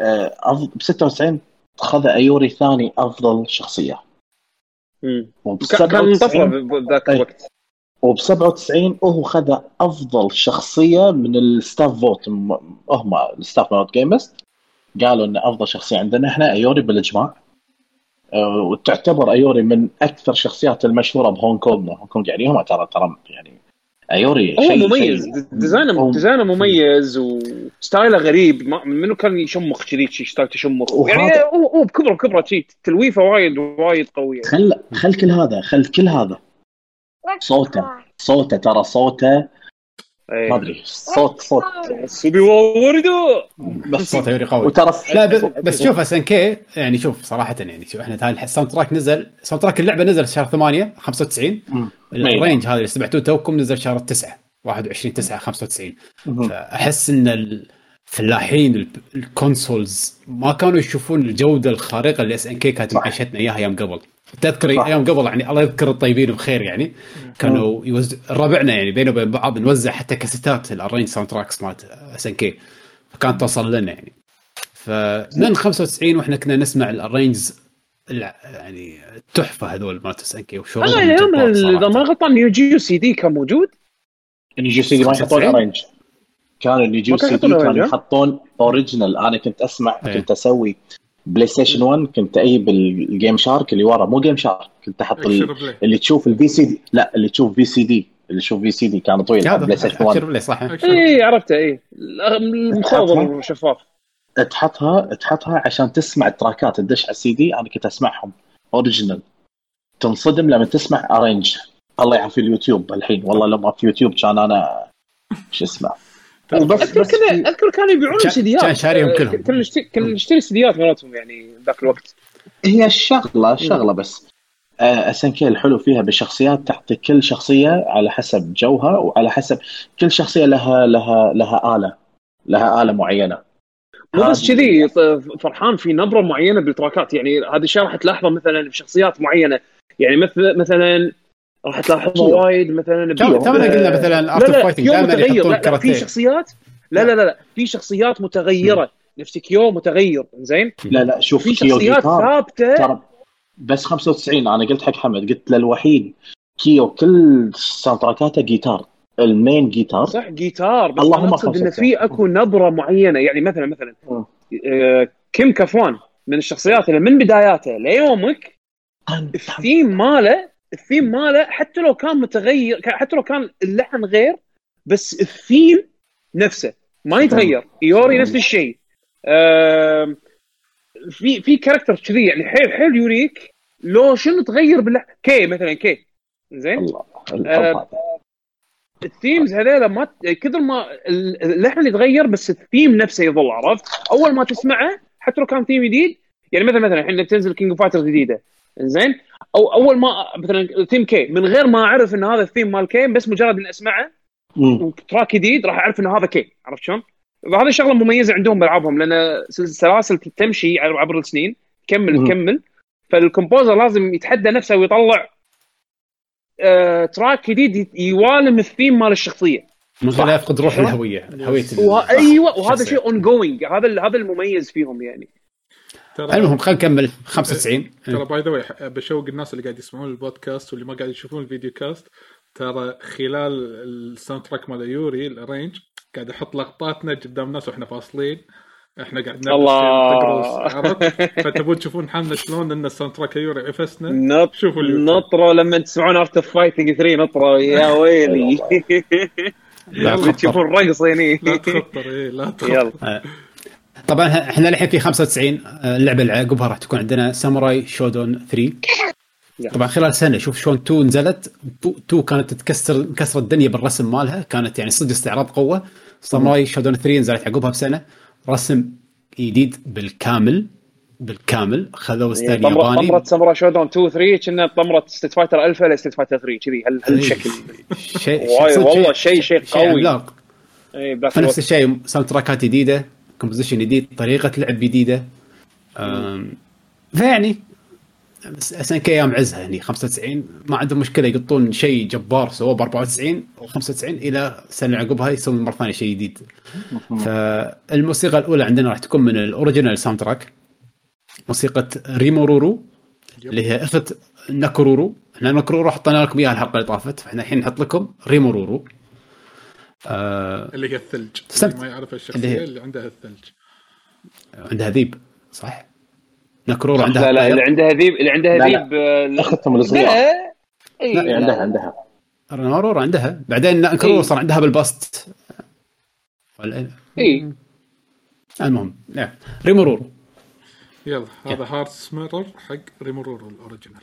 آه ب ستة وتسعين خذ ايوري ثاني افضل شخصيه. امم كان طفره بذاك الوقت. وب سبعة وتسعين وهو خذ افضل شخصيه من الستاف فوت. هم الستاف مال جيمست قالوا ان افضل شخصيه عندنا احنا ايوري بالاجماع. أه وتعتبر ايوري من اكثر الشخصيات المشهوره بهونغ كونغ. هونغ كونغ يعني هم ترى ترى يعني ايوري هو مميز. ديزاينه ديزاينه مميز وستايله غريب. منو كان يشمخ كذي شيء ستايل تشمخ يعني هو هو بكبره كبره شيء تلويفه وايد وايد قويه. خل خل كل هذا خل كل هذا صوته صوته ترى صوته ما ادري صوت صوت سوبي ووردو بس صوته يوري قوي. وترى لا بس شوف اس ان كي يعني شوف صراحه يعني شوف احنا هاي الساوند تراك نزل ساوند تراك اللعبه نزل شهر ثمانية خمسة وتسعين. الرينج هذا اللي سمعتوه توكم نزل شهر تسعة واحد وعشرين تسعة خمسة وتسعين. فاحس ان الفلاحين الكونسولز ما كانوا يشوفون الجوده الخارقه اللي اس ان كي كانت معيشتنا اياها ايام قبل. تذكر ايام قبل يعني الله يذكر الطيبين بخير يعني كانوا يوزع ربعنا يعني بينه وبين بعض نوزع حتى كاسيتات الارينج ساوند تراكس مالت اس ان كي فكانت توصل لنا يعني. فمن خمسة وتسعين واحنا كنا نسمع الارينجز يعني التحفه هذول مالت اس ان كي وشغل. انا يوم اذا ما غلطان نيو جيو سي دي كان موجود. نيو جيو سي دي ما يحطون ارينج. كانوا نيو جيو سي دي كانوا يحطون اوريجينال. انا كنت اسمع ايه. كنت اسوي بلاي ستيشن واحد كنت اجيب الجيم شارك اللي ورا مو جيم شارك كنت احط اللي تشوف الفي سي دي. لا اللي تشوف في سي دي اللي تشوف في سي دي كان طويل بلاي ستيشن واحد صح. اي عرفته اي المخضر شفاف. تحطها تحطها عشان تسمع التراكات تدش على السي دي. انا كنت اسمعهم اوريجينال تنصدم لما تسمع ارينج. الله يعافي اليوتيوب الحين والله لما في يوتيوب كان انا شو اسمع بس اذكر كنا اذكر كانوا يبيعون سيديات كان شاريهم كلهم. كنا نشتري كنا نشتري سيديات مالتهم يعني ذاك الوقت. هي الشغله شغله بس اس ان كي الحلو فيها بالشخصيات تعطي كل شخصيه على حسب جوها وعلى حسب كل شخصيه لها لها لها آلة لها آلة معينه. مو بس كذي فرحان في نبره معينه بالتراكات. يعني هذا الشيء راح تلاحظه مثلا بشخصيات معينه. يعني مثل مثلا راح تلاحظه وايد مثلا تمام قلنا مثلا ارت فايتنج دائما يحطون كاركتر. في شخصيات لا لا لا لا في شخصيات متغيره نفس كيو متغير زين. لا لا شوف في شخصيات ثابته بس خمسة وتسعين. انا قلت حق حمد قلت له الوحيد كيو كل ساوندتراكاته جيتار المين جيتار صح جيتار. بس اللهم اقصد ان في اكو نبره معينه. يعني مثلا مثلا آه كيم كافوان من الشخصيات اللي من بداياته ليومك الثيم ماله الثيم ماله حتى لو كان متغير حتى لو كان اللحن غير بس الثيم نفسه ما يتغير. يوري نفس الشيء. آه في في كاركتر كذي يعني حيل حيل يوريك لو شنو تغير باللحن. كي مثلا كي زين آه الثيمز هذول ما كثر ما اللحن اللي يتغير بس الثيم نفسه يظل. عرفت اول ما تسمعه حتى لو كان ثيم جديد. يعني مثلا مثلا الحين تنزل كينج اوف فايترز جديده زين او اول ما مثلا ثيم كي من غير ما اعرف ان هذا الثيم مال كي بس مجرد ان اسمعه وتراك جديد راح اعرف ان هذا كي. عرفت شلون؟ وهذا شغله مميزه عندهم بلعبهم لان سلاسل تمشي عبر السنين كمل كمل. فالكومبوزر لازم يتحدى نفسه ويطلع آه تراك جديد يوالم الثيم مال الشخصيه من غير يفقد روح الهويه هويه وه... ايوه وهذا شيء اون جوينج هذا هذا المميز فيهم يعني. المهم خلينا نكمل خمسة وتسعين. ترى باي ذا واي بشوق الناس اللي قاعد يسمعون البودكاست واللي ما قاعد يشوفون الفيديو كاست، ترى خلال الساوند تراك مال يوري الارينج قاعد احط لقطاتنا قدام الناس واحنا فاصلين، احنا قاعد نلبس فتبون تشوفون حالنا شلون ان الساوند تراك يوري عفسنا. نط... شوفوا نطروا لما تسمعون ارت اوف فايتنج ثري نطروا يا ويلي. لا تشوفون الرقص يعني لا تخطر ايه لا تخطر. طبعا احنا الحين في خمسة وتسعين، اللعبه اللي عقبها راح تكون عندنا ساموراي شودون ثري. طبعا خلال سنه شوف شلون تو نزلت، تو كانت تتكسر كسر الدنيا بالرسم مالها، كانت يعني صدق استعراض قوه. ساموراي شودون ثري نزلت عقبها بسنه، رسم جديد بالكامل بالكامل، خذوا ستايل ياباني. طمرة ساموراي شودون تو ثري كنا طمرة ستريت فايتر ألفا ل ستريت فايتر ثري كذي هالشكل. شيء والله شيء شيء قوي. اي نفس الشيء، ساوند تراكات جديده، كومبوزيشن جديد، طريقه لعب جديده. فيعني اس ان كي ايام عزها يعني خمسة وتسعين ما عندهم مشكله يقطون شيء جبار سووه ب أربعة وتسعين او خمسة وتسعين الى سنه عقبها يسوون مره ثانيه شيء جديد. فالموسيقى الاولى عندنا راح تكون من الاوريجينال ساوند تراك، موسيقى ريمورورو اللي هي اخت ناكورورو. احنا ناكورورو حطينا لكم اياها الحلقه اللي طافت، فاحنا الحين نحط لكم ريمورورو آه اللي هي الثلج. اللي ما يعرف الشخصيه اللي, اللي عندها الثلج، عندها ذيب صح. ناكورورو عندها لا لا اللي عندها ذيب اللي عندها ذيب اختهم الصغيره. اي لا عندها عندها ناكورورو عندها، بعدين ناكورورو صار عندها بالباست ولا اي. المهم نعم ريمورورو. يلا هذا هارت سميرر حق ريمورورو الاوريجينال.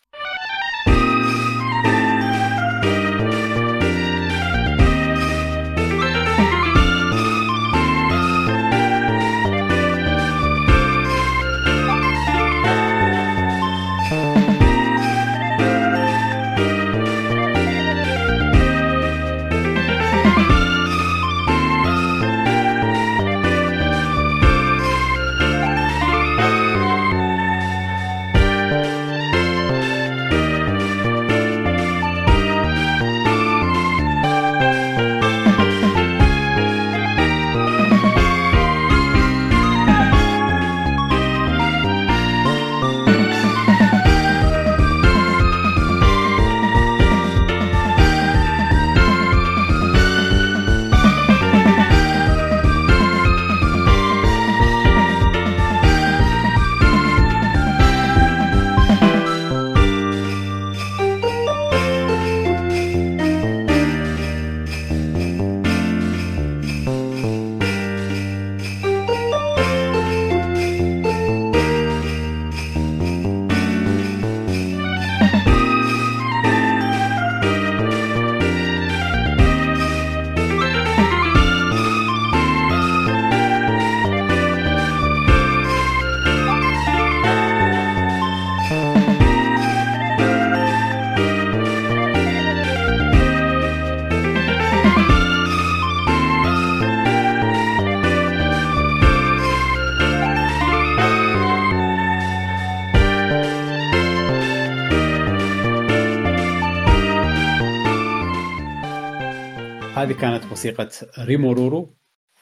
هذه كانت موسيقى ريمورورو.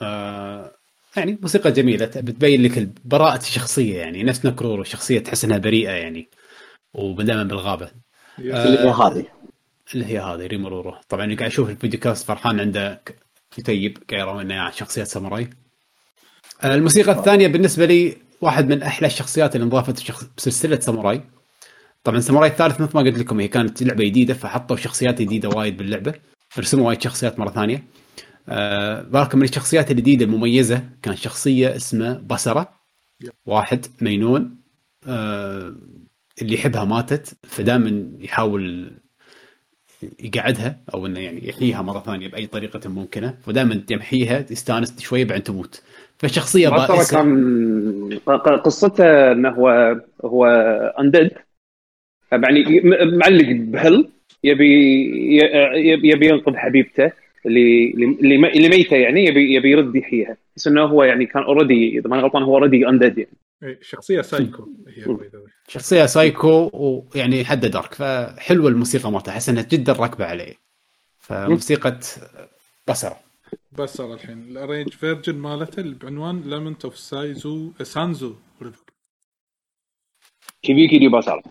آه يعني موسيقى جميلة بتبين لك براءة الشخصية، يعني نفس ناكورورو شخصية تحس انها بريئة يعني ودائما بالغابة. آه اللي هي هذه اللي هي هذه ريمورورو. طبعا اللي قاعد يشوف الفيديو كاست فرحان عنده كتيب قايروا انه يعني شخصية ساموراي. آه الموسيقى الثانية بالنسبة لي واحد من احلى الشخصيات اللي انضافت شخص... بسلسلة ساموراي. طبعا ساموراي الثالث مثل ما قلت لكم هي كانت لعبة جديدة، فحطوا شخصيات جديدة وايد باللعبة، رسموا وايد شخصيات مرة ثانية. آه بالكم من الشخصيات الجديدة المميزة كان شخصية اسمها بصرة، واحد مينون آه اللي يحبها ماتت، فدائما يحاول يقعدها او انه يعني يحييها مرة ثانية بأي طريقة ممكنة، فدائما يمحيها تستانس شوية بعد تموت. فالشخصية بصرة كان قصته انه هو هو اندد يعني معلق بهل يبي يبي ينقذ حبيبته اللي اللي اللي ميته يعني يبي يبي يرد يحييها، بس انه هو يعني كان اوريدي اذا ما غلطان هو اوريدي اندد يعني شخصيه سايكو هي شخصيه سايكو ويعني حد دارك فحلوه الموسيقى مالتها احس انها جدا راكبه عليه فموسيقى بصره بصره الحين الارينج فيرجن مالته بعنوان لامنت اوف سايزو سانزو كيبي كيدي بصره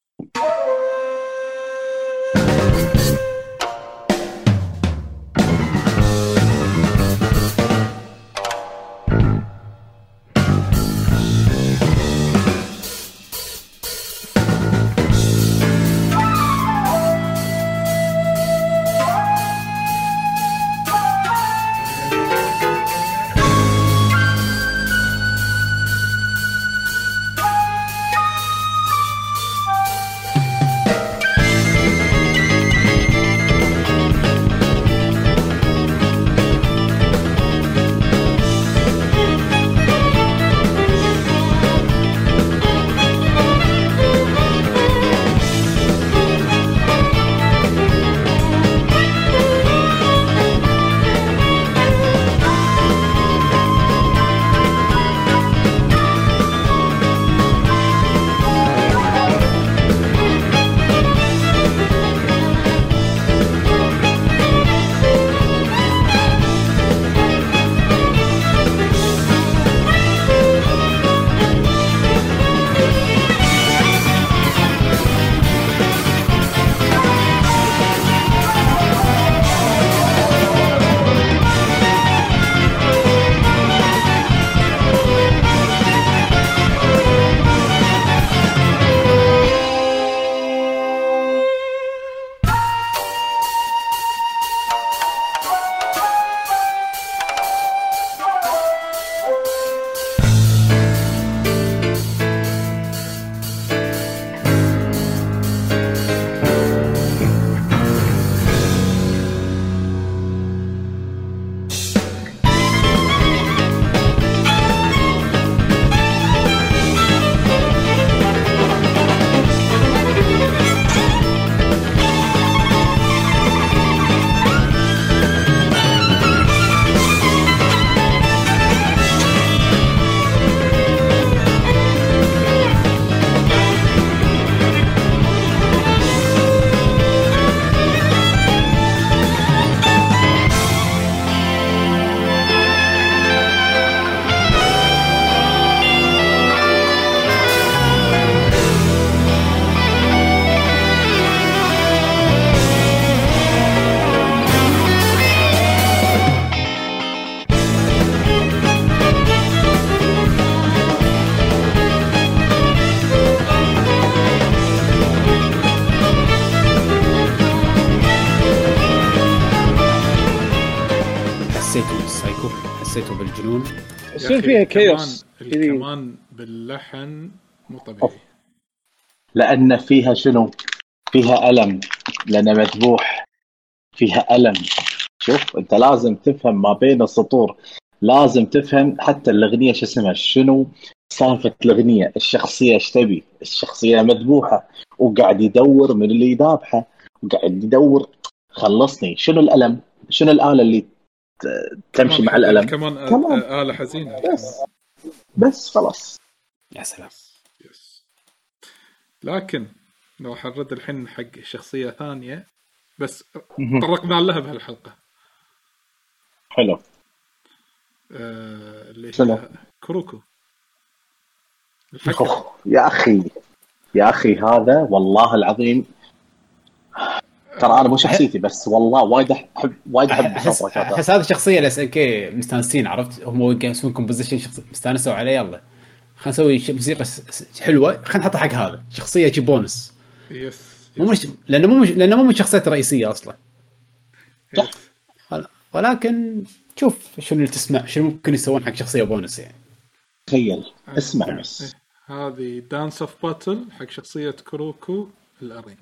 حسيته بالجنون يصير فيها كيوس كمان باللحن مو طبيعي لأن فيها شنو فيها ألم لأنه مذبوح فيها ألم. شوف أنت لازم تفهم ما بين السطور لازم تفهم حتى الأغنية شو اسمها شنو سالفة الأغنية الشخصية ايش تبي الشخصية مذبوحة وقاعد يدور من اللي يذابحه وقاعد يدور خلصني شنو الألم شنو الآلة اللي تمشي مع الألم كمان آلة حزينة بس بس خلاص يا سلام يس. لكن لو حرد الحين حق شخصية ثانية بس طرقنا لها بهالحلقة حلو آه اللي هي كروكو الحكم. يا أخي يا أخي هذا والله العظيم ترى أنا مو شخصيتي بس والله وايد أحب وايد أحب أحس, أحس هذه الشخصية اللي سألكي مستانسين عرفت هم يسوون كومبوزيشن شخص مستانسوا عليه يلا خلنا نسوي موسيقى حلوة خلنا نحطها حق هذا شخصية شي بونس يس مو مش لأنه مو مش لأنه مو من الشخصيات الرئيسية أصلا ولكن شوف شنو اللي تسمع شنو ممكن يسوون حق شخصية بونس يعني تخيل اسمع بس هذه دانس اوف باتل حق شخصية كروكو الارينج.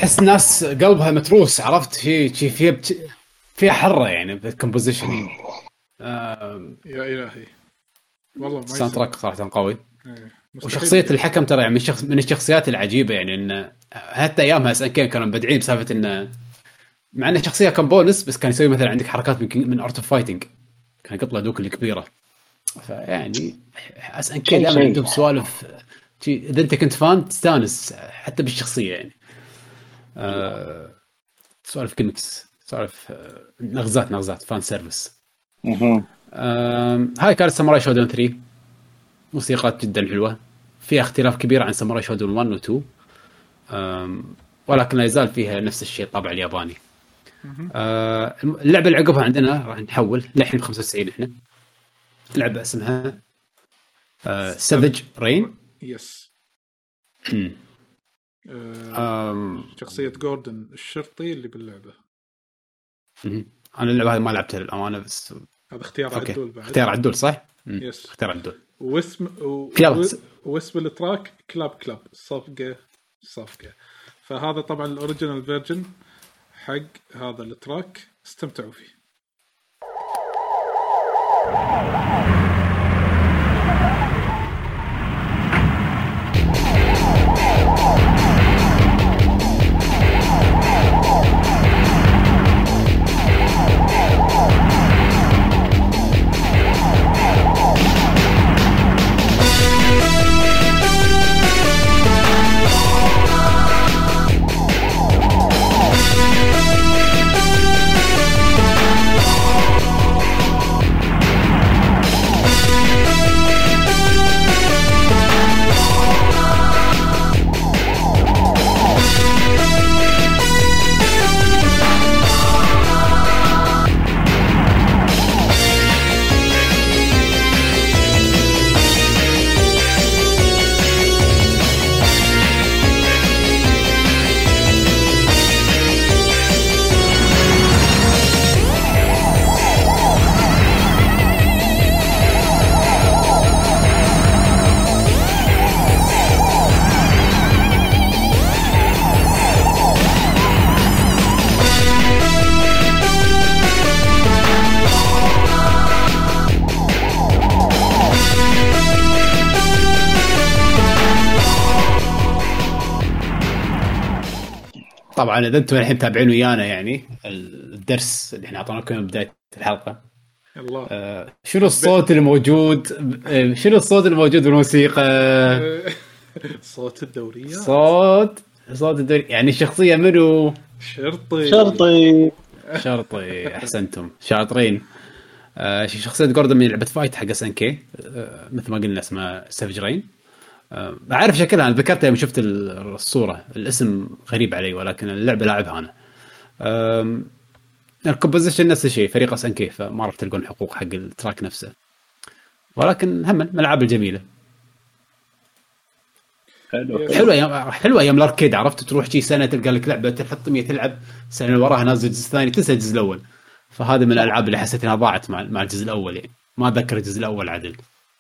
احس الناس قلبها متروس، عرفت في في فيها فيها حره يعني بالكومبوزيشن. آه يا الهي والله الساوند تراك صراحه قوي. وشخصيه الحكم ترى يعني من شخص من الشخصيات العجيبه، يعني ان حتى ايامها اس ان كي كانوا مبدعين بسالفه انه مع انه شخصيه كان بونس بس كان يسوي مثلا عندك حركات من من ارت اوف فايتنج، كان يقط له دوك الكبيره. فيعني اس ان كي دائما عندهم سوالف اذا انت كنت فان تستانس حتى بالشخصيه يعني. آه سوالف كيمكس، سوالف آه نغزات نغزات فان سيرفيس. آه هاي كانت ساموراي شودون ثري، موسيقات جدا حلوه، فيها اختلاف كبير عن ساموراي شودون واحد و تو، آه ولكن لا يزال فيها نفس الشيء الطابع الياباني. آه اللعبه اللي عقبها عندنا راح نحول للحين خمسة وتسعين احنا، لعبه اسمها آه سافيج رين. يس. امم آه شخصيه جوردن الشرطي اللي باللعبه. امم انا اللعبه هذه ما لعبتها للامانه، بس هذا اختيار عدول بعد. اختيار عدول صح. يس اختيار عدول. واسم و... واسم التراك كلاب كلاب صفقه صفقه. فهذا طبعا الاوريجينال فيرجن حق هذا التراك، استمتعوا فيه. طبعا اذا انتم الحين تابعين ويانا يعني الدرس اللي احنا اعطيناكم من بدايه الحلقه، الله آه شنو الصوت الموجود، شنو الصوت الموجود بالموسيقى؟ صوت الدوريه، صوت صوت الدوري يعني الشخصيه منو؟ شرطي شرطي شرطي احسنتم شاطرين. آه شخصيه جوردن من لعبه فايت حق اس ان كي، آه مثل ما قلنا اسمها سافيج رين. آه اعرف شكلها، انا ذكرتها يوم شفت الصوره، الاسم غريب علي ولكن اللعبه لاعبها انا. آه الكومبوزيشن نفس الشيء، فريق اس ان كي، فما راح تلقون حقوق حق التراك نفسه، ولكن هم من الالعاب الجميله. حلو حلوه يا حلوه ايام الاركيد، عرفت تروح شي سنه تلقى لك لعبه تحط مية تلعب، السنه اللي وراها نازل الجزء الثاني تنسى الجزء الاول. فهذا من الالعاب اللي حسيت انها ضاعت مع مع الجزء الاول، يعني ما اتذكر الجزء الاول عدل.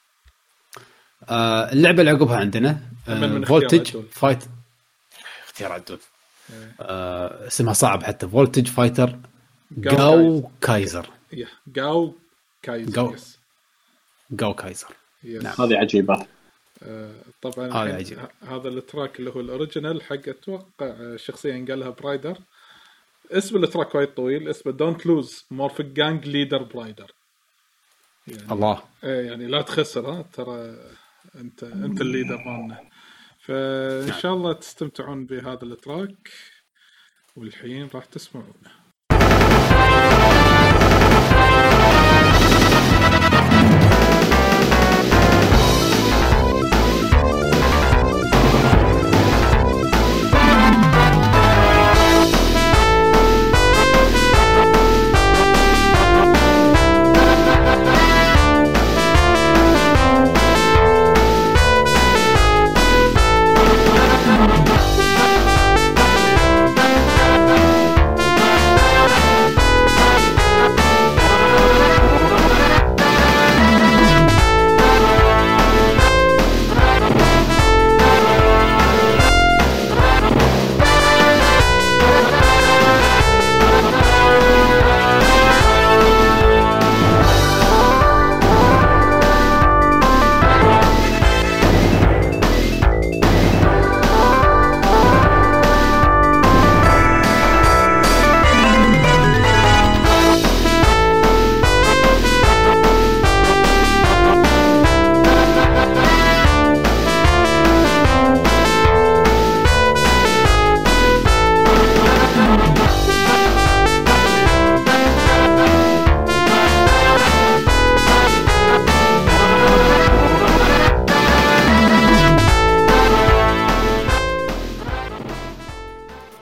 آه اللعبه اللي عقبها عندنا آه فولتج فايت، اختيار عدول. آه اسمها صعب حتى، فولتج فايتر جاو كايزر. جاو كايزر جاو كايزر. نعم هذه عجيبه. آه طبعا هذا التراك اللي هو الاوريجينال حق اتوقع شخصيا قال لها برايدر. اسم التراك وايد طويل، اسمه دونت لوز مورفيك جانج ليدر برايدر. يعني الله يعني لا تخسر، ها ترى انت انت الليدر مالنا. فان شاء الله تستمتعون بهذا التراك، والحين راح تسمعونه.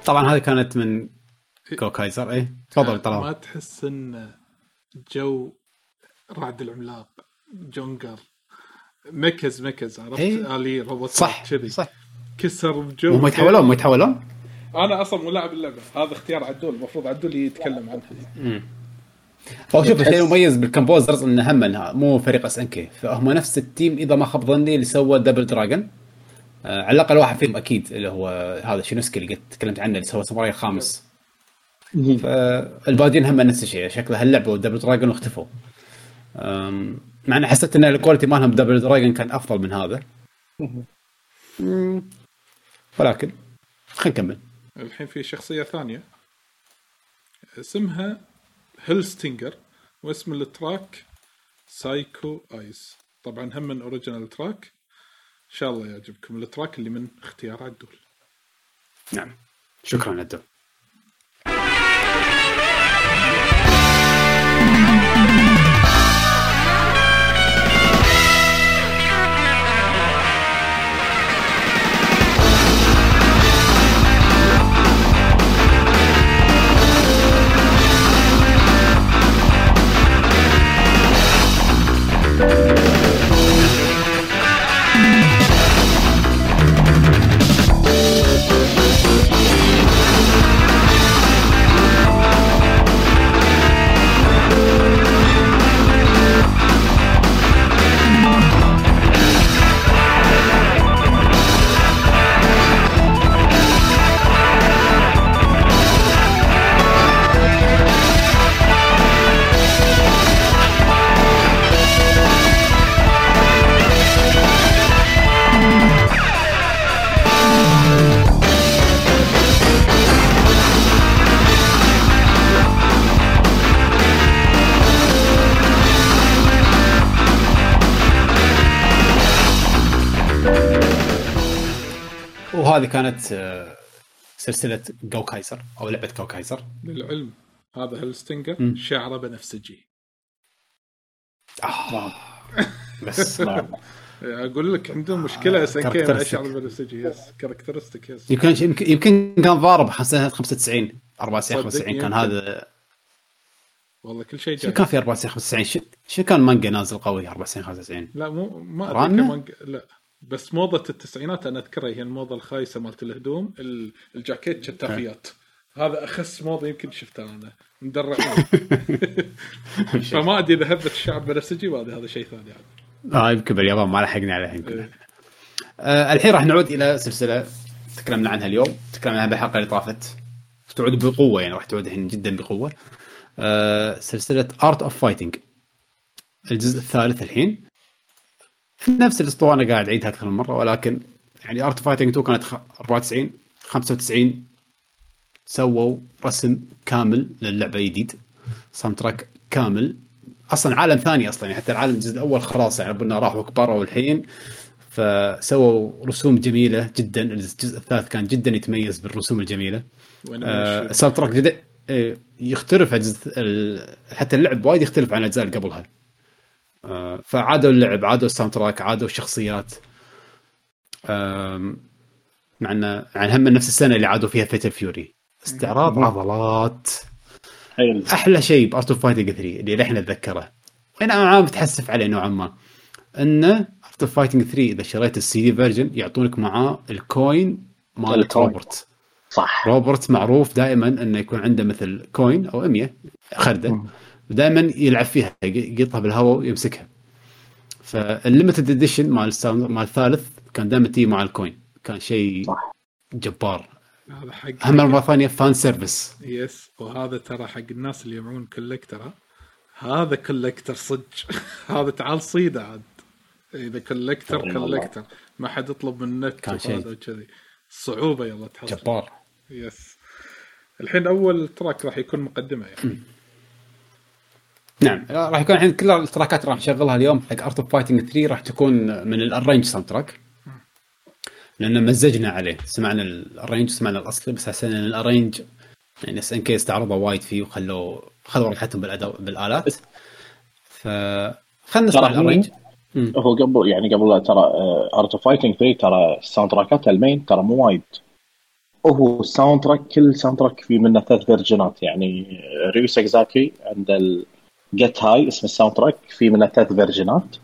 طبعا هذه كانت من جو كايزر. ايه تفضل طلال. ما تحس ان جو رعد العملاق جونجر مكز مكز عرفت إيه؟ آلي روبوت صح كذي صح كسر الجو. هم يتحولون ما يتحولون. انا اصلا مو لاعب اللعبه، هذا اختيار عدول، المفروض عدول يتكلم عنها. امم هو شوف الشيء المميز بالكمبوزرز انه هم مو فريق اس ان كي، فهم نفس التيم اذا ما خاب ظني اللي سوى دبل دراجون. آه على الاقل واحد فيهم اكيد اللي هو هذا شينوسكي اللي قد تكلمت عنه اللي سوى ساموراي الخامس. فالباقيين هم نفس الشيء شكله هاللعبه دبل دراجون واختفوا. مع ان حسيت ان الكواليتي مالهم دبل دراجون كان افضل من هذا، ولكن خلينا نكمل. الحين في شخصيه ثانيه اسمها هيلستينجر، واسم التراك سايكو ايس. طبعا هم من اوريجينال تراك، ان شاء الله يعجبكم التراك اللي من اختيار عدول. نعم شكرا عدول. وهذه كانت سلسلة جو كايزر أو لعبة جو كايزر. للعلم هذا هيلستينجر شعره بنفسجي. آه. بس أقول لك عندهم مشكلة أسنكين شعره بنفسجي. يس كاركترستيك. يس يمكن يمكن يمكن كان ضارب سنة خمسة وتسعين أربعة وتسعين خمسة وتسعين كان هذا. والله كل شيء شو كان في أربعة وتسعين خمسة وتسعين؟ شو كان مانجا نازل قوي أربعة وتسعين خمسة وتسعين؟ لا مو ما مانجا، لا بس موضة التسعينات أنا أذكرها هي الموضة الخايسة مالت الهدوم، الجاكيت شتافيات. هذا أخس موضة يمكن شفتها أنا مدرعين. فما أدري إذا هبت الشعب بنفسجي وهذا هذا شيء ثاني يعني. آه يمكن باليابان ما لحقنا عليه يمكن. إيه. آه الحين راح نعود إلى سلسلة تكلمنا عنها اليوم، تكلمنا عنها بالحلقة اللي طافت، تعود بقوة يعني راح تعود الحين جدا بقوة. آه سلسلة Art of Fighting الجزء الثالث الحين. نفس الاسطوانه قاعد اعيدها اكثر من مره، ولكن يعني ارت فايتنج تو كانت أربعة وتسعين خمسة وتسعين سووا رسم كامل للعبه جديد، ساوند تراك كامل، اصلا عالم ثاني اصلا يعني حتى العالم الجزء الاول خلاص يعني ربنا راحوا كبروا الحين، فسووا رسوم جميله جدا. الجزء الثالث كان جدا يتميز بالرسوم الجميله. آه ساوند تراك جدا يختلف عن حتى اللعب وايد يختلف عن الاجزاء اللي قبلها. آه فعادوا اللعب، عادوا الساوند تراك، عادوا الشخصيات. آه معنا يعني هم نفس السنه اللي عادوا فيها فيتل فيوري، استعراض عضلات. احلى شيء بارت اوف فايتنج ثري اللي احنا نتذكره وانا عم بتحسف عليه نوعا ما، انه ارت اوف فايتنج ثري اذا شريت السي دي فيرجن يعطونك معاه الكوين مال روبرت. صح، روبرت معروف دائما انه يكون عنده مثل كوين او مية خرده ودائما يلعب فيها يقطها بالهواء ويمسكها. فالليمتد اديشن مال مال الثالث كان دائما تيجي مع الكوين، كان شيء جبار. هذا حق هم مرة ثانية فان سيرفيس. يس، وهذا ترى حق الناس اللي يبيعون كولكتر، هذا كولكتر صج. هذا تعال صيده عاد اذا كولكتر كولكتر ما حد يطلب من النت هذا وكذي صعوبة. يلا تحصل جبار. يس. الحين اول تراك راح يكون مقدمة يعني. نعم راح يكون الحين كل التراكات راح نشغلها اليوم حق ارت اوف فايتنج ثري راح تكون من الارينج ساوند تراك، لأن مزجنا عليه، سمعنا الارينج سمعنا الاصلي، بس حسنا ان الارينج يعني اس ان كي استعرضوا وايد فيه وخلوا خلوا راحتهم بالاداء بالالات. فخلنا نسمع الارينج. هو قبل يعني قبل ترى ارت اوف فايتنج ثري ترى الساوند تراكات المين ترى مو وايد هو الساوند تراك، كل ساوند تراك في منه ثلاث فيرجنات. يعني ريو ساكازاكي عند الجيت هاي اسم الساوند تراك في منه ثلاث فيرجنات.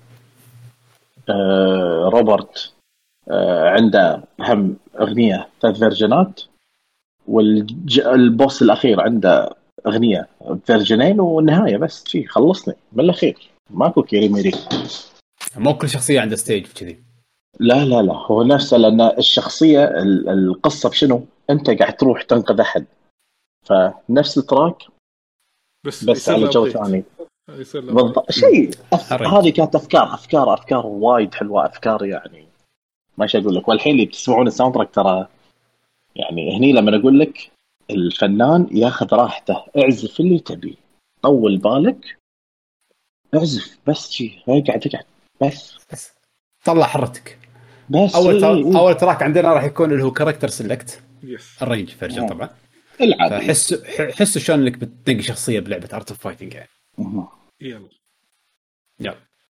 آه روبرت آه عنده هم أغنية ثلاث فيرجنات، والبوس الأخير عنده أغنية فيرجنين، والنهاية بس شيء خلصني من الأخير. ماكو كيري ميري، مو كل شخصية عندها ستيج كذي. لا لا لا هو نفسه، لأن الشخصية القصة بشنو أنت قاعد تروح تنقذ أحد، فنفس التراك بس, بس على جو ثاني بالضبط. شيء أف... هذه كانت أفكار أفكار أفكار وايد حلوة، أفكار يعني ما شو أقول لك. والحين اللي بتسمعون الساوند تراك ترى يعني هني لما أقول لك الفنان ياخذ راحته، اعزف اللي تبي، طول بالك، اعزف بس شيء، قاعد قاعد بس بس طلع حرتك بس. اول تر... إيه إيه. اول تراك عندنا راح يكون اللي هو كاركتر سيلكت يس الرينج فيرجن طبعا العب. فحس حس شلون انك بتنقي شخصيه بلعبه ارت اوف فايتنج يعني. يلا يلا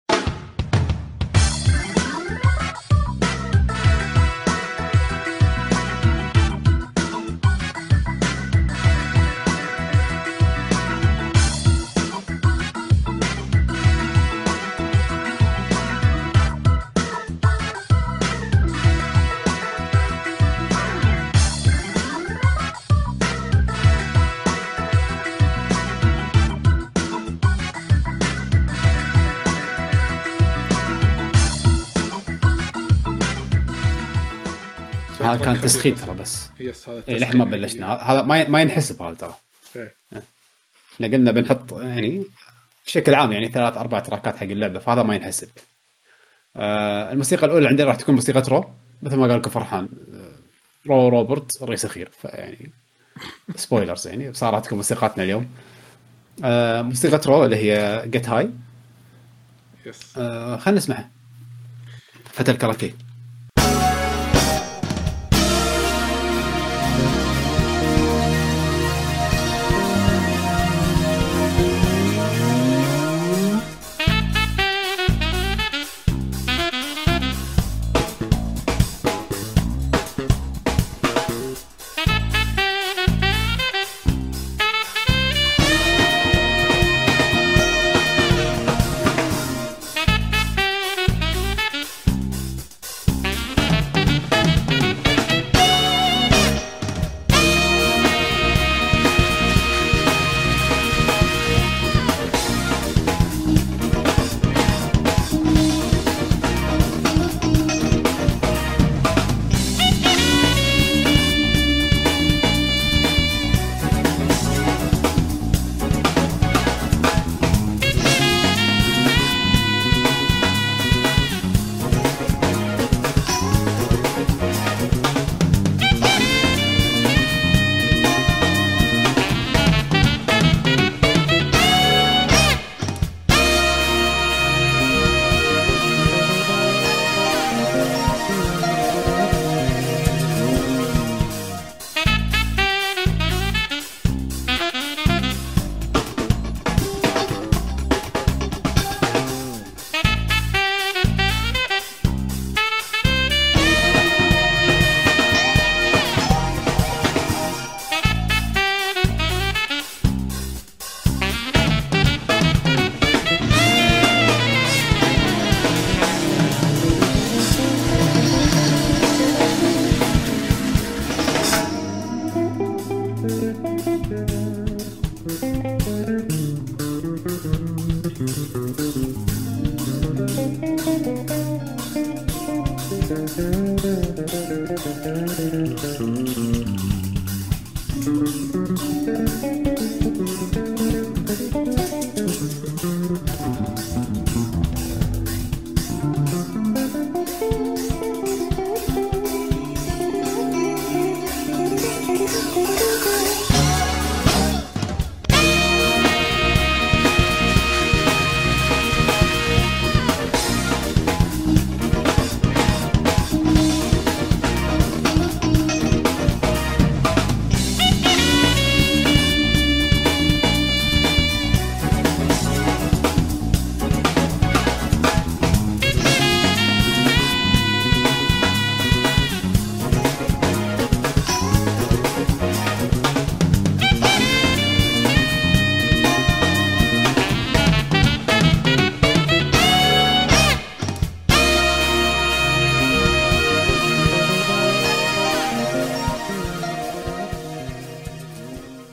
هذا كان تسخين ترى بس. يس هذا إيه لحد ما بلشنا هذا ما ما ينحسب هذا ترى. إيه. احنا قلنا بنحط يعني بشكل عام يعني ثلاث اربع تراكات حق اللعبه، فهذا ما ينحسب. آه الموسيقى الاولى عندنا راح تكون موسيقى رو مثل ما قال لكم فرحان، رو روبرت رئيس اخير، فيعني سبويلرز يعني صارت تكون موسيقاتنا اليوم. آه موسيقى رو اللي هي جيت هاي. يس آه خلينا نسمعها. فتى الكاراتيه.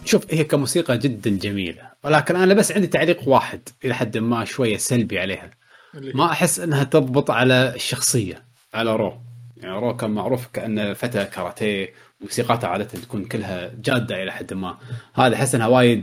شوف هي كموسيقى جدا جميلة، ولكن أنا بس عندي تعليق واحد إلى حد ما شوية سلبي عليها. ما أحس أنها تضبط على الشخصية، على رو. يعني رو كان معروف كأنه فتى كاراتيه، موسيقاته عادة تكون كلها جادة إلى حد ما. هذا أحس أنها وايد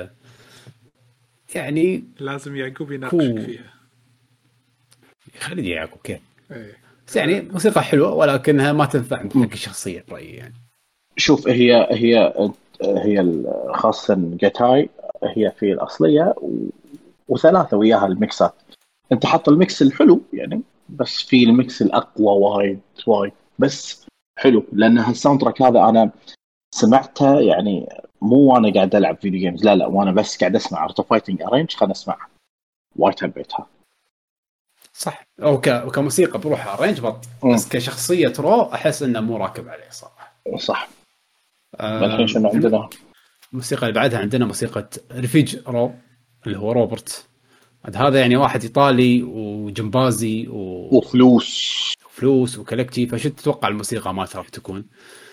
يعني لازم يعقوب يناقشك فيها. خلي يعقوب كيف ايه. بس يعني موسيقى حلوة ولكنها ما تنفع حق الشخصية رأيي يعني. شوف هي هي هي خاصة جتاي هي في الأصلية و... وثلاثة وياها الميكسات. أنت حط الميكس الحلو يعني، بس في الميكس الأقوى وايد وايد بس حلو، لأن هالساوند تراك هذا أنا سمعته يعني مو وأنا قاعد ألعب فيديو جيمز، لا لا وأنا بس قاعد أسمع ارت فايتنج ارينج خلنا أسمع وايد حبيتها. صح، أو ك... كموسيقى بروحها رينج بط، بس كشخصية رو أحس إنه مو راكب عليه صراحة. صح. الحين شنو عندنا؟ الموسيقى اللي بعدها عندنا موسيقى ريفيج رو اللي هو روبرت. هذا يعني واحد إيطالي وجمبازي و... وفلوس فلوس وكولكتي. فشو تتوقع الموسيقى ما راح تكون؟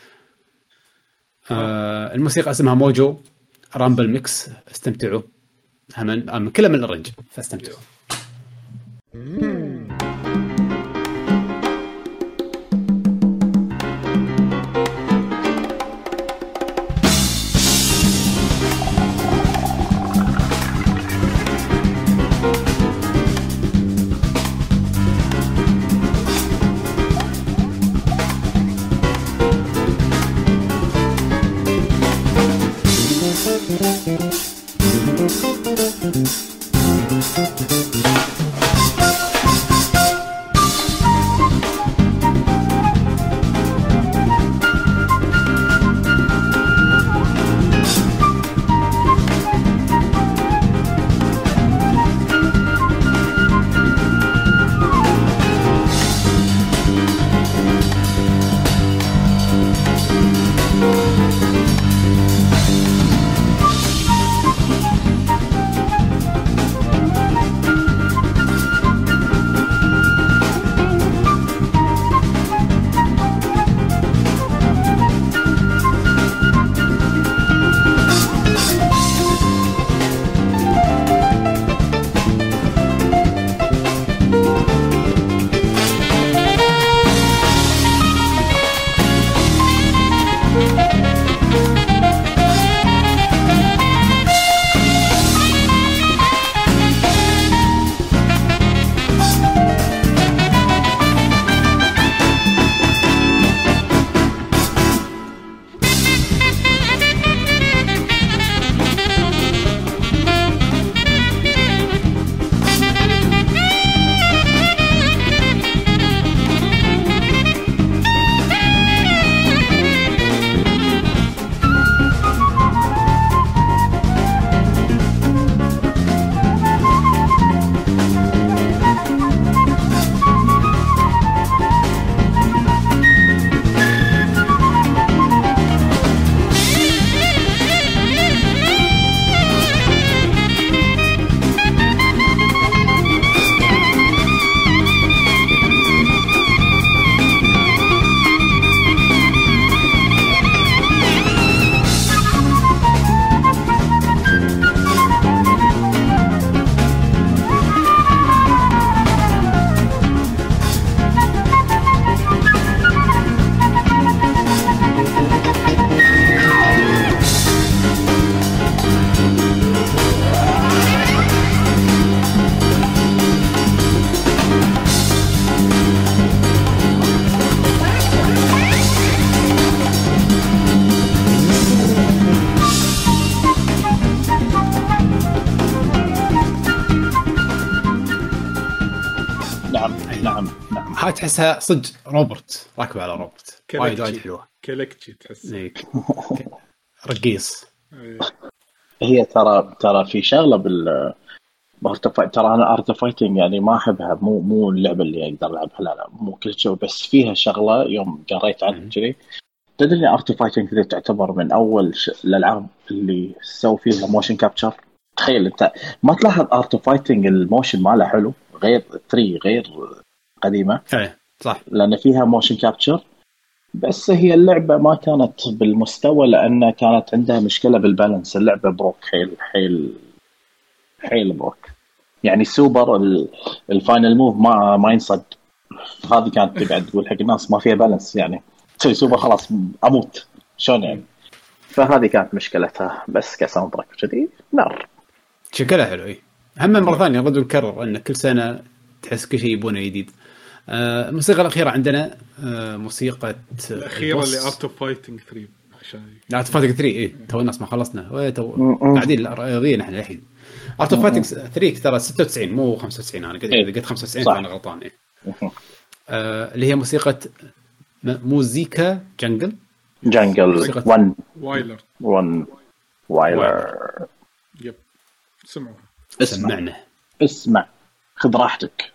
آه الموسيقى اسمها موجو رامبل ميكس. استمتعوا هم كلها من الرنج فاستمتعوا. هاي تحسها صدق روبرت راكب على روبرت وايد وايد حلوه كلكتشي تحس رقيص. هي ترى ترى في شغله بال ترى انا ارت فايتنج يعني ما احبها، مو مو اللعبه اللي اقدر العبها، لا لا مو كل شيء، بس فيها شغله يوم قريت عنها كذي تدري ارت فايتنج كذا تعتبر من اول ش... الالعاب اللي سووا فيها موشن كابتشر. تخيل انت ما تلاحظ ارت فايتنج الموشن ماله حلو غير ثري غير قديمه. ايه صح، لان فيها موشن كابتشر بس هي اللعبة ما كانت بالمستوى لأن كانت عندها مشكلة بالبالانس. اللعبة بروك حيل حيل حيل بروك يعني سوبر الفاينل موف ما ما ينصد. هذه كانت تبعد تقول حق الناس ما فيها بالانس يعني تسوي سوبر خلاص أموت شلون يعني. فهذه كانت مشكلتها. بس كساوند تراك كذي نار شكلها حلو. اي هم مرة ثانية بدو نكرر ان كل سنة تحس كل شيء يبونه جديد. آه الموسيقى الأخيرة عندنا آه موسيقى الأخيرة اللي Art of Fighting ثري عشان Art of Fighting ثري إيه تو الناس ما خلصنا تو قاعدين الرياضية نحن الحين. Art of Fighting ثري ترى ستة وتسعين مو خمسة وتسعين أنا قد قد خمسة وتسعين فأنا غلطان إيه. آه اللي هي موسيقى موزيكا جنجل جنجل ون وايلر ون وايلر يب سمعوا سمعنا اسمع خذ راحتك.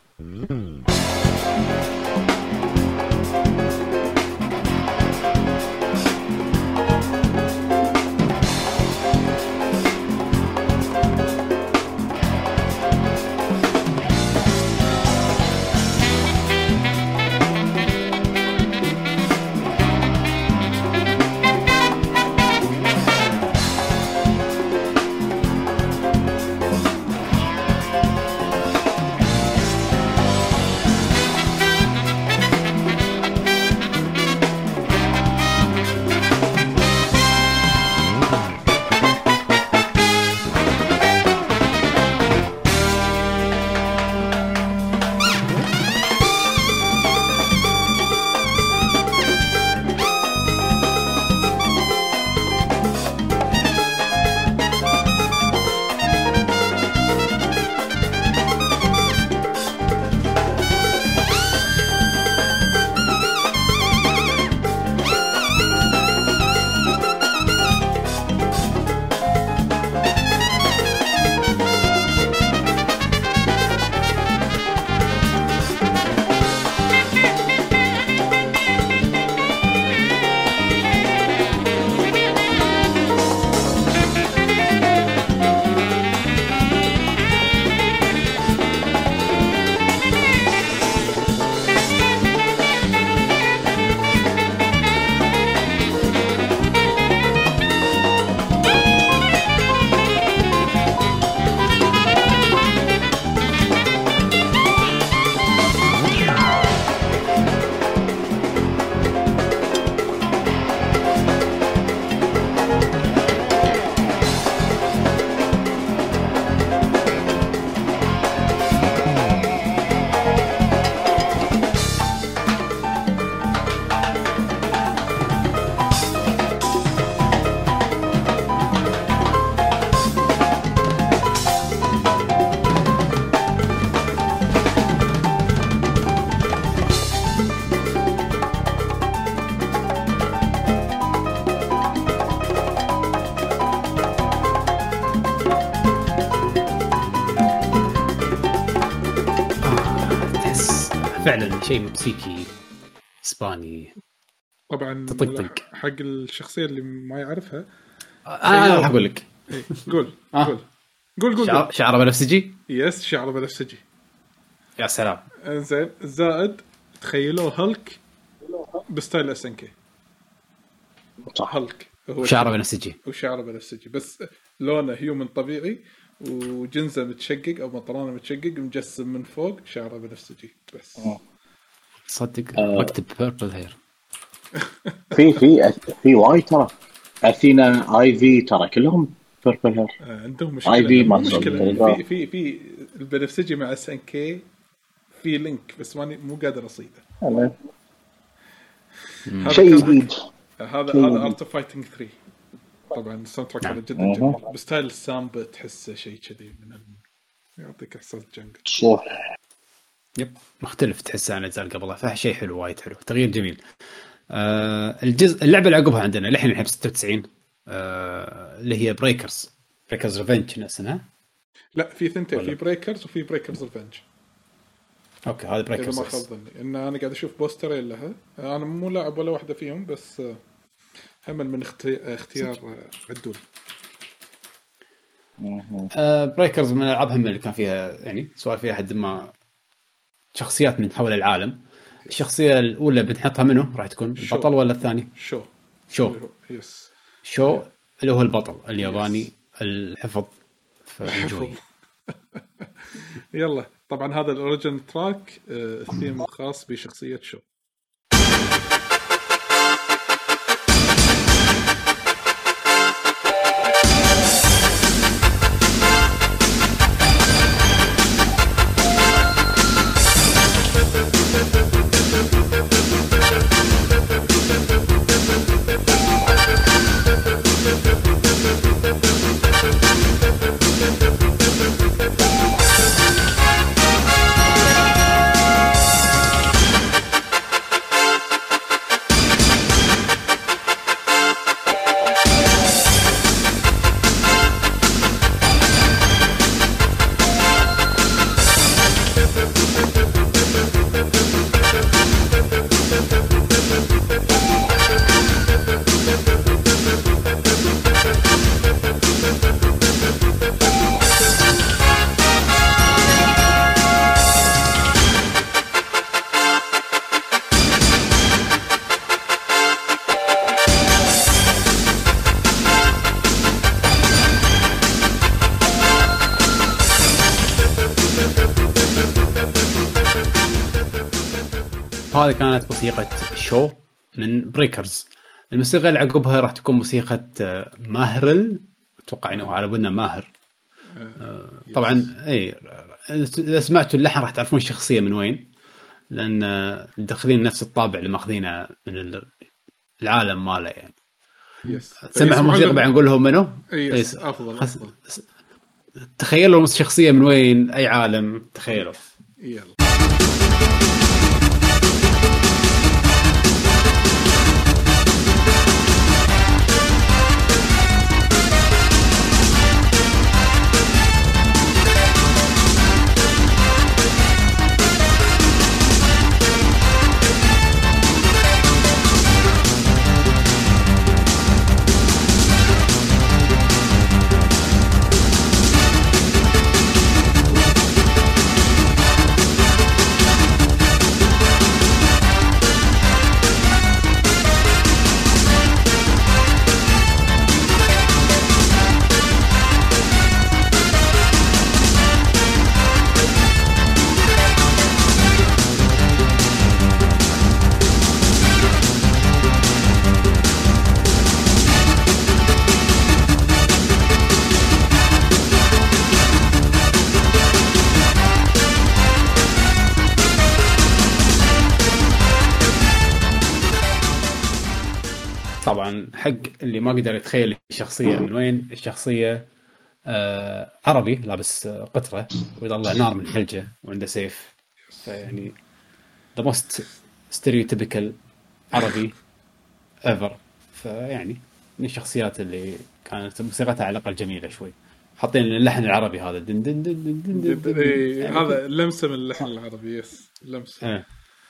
فعلا شيء موسيقي اسباني طبعا تطقطق حق الشخصيه اللي ما يعرفها. انا راح اقول لك إيه. قول آه. قول قول قول شعر... شعره بنفسجي. يس شعره بنفسجي يا سلام. زين زائد تخيلوا هالك بستايل اس ان كي. هالك هو شعره بنفسجي وشعره بنفسجي بس لونه هيومن طبيعي وجنزه متشقق او مطرانه متشقق مجسم من فوق شعره بنفسجي بس. صدق مكتب بيربل هير. في في في واي ترى اثينا اي في ترى كلهم بيربل هير. عندهم مشكله اي في مشكله في في في البنفسجي مع اس ان كي في لينك بس ماني مو قادر اصيده. شيء جديد هذا هذا ارت فايتنج ثري. طبعا الساوند تراك هذا جدا جميل بستايل السامبا تحسه شيء كذي من يعطيك احساس جنجل صح. يب مختلف تحسه عن الاجزاء قبلها فشيء حلو وايد حلو تغيير جميل. آه الجزء اللعبه اللي عقبها عندنا الحين نحب ستة وتسعين آه اللي هي بريكرز بريكرز ريفنج اسمها. لا في ثنتين في بريكرز وفي بريكرز ريفنج. اوكي هذا بريكرز ما خلطني ان انا قاعد اشوف بوسترين لها. انا مو لاعب ولا واحده فيهم بس هم من اختيار عدول. آه بريكرز من العابهم اللي كان فيها يعني سؤال فيها حد ما شخصيات من حول العالم. الشخصيه الاولى بنحطها منه راح تكون البطل ولا الثاني؟ شو شو يس شو اللي هو البطل الياباني الحفظ فانجوي. يلا طبعا هذا الاوريجن تراك الثيم الخاص بشخصيه شو. هذه كانت موسيقى شو من بريكرز. الموسيقى اللي عقبها راح تكون موسيقى ماهرل، اتوقع انه على بالنا ماهر. طبعا اي اذا سمعتوا اللحن راح تعرفون الشخصيه من وين، لان داخلين نفس الطابع اللي ماخذينه من العالم ماله يعني. يس سمعوا الموسيقى بعد نقول لهم منو. يس افضل افضل تخيلوا الشخصيه من وين، اي عالم تخيلوا. يلا طبعا حق اللي ما قدر يتخيل الشخصيه من وين، الشخصيه آه عربي لابس قطره ويطلع نار من حلجه وعنده سيف، فيعني the most stereotypical عربي ever. فيعني من الشخصيات اللي كانت موسيقتها على الاقل جميله شوي، حاطين اللحن العربي هذا دن دن دن دن دن دن دن. يعني هذا لمسه من اللحن العربي. يس لمسه. آه.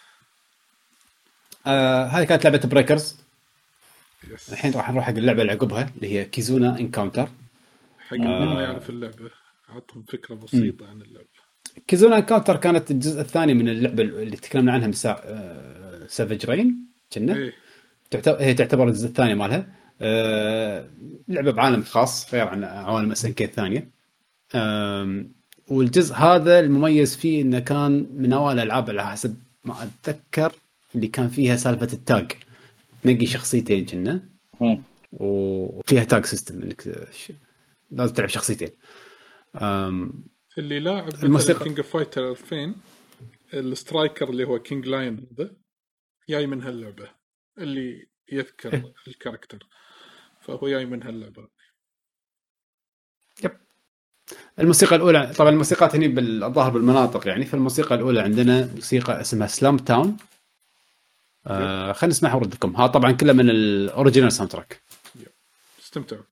آه هذه كانت لعبه بريكرز. الحين راح نروح حق اللعبه اللي عقبها اللي هي كيزونا انكاونتر. حق آه. ما يعرف اللعبه عطهم فكره بسيطه م. عن اللعبه. كيزونا انكاونتر كانت الجزء الثاني من اللعبه اللي تكلمنا عنها من سا... سافيج رين كنا. إيه. تعتبر هي تعتبر الجزء الثاني مالها. آه... لعبه بعالم خاص غير عن عوالم اس ان كي الثانيه. آه... والجزء هذا المميز فيه انه كان من اوائل الالعاب على حسب ما اتذكر اللي كان فيها سالفه التاج، نقي شخصيتين كنا وفيها تاج سيستم انك لازم تلعب شخصيتين. اللي لاعب الموسيقى كينج اوف فايتر ألفين السترايكر اللي هو كينج لاين هذا جاي من هاللعبه اللي يذكر إيه؟ الكاركتر فهو جاي من هاللعبه. يب. الموسيقى الاولى طبعا الموسيقات هني بالظاهر بالمناطق يعني. فالموسيقى الاولى عندنا موسيقى اسمها سلام تاون. آه خلينا نسمعها وردكم. ها طبعا كلها من الاوريجينال ساوند تراك. استمتعوا.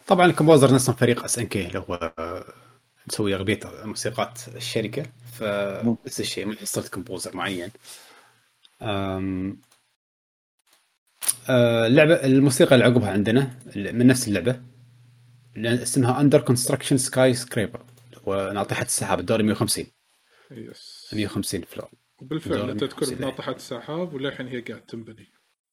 طبعا الكومبوزر نفسه فريق اس ان كي اللي هو نسوي اغلبيه موسيقات الشركه، فنفس الشيء من حصه كومبوزر معين. أم... أه... اللعبه الموسيقى اللي عقبها عندنا من نفس اللعبه اسمها اندر كونستراكشن سكاي سكريبر، وناطحه السحاب الدور مية وخمسين. يس مية وخمسين فلور. وبالفعل انت تذكر بناطحه السحاب وللحين هي قاعد تنبني.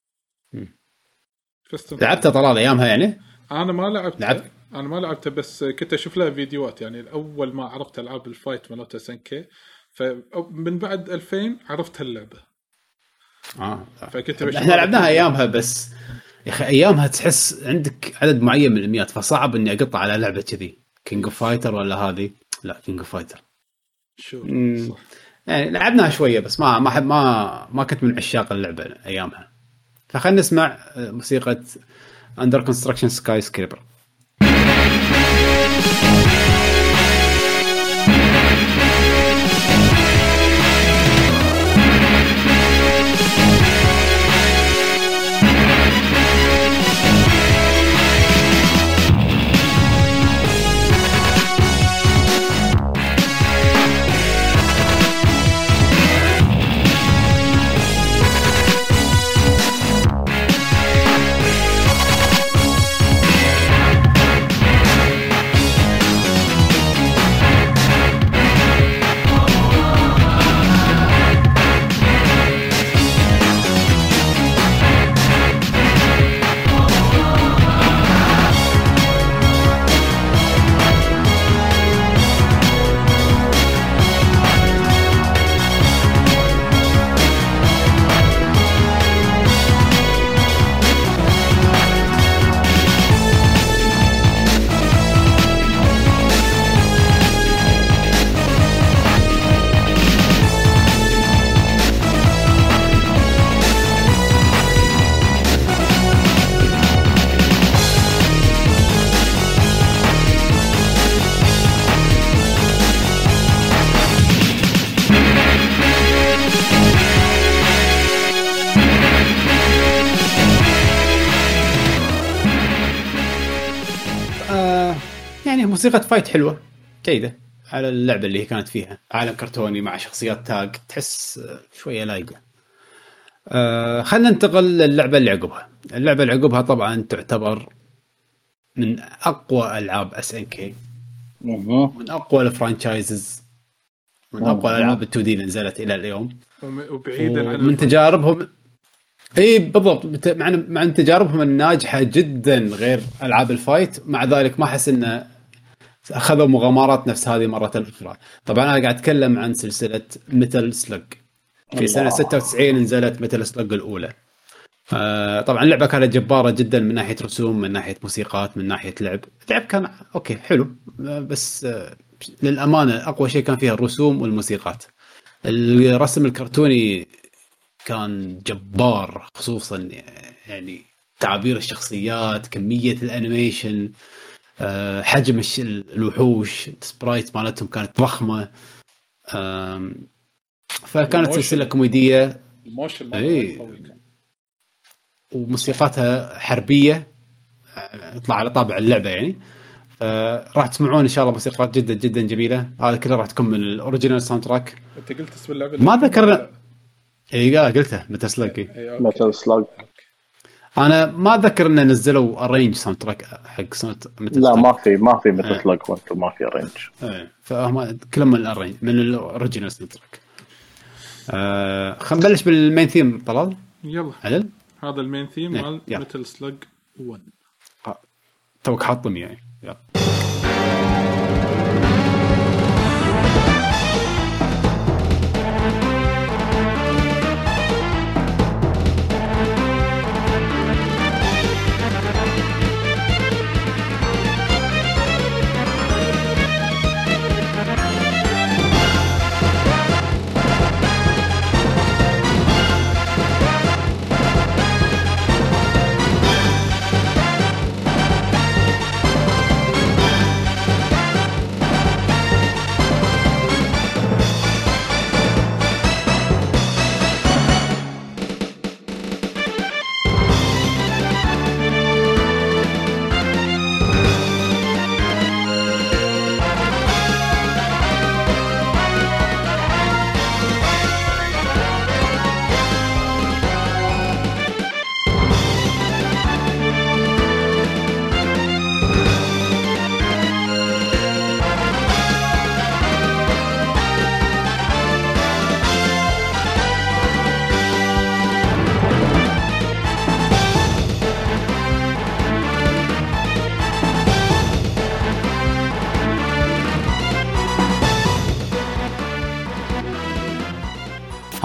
لعبتها طلال ايامها يعني؟ انا ما لعبت لعبت. انا ما لعبتها بس كنت اشوف لها فيديوهات، يعني اول ما عرفت العاب الفايت مالت سنكي، فمن بعد ألفين عرفت هاللعبه. اه فكنت احنا لعبناها ايامها، بس يا اخي ايامها تحس عندك عدد معين من المئات، فصعب اني اقطع على لعبه كذي. كينج اوف فايتر ولا هذه؟ لا كينج اوف فايتر شو صح. يعني لعبناها شويه بس ما ما ما ما كنت من عشاق اللعبه ايامها. فخلنا نسمع موسيقى Under Construction Skyscraper. موسيقى فايت حلوة جيدة على اللعبة اللي هي كانت فيها، عالم كرتوني مع شخصيات تاج، تحس شوية لايقة. أه خلنا ننتقل للعبة اللي عقبها. اللعبة اللي عقبها طبعا تعتبر من أقوى ألعاب اس ان كي، من أقوى الفرانشايزز، من أقوى الألعاب التو دي اللي نزلت إلى اليوم، وبعيدا عن من تجاربهم. اي بالضبط، مع مع تجاربهم الناجحة جدا غير ألعاب الفايت، مع ذلك ما أحس إنه أخذوا مغامرات نفس هذه مرة أخرى. طبعا أنا قاعد أتكلم عن سلسلة ميتل سلج. في سنة ستة وتسعين نزلت ميتل سلج الأولى. آه طبعا اللعبة كانت جبارة جدا من ناحية رسوم، من ناحية موسيقات، من ناحية لعب. اللعب كان أوكي حلو، بس آه للأمانة أقوى شيء كان فيها الرسوم والموسيقات. الرسم الكرتوني كان جبار، خصوصا يعني تعابير الشخصيات، كمية الأنيميشن، أه حجم الوحوش، سبرايت مالتهم كانت ضخمة. فكانت سلسلة كوميدية اي، وموسيقاتها حربية اطلع على طابع اللعبة يعني. راح تسمعون ان شاء الله موسيقات جدا جدا جميلة. هذا كله راح تكون من الاوريجينال ساوند تراك. انت قلت اسم اللعبة ما ذكرنا. اي قلتها ميتل سلاج. ميتل سلاج انا ما اذكر ان نزلوا ارينج ساوند تراك حق ساوند ميتل. لا ما في ما في ميتل سلاج وانتو ما في ارينج. ايه فهم كلهم من الارينج من الاوريجينال ساوند تراك. آه خلينا نبلش بالمين ثيم. طلال يلا علل. هذا المين ثيم مال ميتل سلاج واحد. توك حاطم يعني. يلا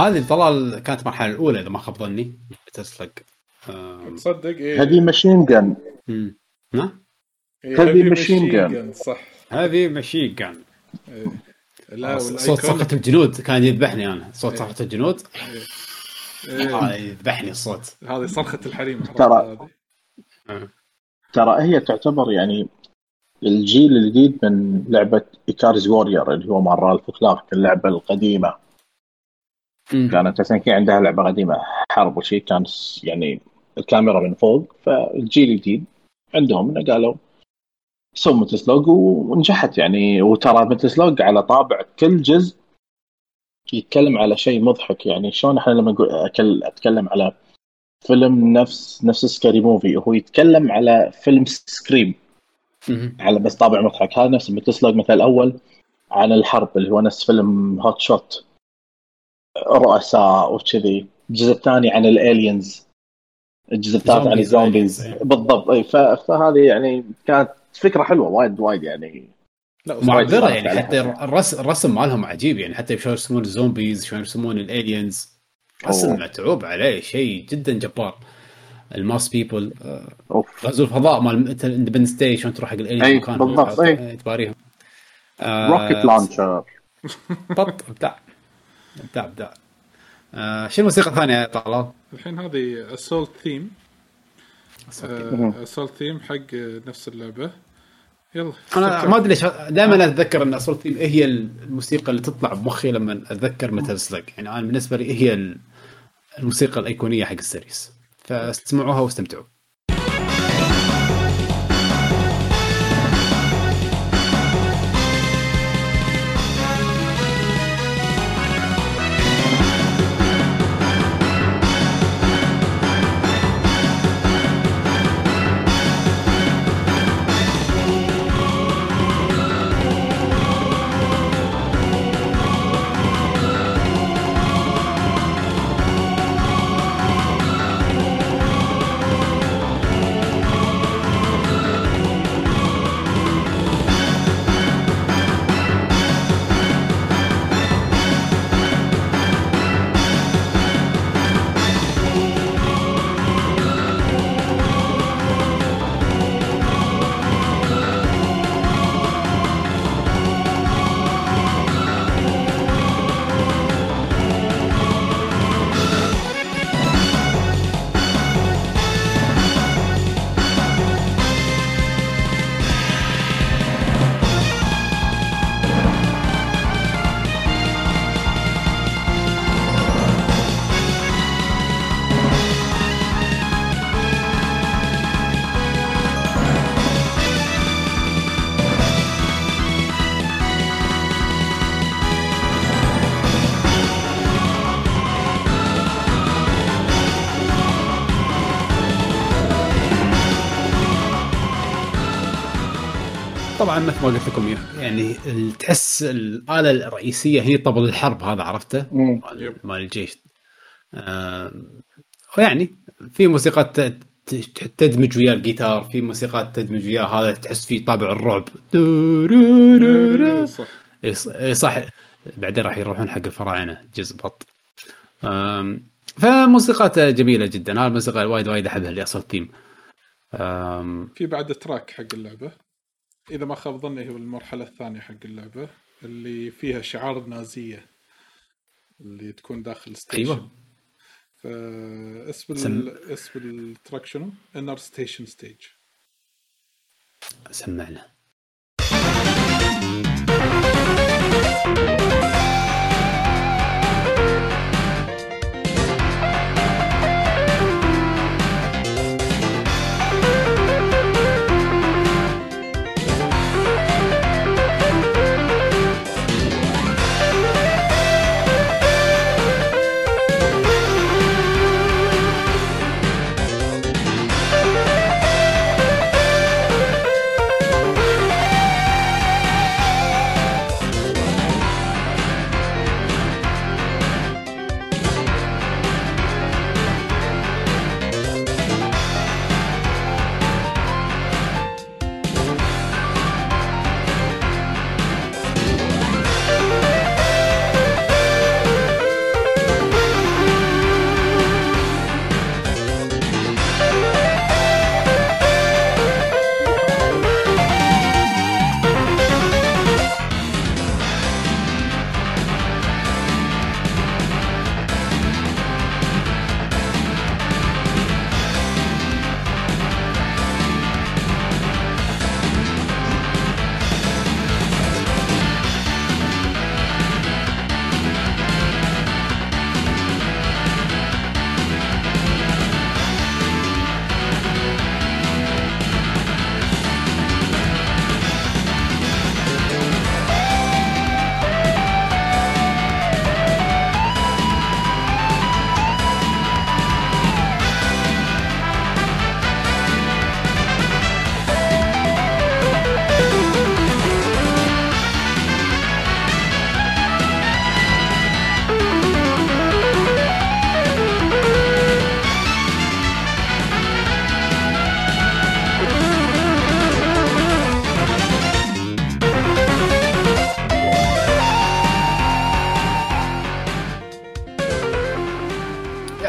هذه طلال كانت المرحله الاولى اذا ما خاب ظني تسلق. تصدق ايه هذه ماشين جن. امم نعم هذه ماشين جن صح. هذه ماشين جن. إيه. لا صوت صرخة الجنود كان يذبحني انا. صوت صرخة إيه. الجنود إيه. آه يذبحني الصوت. هذه صرخة الحريم ترى ترى هي تعتبر يعني الجيل الجديد من لعبة إيكارز وورير اللي هو مرة الفلاك اللعبة القديمة. م. كانت أساساً عندها لعبة قديمة حرب وشيء كان يعني الكاميرا من فوق. فالجيل الجديد عندهم إنه قالوا سووا متسلوج ونجحت يعني. وترى متسلوج على طابع كل جزء يتكلم على شيء مضحك يعني. شلون احنا لما نقول اتكلم على فيلم نفس نفس سكاري موفي هو يتكلم على فيلم سكريم على بس طابع مضحك. هذا نفس متسلوج مثل الأول عن الحرب اللي هو نفس فيلم هوت شوت رؤساء وكذي. الجزء الثاني عن الالينز. الجزء الثالث عن الزومبيز بالضبط. فهذه يعني كانت فكرة حلوة وايد وايد يعني. لا معبرة يعني. حتى الرسم الرسم مالهم عجيب يعني. حتى شلون يرسمون الزومبيز شلون يرسمون الالينز رسم متعوب عليه شيء جدا جبار. الماس بيبل غزو الفضاء مال اندبندنس داي شلون تروح حق الالينز مكان بالضبط تباريهم. روكيت لانشر بط ابداع ابداع ابداع. آه شو الموسيقى الثانية يا طلال؟ الحين هذه اسولت ثيم اسولت ثيم حق نفس اللعبة. يلا انا ما ادري ليش دائما اتذكر ان اسولت ثيم هي الموسيقى اللي تطلع بمخي لما اتذكر متل سلاج يعني. انا بالنسبه لي هي الموسيقى الايقونيه حق السيريس. فاستمعوها واستمتعوا. طبعا مثل ما قلت لكم يعني تحس الآلة الرئيسية هي طبل الحرب. هذا عرفته مال الجيش. آه يعني في موسيقى تدمج ويا الجيتار. في موسيقى تدمج ويا هذا تحس فيه طابع الرعب. صح صح. بعدين راح يروحون حق الفراعنة جزء بط. فموسيقات جميلة جدا. هذه الموسيقى وايد وايد أحبها اللي أصل تيم. في بعد تراك حق اللعبة إذا ما خاب ظني هو المرحلة الثانية حق اللعبة اللي فيها شعار نازية اللي تكون داخل ستيشن. أيوة. فاسم سم... اسم التراك شنو؟ انر ستيشن ستيج. سمعنا.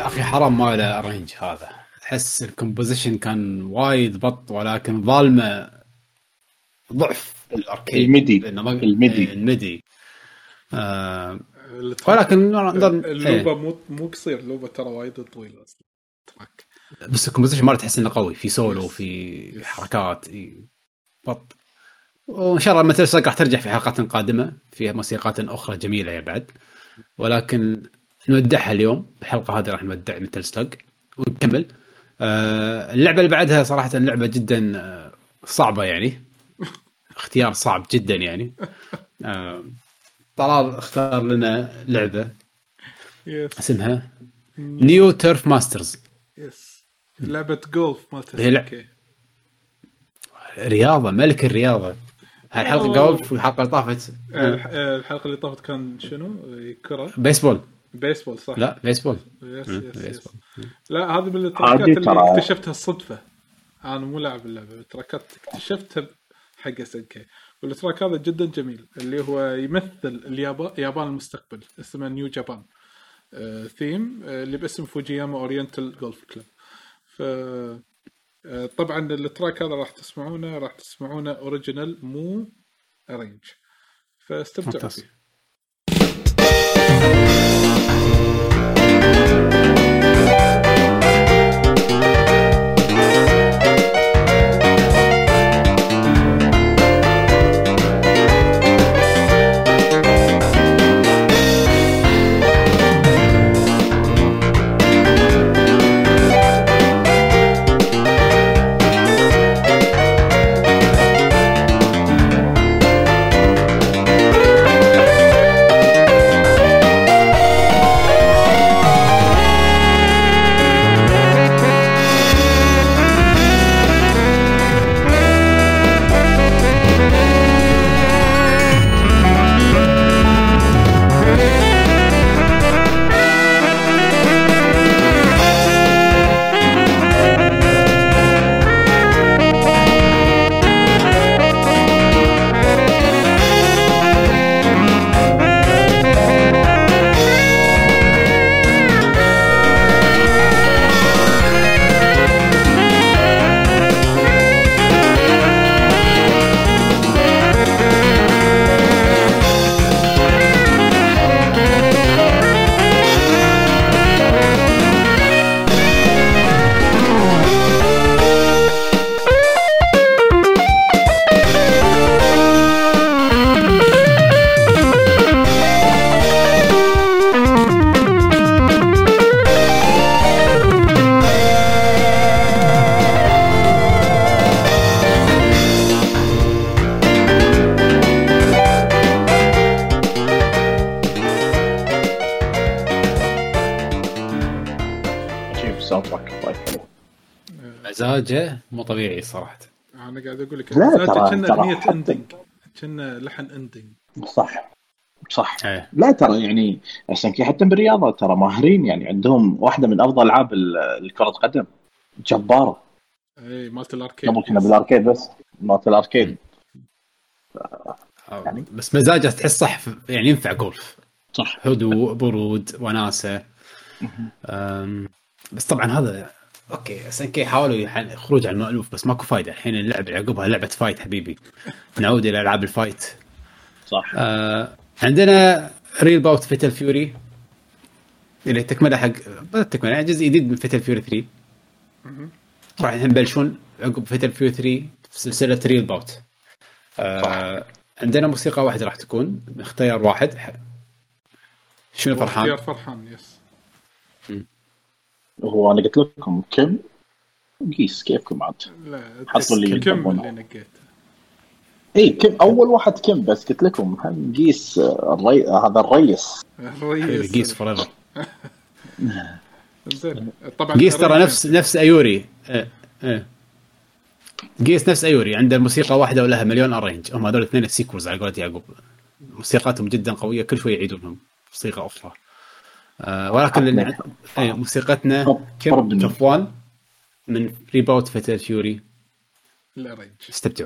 اخي حرام ما له رينج هذا. احس الكومبوزيشن كان وايد بط ولكن ظالمه ضعف الاركيد الميدي ما... الميدي الميدي آه... ولكن اللعبه مو مو قصير، اللعبه ترى وايد طويله اصلا تراك. بس الكومبوزيشن مره تحس انه قوي، في سولو في حركات بط. وان شاء الله مثل راح ترجع في حلقات قادمه فيها موسيقات اخرى جميله يا بعد. ولكن نودعها اليوم الحلقه هذه، راح نودع مثل سلاج ونكمل. آه اللعبه اللي بعدها صراحه اللعبه جدا آه صعبه يعني اختيار صعب جدا يعني. آه طلال اختار لنا لعبه يس. اسمها نيو تيرف ماسترز. يس لعبه جولف مالت هي رياضه ملك الرياضه. هالحلقه جولف والحلقه اللي طافت الحلقه اللي طافت كان شنو؟ كره بيسبول. بيسبول صح. لا بيسبول. يس يس يس. لا هذه من التركات اللي اكتشفتها الصدفه. انا مو لاعب اللعبه، التركات اكتشفتها حق اس ان كي. والتراك هذا جدا جميل اللي هو يمثل اليابان يابان المستقبل، اسمه نيو جابان آه ثيم آه اللي باسم فوجياما اورينتال جولف كلوب. ف آه طبعا التراك هذا راح تسمعونه راح تسمعونه اوريجينال مو ارينج، فاستمتعوا فيه. مزاجه مو طبيعي صراحه. انا قاعد اقول لك مزاجه كنا اغنيه اندنج، كنا لحن اندنج. صح صح. أيه. لا ترى يعني اسنكي حتى بالرياضه ترى ماهرين يعني، عندهم واحده من افضل العاب الكره القدم جباره. اي مالت الاركيد قبل كنا بالاركيد بس مالت الاركيد يعني. بس مزاجه تحس صح يعني ينفع جولف صح، هدوء برود وناسه. بس طبعا هذا اوكي اس ان كي حاولوا خروج عن المألوف بس ماكو فايده. الحين اللعبه عقبها لعبه فايت حبيبي، نعود الى العاب الفايت صح. آه عندنا ريل باوت فيتل فيوري اللي تكمله حق تكمله يعني جزء جديد من فيتل فيوري ثري. راح نبلشون عقب فيتل فيوري ثري في سلسله ريل باوت. آه عندنا موسيقى واحده راح تكون اختيار واحد. شنو فرحان؟ اختيار فرحان يس. هو انا قلت لكم كم قيس كيفكم عاد؟ لا حطوا لي كم اللي نقيت. اي كم اول واحد كم، بس قلت لكم هم قيس الري... هذا الريس الريس قيس فوريفر. زين طبعا قيس ترى نفس نفس ايوري. ايه ايه قيس نفس ايوري عنده الموسيقى واحده ولها مليون ارينج. هم هذول الاثنين السيكولز على قولة يعقوب، موسيقاتهم جدا قويه كل شوي يعيدونهم بصيغه اخرى. آه ولكن لن... اي موسيقتنا كم جفوان من ريباوت فيتل فيوري. الارينج استمتعوا.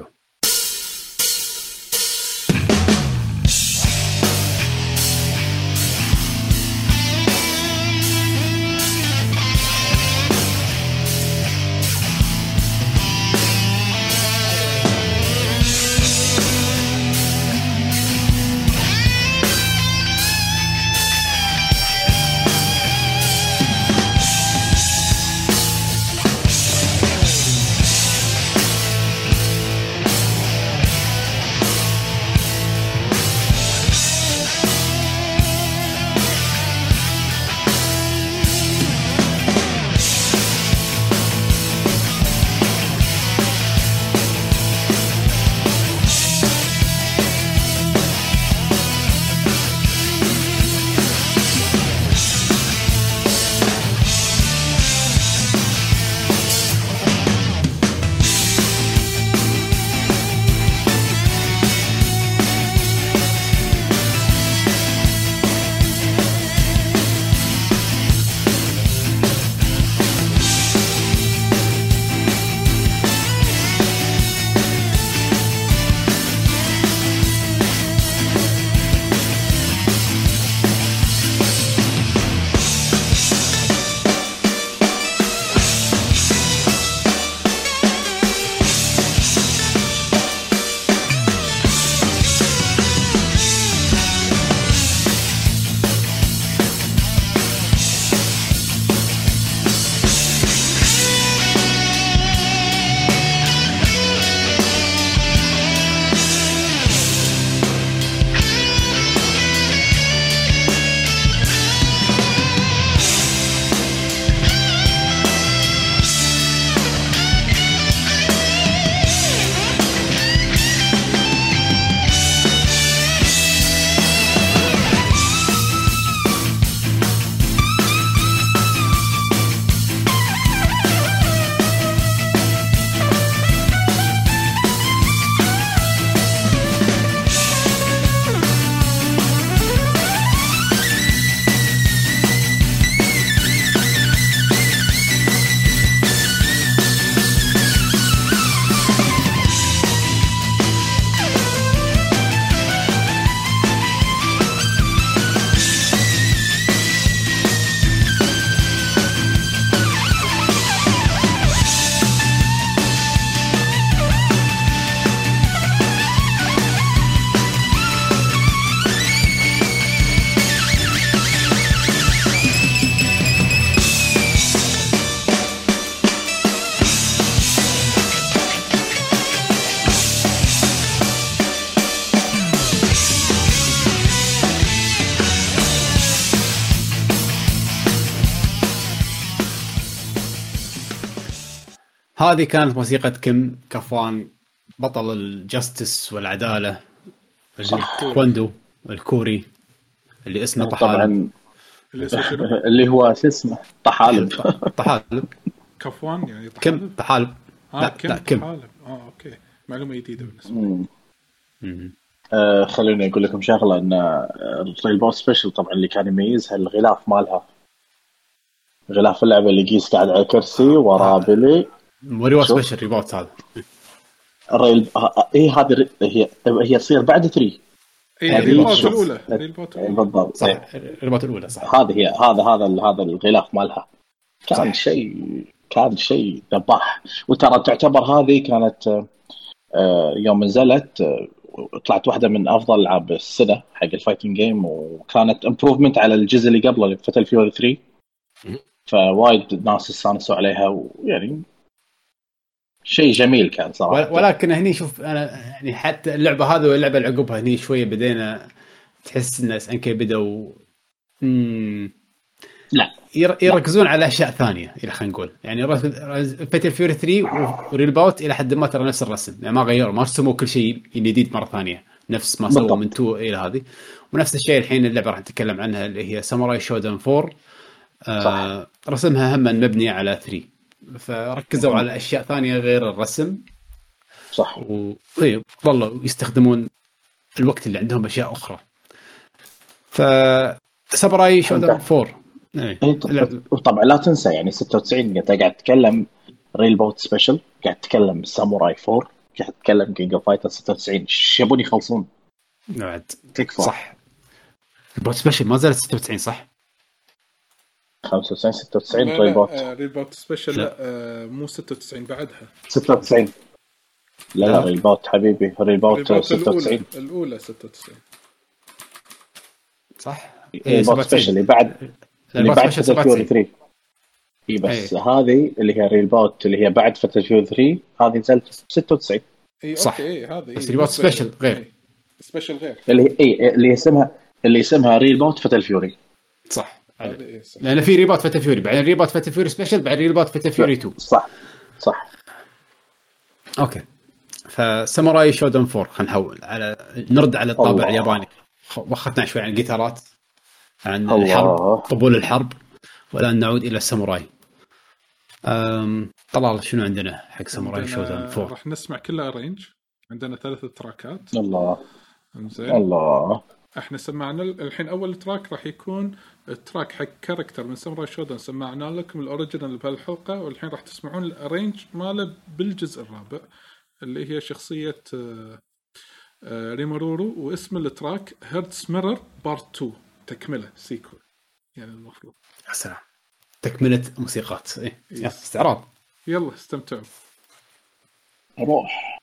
هذه كانت موسيقى كيم كفوان بطل الجاستس والعداله الكوندو الكوري اللي اسمه طحالب اللي هو شو اسمه طحالب طحالب كفوان يعني كم طحالب آه لا, لا كم طحالب اه اوكي معلومه جديده بالنسبه لي. آه خليني اقول لكم شغله ان الريل بوت سبيشل طبعا اللي كان يميزها الغلاف مالها غلاف اللعبه اللي قيس قاعد على كرسي وراه بيلي وريو سبيشل ريبوت هذا الريل اي هذه هي هي تصير بعد ثري هي الريبوت الاولى الريبوت بالضبط صح الريبوت الاولى صح هذه هي هذا هذا هذا الغلاف مالها كان شيء كان شيء ذباح وترى تعتبر هذه كانت يوم نزلت طلعت واحدة من أفضل ألعاب السنة حق الفايتنج جيم وكانت امبروفمنت على الجزء اللي قبله اللي فتل فيوري ثري فوايد ناس استانسوا عليها ويعني شيء جميل كان صراحة. ولكن هني شوف أنا يعني حتى اللعبة هذه واللعبة اللي عقبها هني شوية بدينا تحس إن إس إن كي بدأوا لا يركزون على أشياء ثانية إلى خلينا نقول يعني فتل فيوري ثري وريل باوت إلى حد ما ترى نفس الرسم يعني ما غيروا ما رسموا كل شيء جديد مرة ثانية نفس ما سووا من تو إلى هذه ونفس الشيء الحين اللعبة راح نتكلم عنها اللي هي ساموراي شودن فور آه رسمها هم مبني على ثري فركزوا على أشياء ثانية غير الرسم صح وظلوا يستخدمون الوقت اللي عندهم أشياء أخرى ف ساموراي شودن فور ايه وطبعا لا تنسى يعني ستة وتسعين انت قاعد تتكلم ريل بوت سبيشل قاعد تتكلم ساموراي فور قاعد تتكلم كينج اوف فايتر ستة وتسعين شبوني يخلصون نعم تكفى صح البوت سبيشل ما زالت ستة وتسعين صح خمسة وتسعين ستة وتسعين ريل بوت ريل بوت سبيشل لا آه مو ستة وتسعين بعدها ستة وتسعين لا لا ريل بوت حبيبي ريل بوت ستة وتسعين الاولى ستة وتسعين صح ريل بوت سبيشل اللي بعد اللي بعد فتل فيوري ثري اي بس أي. هذه اللي هي ريل بوت اللي هي بعد فتل فيوري ثري هذه نزلت ستة وتسعين اي صح اوكي هذه بس ريل بوت سبيشل غير سبيشل غير اللي اي اللي اسمها اللي اسمها ريل بوت فتل فيوري صح لان في ريل بوت فتل فيوري بعدين ريل بوت فتل فيوري سبيشل بعدين ريل بوت فتل فيوري تو صح صح اوكي فساموراي شودن فور خلينا نحول على نرد على الطابع الله. الياباني وخذنا شوي عن الجيتارات عن الله. الحرب قبول الحرب والآن نعود إلى الساموراي طلال شنو عندنا حق ساموراي شودن فور راح نسمع كلها رينج عندنا ثلاث تراكات الله زين الله احنا سمعنا الحين اول تراك راح يكون التراك حق كاركتر من ساموراي شودن سمعنا لكم الاوريجينال بهالحلقه والحين راح تسمعون الرينج ماله بالجزء الرابع اللي هي شخصيه ريمورورو واسم التراك هيرتس ميرور بارت تو تكمله سيكول يعني المفروض يا سلام تكمله موسيقات ايه يا استعراض يلا استمتعوا روح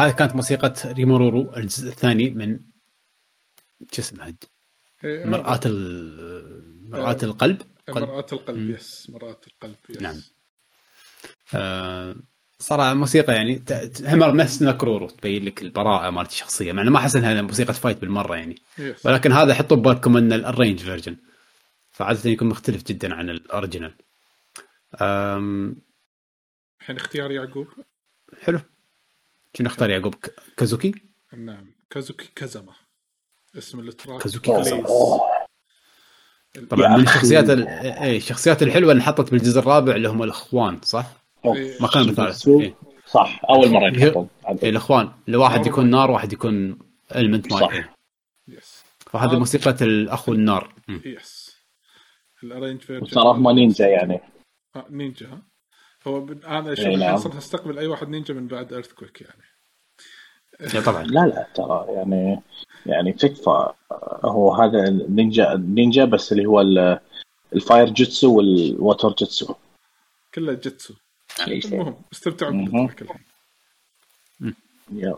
هذه كانت موسيقى ريمورورو الجزء الثاني من شو اسمها مرآة ال... مرآة القلب مرآة القلب يس مرآة القلب يس نعم. آه... صراحة موسيقى يعني همر نفس نكرورو تبين لك البراءة مالت الشخصية، مع انه ما احس انها موسيقى فايت بالمرة يعني yes. ولكن هذا حطوا ببالكم ان الرينج فيرجن فعادة يكون مختلف جدا عن الاوريجينال. أم... الحين اختيار يعقوب حلو. شنو اختار يعقوب؟ كازوكي؟ نعم كازوكي كازاما اسم التراك كازوكي كازاما. طبعا من الشخصيات ال... ايه الشخصيات الحلوة اللي حطت بالجزء الرابع اللي هم الاخوان صح؟ ما كان بالثالث إيه. صح اول مره يحطون إيه الاخوان اللي واحد يكون نار واحد يكون المنت ماي يس فهذه آه. موسيقى الاخو النار يس الارينج فيرجن صراحه ما نينجا يعني اه نينجا هو ب... انا اشوف الحين صرت استقبل اي واحد نينجا من بعد ايرثكويك يعني لا طبعا لا لا ترى يعني يعني تكفى هو هذا النينجا النينجا بس اللي هو الفاير جيتسو والواتر جيتسو كله جيتسو. المهم استمتعوا بالتراك الحين. يلا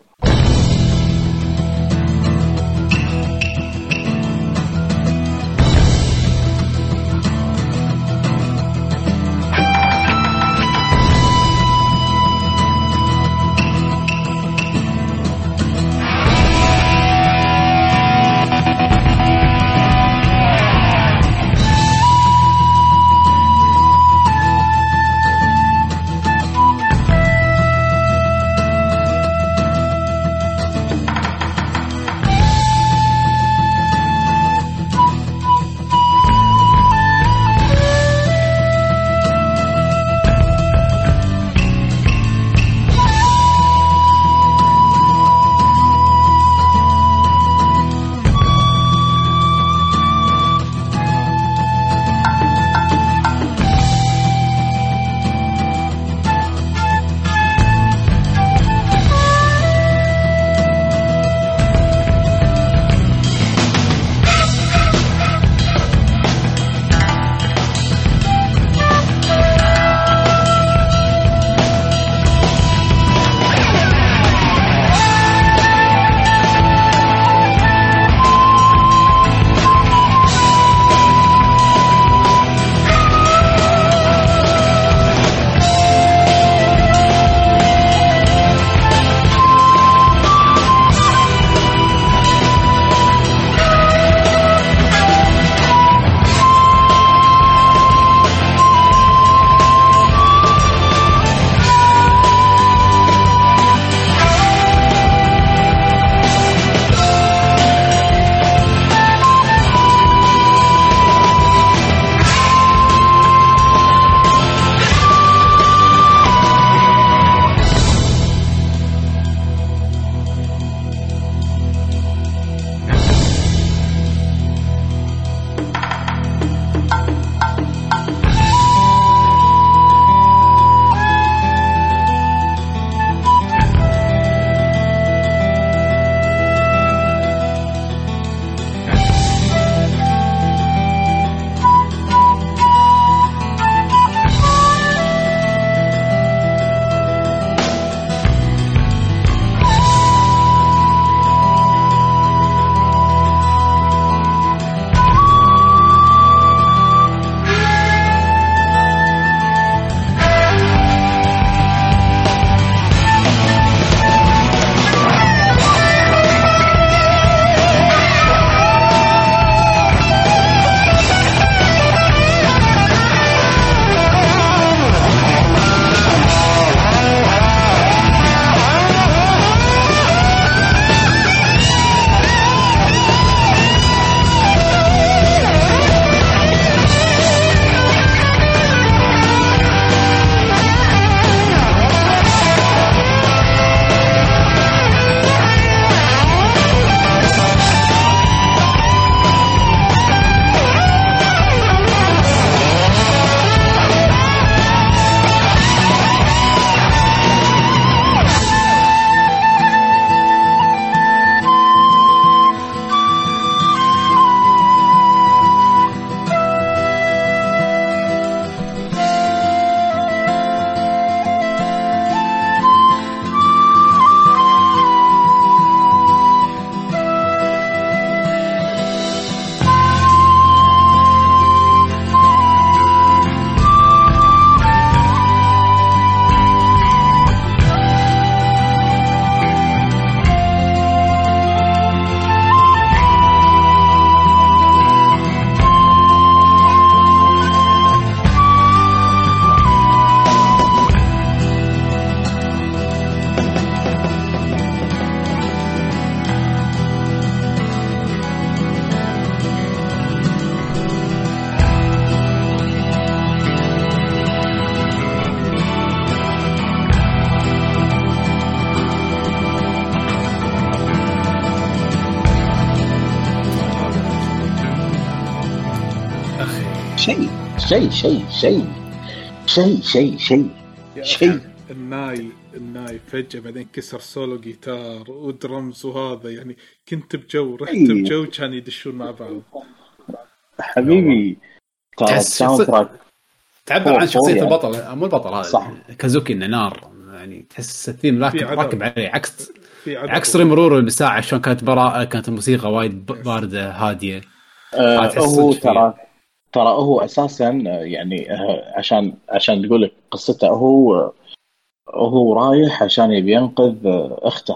شيء شيء شيء شيء شيء شيء شيء شيء الناي الناي فجأة بعدين كسر سولو جيتار ودرمز وهذا يعني كنت بجو رحت بجو كان يدشون مع بعض حبيبي. ترى الساوند تراك تعبر عن شخصية البطل مو البطل هذا صح. كازوكي نار يعني تحس الثيم راكب عليه عكس عكس ريمرورو بالساعة شلون كانت براءة كانت الموسيقى وايد باردة هادية. أه هو ترى ترى هو أساسا يعني عشان عشان تقول لك قصته هو هو رايح عشان يبي ينقذ أخته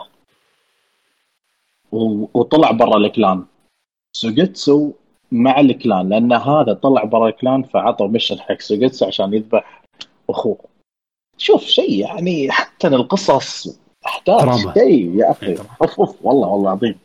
وطلع برا الكلان سوجيتسو مع الكلان لأن هذا طلع برا الكلان فعطوا ميشن حق سوجيتسو عشان يذبح أخوه. شوف شيء يعني حتى القصص أحداث شيء يا أخي أوف أوف والله والله عظيم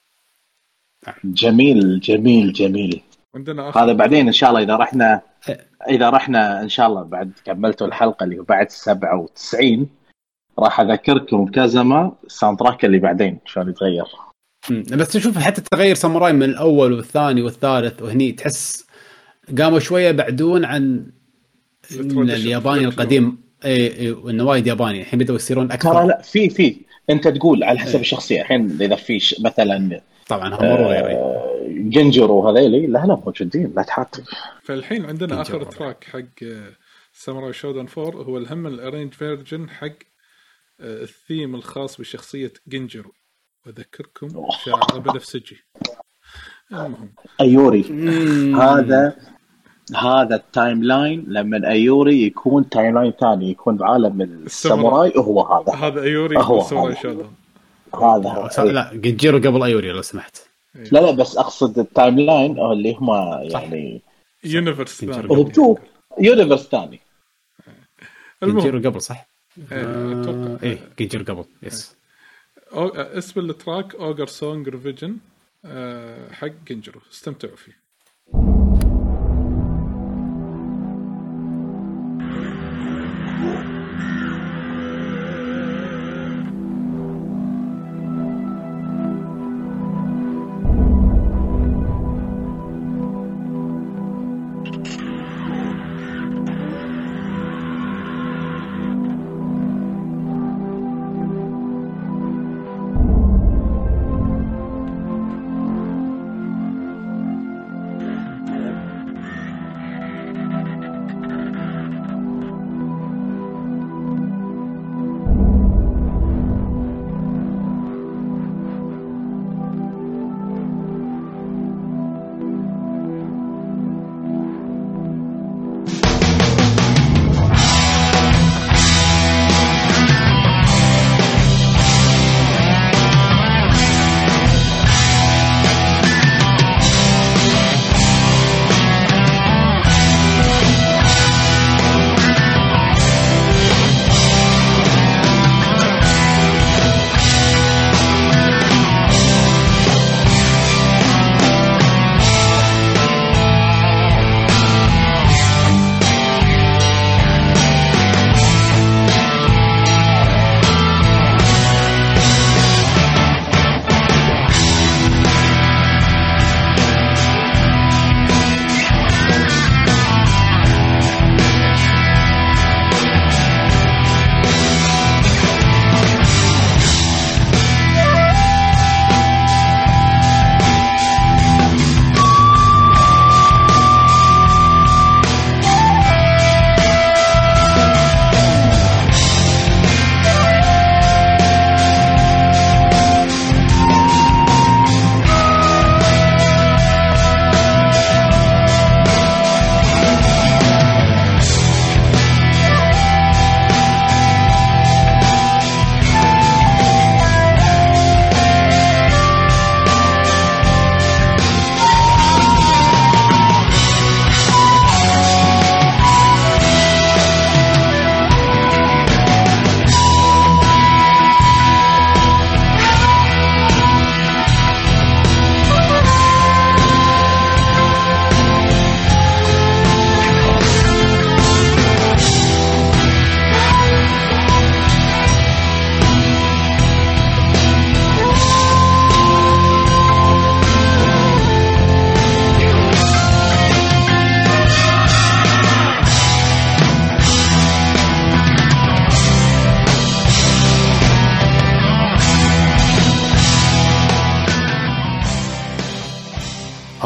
جميل جميل جميل. هذا بعدين إن شاء الله إذا رحنا إذا رحنا إن شاء الله بعد كملتوا الحلقة اللي بعد سبعة وتسعين راح أذكركم كازما الساوند تراك اللي بعدين شلون يتغير. بس تشوف حتى تغير ساموراي من الأول والثاني والثالث وهني تحس قاموا شوية بعدون عن الياباني القديم اي وانه وايد ياباني الحين بدأوا يصيرون اكثر. ترى لا في في انت تقول على حسب الشخصيه الحين اذا في مثلا طبعا هم غيري آه جنجرو هذيلي لا لا موجودين لا تحاتي. فالحين عندنا اخر تراك حق ساموراي شودان فور هو الهم الارينج فيرجن حق الثيم الخاص بشخصيه جنجرو واذكركم شاعر بنفسجي. المهم ايوري هذا هذا التايم لاين لما ايوري يكون تايم لاين ثاني يكون بعالم الساموراي وهو هذا هذا ايوري هو ساموراي شودان هذا لا جنجيرو قبل ايوري لو سمحت. لا لا بس اقصد التايم لاين اللي هم يعني يونيفرس ثاني هو يونيفرس ثاني جنجيرو قبل صح آه ايه جنجيرو قبل يس. اسم التراك اوغر سونج ريفيجن حق جنجيرو استمتعوا فيه.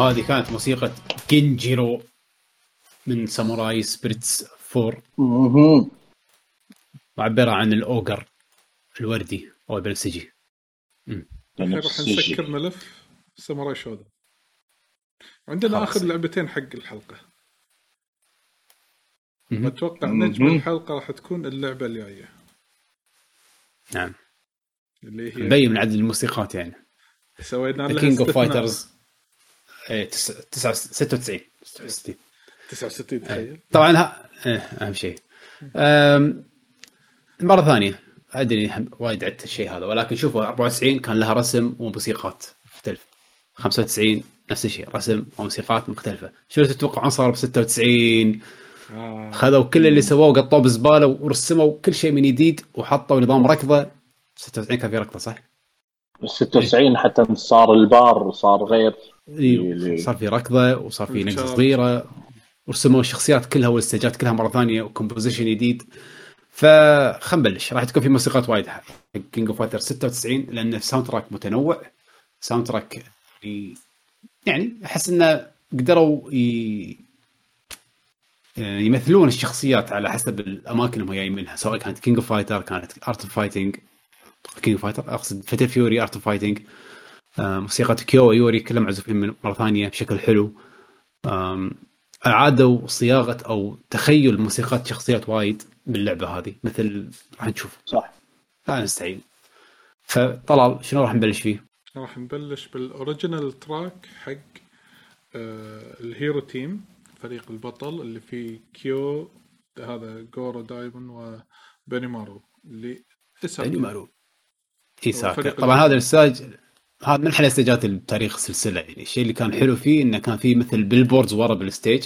هذه كانت موسيقى كينجيرو من ساموراي سبيريتس فور، معبرة عن الأوغر الوردي أو البنفسجي. راح نسكر ملف ساموراي شودن. عندنا آخر لعبتين حق الحلقة. أتوقع نجم الحلقة راح تكون اللعبة الجاية. نعم. اللي هي مبين من عدد الموسيقات يعني. سوينا لها كينج اوف فايترز تسعة ستة وتسعين تسعة وستين تخيل. طبعا ها أهم شيء. مرة ثانية أدري وايد عدت الشيء هذا، ولكن شوفوا أربعة وتسعين كان لها رسم وموسيقات مختلفة، خمسة وتسعين نفس الشيء رسم وموسيقات مختلفة. شو تتوقعون صار بستة وتسعين؟ آه. خذوا كل اللي سووه قطوا بزبالة ورسموا كل شيء من جديد وحطوا نظام ركضة. ستة وتسعين كان في ركضة صح؟ ستة وتسعين حتى صار البار صار غير، صار في ركضة وصار في نقزة صغيرة ورسموا الشخصيات كلها والاستيجات كلها مرة ثانية وكومبوزيشن جديد. فخلينا نبلش. راح تكون في موسيقات وايد حق كينج اوف فايتر ستة وتسعين لأن الساوند تراك متنوع، ساوند تراك يعني أحس إنه قدروا ي... يمثلون الشخصيات على حسب الأماكن اللي جايين منها، سواء كانت كينج اوف فايتر، كانت ارت اوف فايتنج، كينج اوف فايتر أقصد فتل فيوري، ارت اوف فايتنج، موسيقى كيو يوري كلهم معزوفين مرة ثانية بشكل حلو. أعادوا صياغة أو تخيل موسيقات شخصيات وايد باللعبة هذه مثل راح نشوف صح. لا نستعين. فطلال شنو راح نبلش فيه؟ راح نبلش بالأوريجينال تراك حق آه الهيرو تيم، فريق البطل اللي فيه كيو هذا جورو دايمون وبينيمارو اللي إساكا. بينيمارو إساكا طبعا هذا الساج هذا من أحلى استيجات التاريخ السلسلة. يعني الشيء اللي كان حلو فيه إنه كان فيه مثل بيلبوردز ورا بالستيج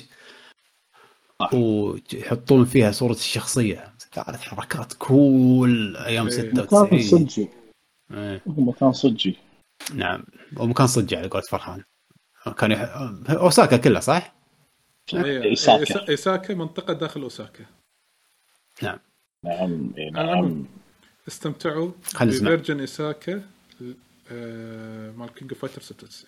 ويحطون فيها صورة الشخصية، كانت حركات كول أيام ستة وتسعين. مكان صجي ايه. مكان صجي نعم، ومكان صجي على قولة فرحان. كان يح... أوساكا كلها صح؟ إيساكا. إيساكا منطقة داخل أوساكا. نعم نعم نعم. استمتعوا بفيرجن إيساكا مال كينج اوف فايتر ستة وتسعين.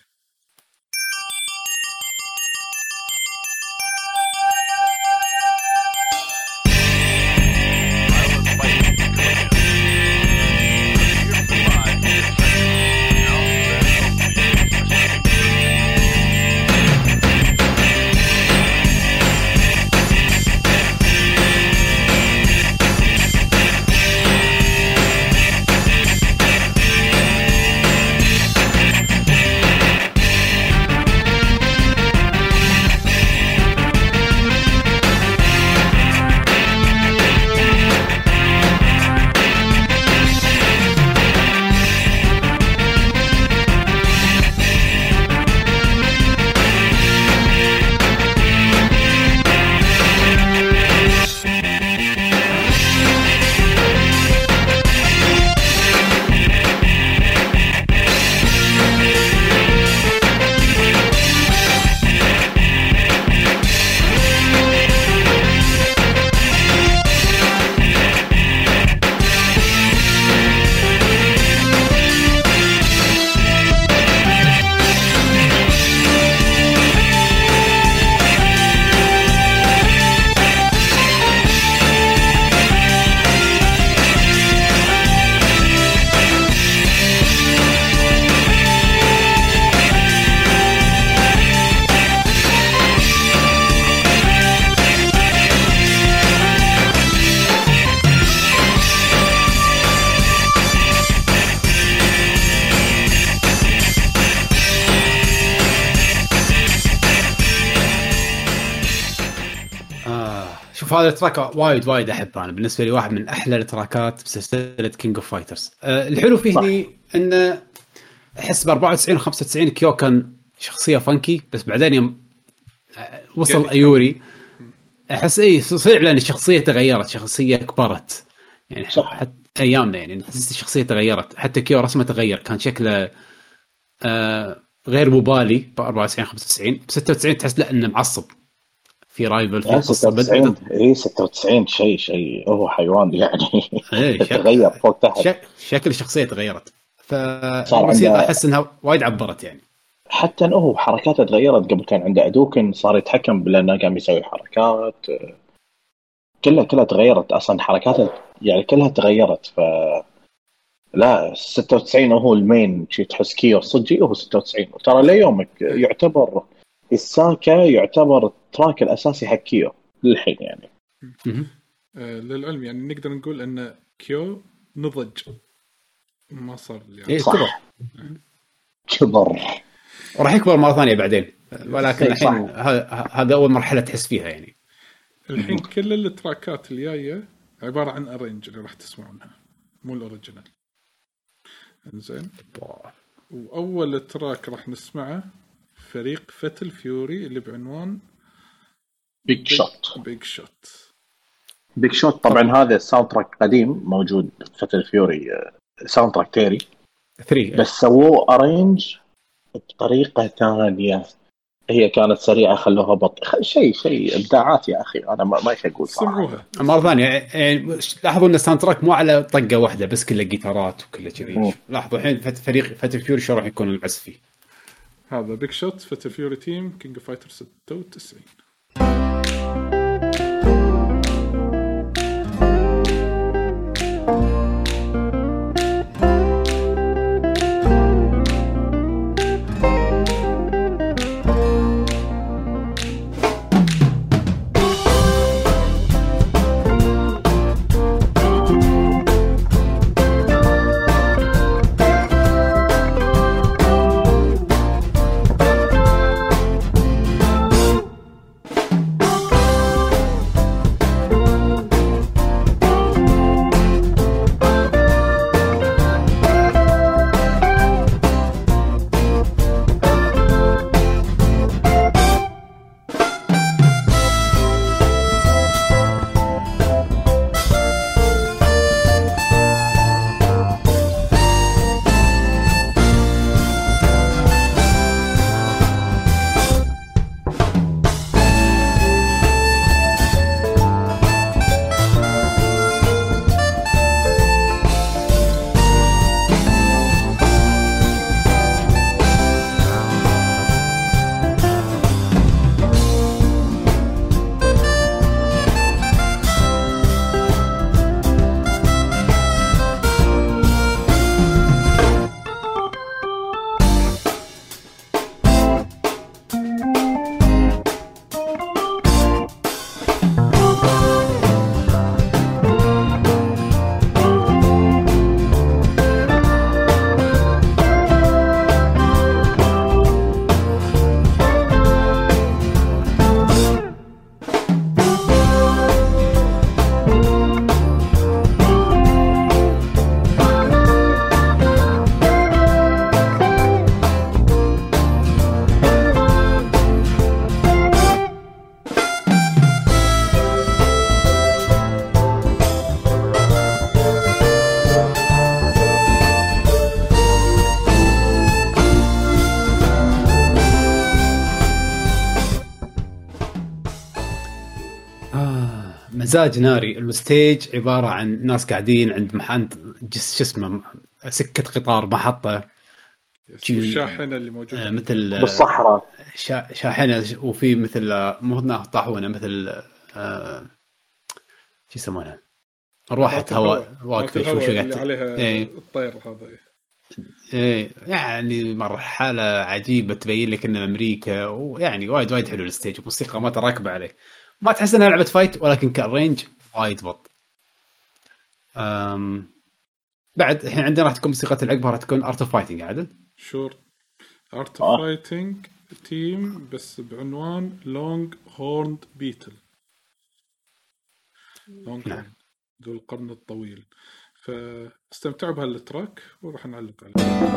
هذا التراك وايد وايد أحبه أنا، بالنسبة لي واحد من أحلى التراكات بسلسلة كينج اوف فايترز. أه الحلو فيه لي إنه أحس ب أربعة وتسعين و خمسة وتسعين كيو كان شخصية فانكي، بس بعدين يوم وصل أيوري أحس إيه صعب لأن الشخصية تغيرت، شخصية كبرت يعني حتى أيامنا يعني أحس الشخصية تغيرت، حتى كيو رسمه تغير، كان شكله أه غير مبالي ب أربعة وتسعين خمسة وتسعين. ب ستة وتسعين تحس لا إنه معصب في رايفل في ستة وتسعين. اي ستة وتسعين شيء شيء هو حيوان يعني ايه تغير فوق تحت، شك... شكل الشخصيه تغيرت، فالموسيقى احس انها وايد عبرت يعني. حتى انه هو حركاته تغيرت. قبل كان عنده ادوكن صار يتحكم بلانه قام يسوي حركات كلها كلها تغيرت اصلا حركاته يعني كلها تغيرت. ف لا ستة وتسعين هو المين شيء تحس كيو صدقي هو ستة وتسعين. وترى ليومك يعتبر الساكا يعتبر التراك الاساسي حق كيو للحين يعني. آه للعلم يعني نقدر نقول ان كيو نضج ما صار يعني إيه صح كبر وراح يكبر مرة ثانية بعدين ولكن الحين هذا أول مرحلة تحس فيها يعني. الحين كل التراكات الجاية عبارة عن أرينج اللي راح تسمعونها مو الأوريجينال. إنزين وأول تراك راح نسمعه فريق فتل فيوري اللي بعنوان بيج شوت. بيج شوت بيج شوت طبعا هذا الساوند تراك قديم موجود فتل فيوري ساوند تراك تيري ثري بس سووه أرينج بطريقة ثانية هي كانت سريعة خلوها بطيء شيء شيء إبداعات يا أخي. أنا ما ما أقول صراحة مرة ثانية يعني لاحظوا إن الساوند تراك مو على طقة واحدة بس كله جيتارات وكله كذي. لاحظوا الحين فريق فتل فيوري شو راح يكون العزف فيه. هذا بيج شوت فتل فيوري تيم كينج فايتر ستة وتسعين. مزاج ناري. الستيج عبارة عن ناس قاعدين عند محل جس اسمه سكة قطار محطة الشاحنة اللي موجودة مثل بالصحراء شا... شاحنة وفي مثل مو هنا طاحونة مثل آه... شو يسمونها أرواحة هواء واقفة شو شو قاعد عليها ايه. الطير هذا ايه يعني مرحلة عجيبة تبين لك إنه أمريكا ويعني وايد وايد حلو الستيج وموسيقى ما تراكبة عليه ما تحس انها لعبه فايت ولكن كرينج وايد بط. امم بعد الحين عندنا راح تكون موسيقى العقبه راح تكون ارت اوف فايتنج عادل شور ارت اوف فايتنج تيم بس بعنوان لونج هورند بيتل. لونج نعم. ذو القرن الطويل. فاستمتعوا بهالتراك وراح نعلق عليه.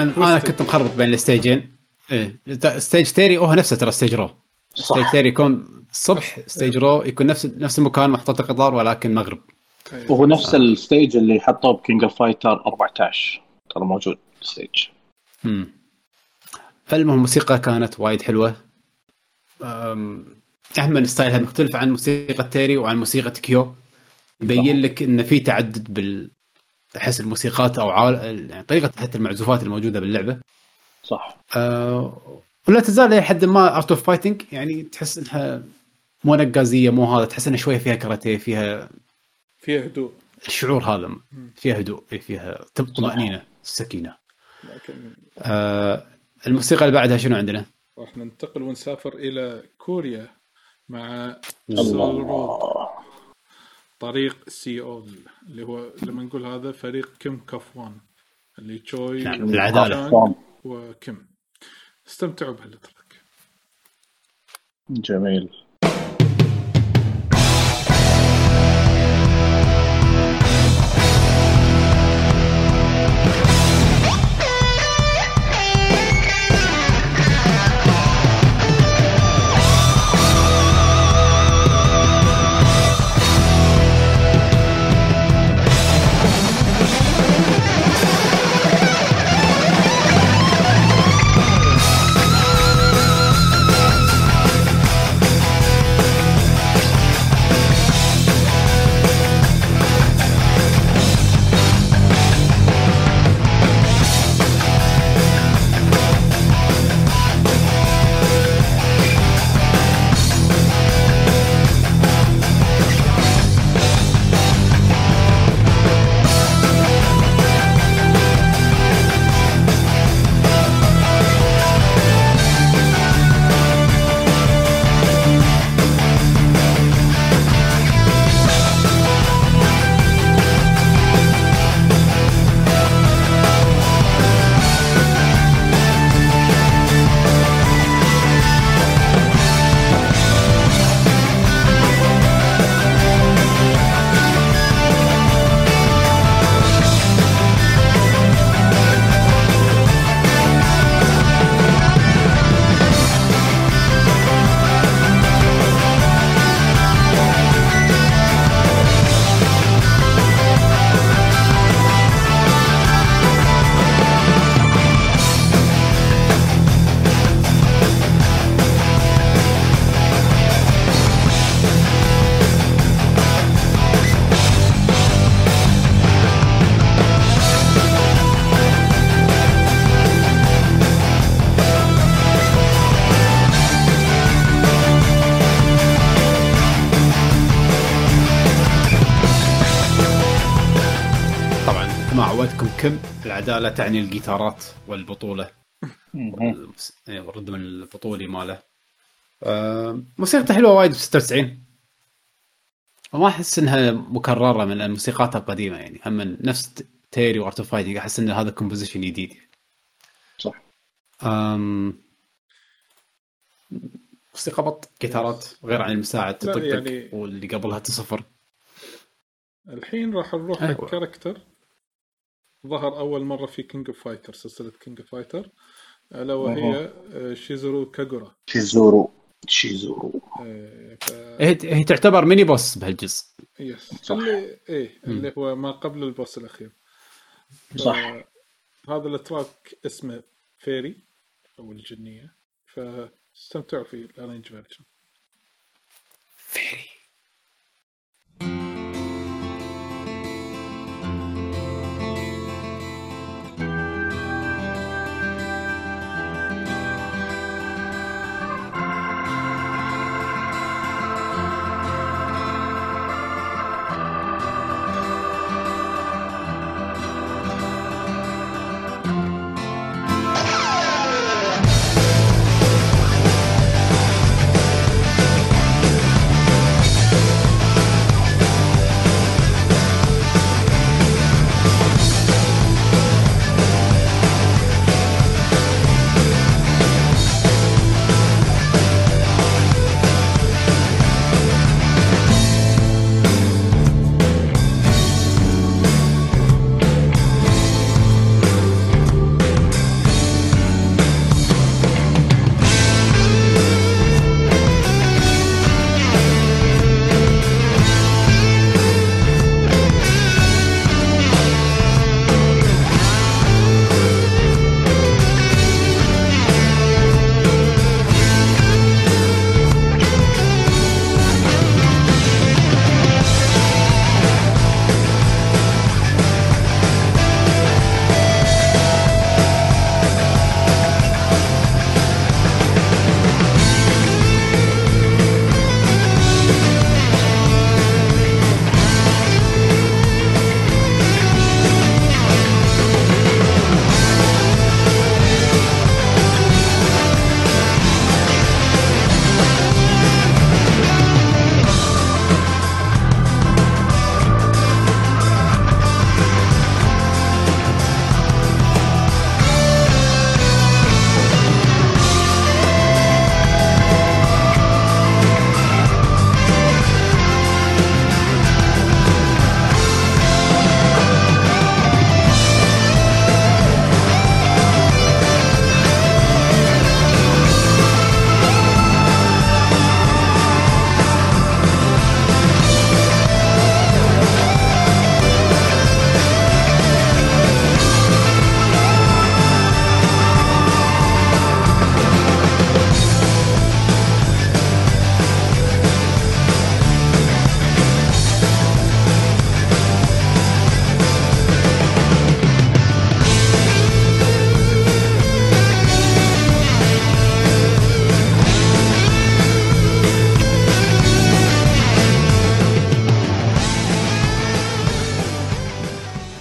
انا كنت مخربط بين الستيجين. ايه ستيج تيري هو نفسه ترى ستيج رو. ستيج تيري يكون الصبح، ستيج رو يكون نفس نفس المكان محطوط القطار ولكن مغرب. وهو نفس الستيج اللي حطوه بكينج اوف فايتر أربعة عشر ترى موجود ستيج. امم المهم الموسيقى كانت وايد حلوه. احمد ستايلها مختلف عن موسيقى تيري وعن موسيقى كيو، يبين لك ان في تعدد بال تحس الموسيقات او عال... يعني طريقه حتى المعزوفات الموجوده باللعبه. صح. أه... ولا تزال لحد ما ارت اوف فايتنج يعني تحس انها مو نقازيه، مو هذا، تحس انها شويه فيها كاراتيه، فيها فيها هدوء، الشعور هذا فيها هدوء، فيها طمأنينه السكينه. لكن أه... الموسيقى اللي بعدها شنو عندنا؟ راح ننتقل ونسافر الى كوريا مع الله. طريق سيول اللي هو لما نقول هذا فريق كيم كافوان اللي تشوي نعم. العدالة وكيم. استمتعوا بهالتراك. جميل. كم العدالة تعني الجيتارات والبطولة والردم البطولي ماله. موسيقى حلوة وايد ب ستة وتسعين، وما أحس إنها مكررة من الموسيقات القديمة، يعني هم نفس تيري وارت اوف فايتنج، أحس إن هذا كومبوزيشن جديد. صح. أم... موسيقى بط جيتارات غير عن المساعد تطقطق يعني... واللي قبلها تصفر. الحين راح نروح أيوة. للكاركتر ظهر أول مرة في كينج اوف فايتر، سلسلة كينج اوف فايتر، ألا وهي شيزورو كاغورا. شيزورو شيزورو ف... هي تعتبر ميني بوس بهالجزء. يس اللي ايه م. اللي هو ما قبل البوس الأخير. صح. هذا التراك اسمه فيري أو الجنية، فاستمتعوا في الارينج فيرجن. فيري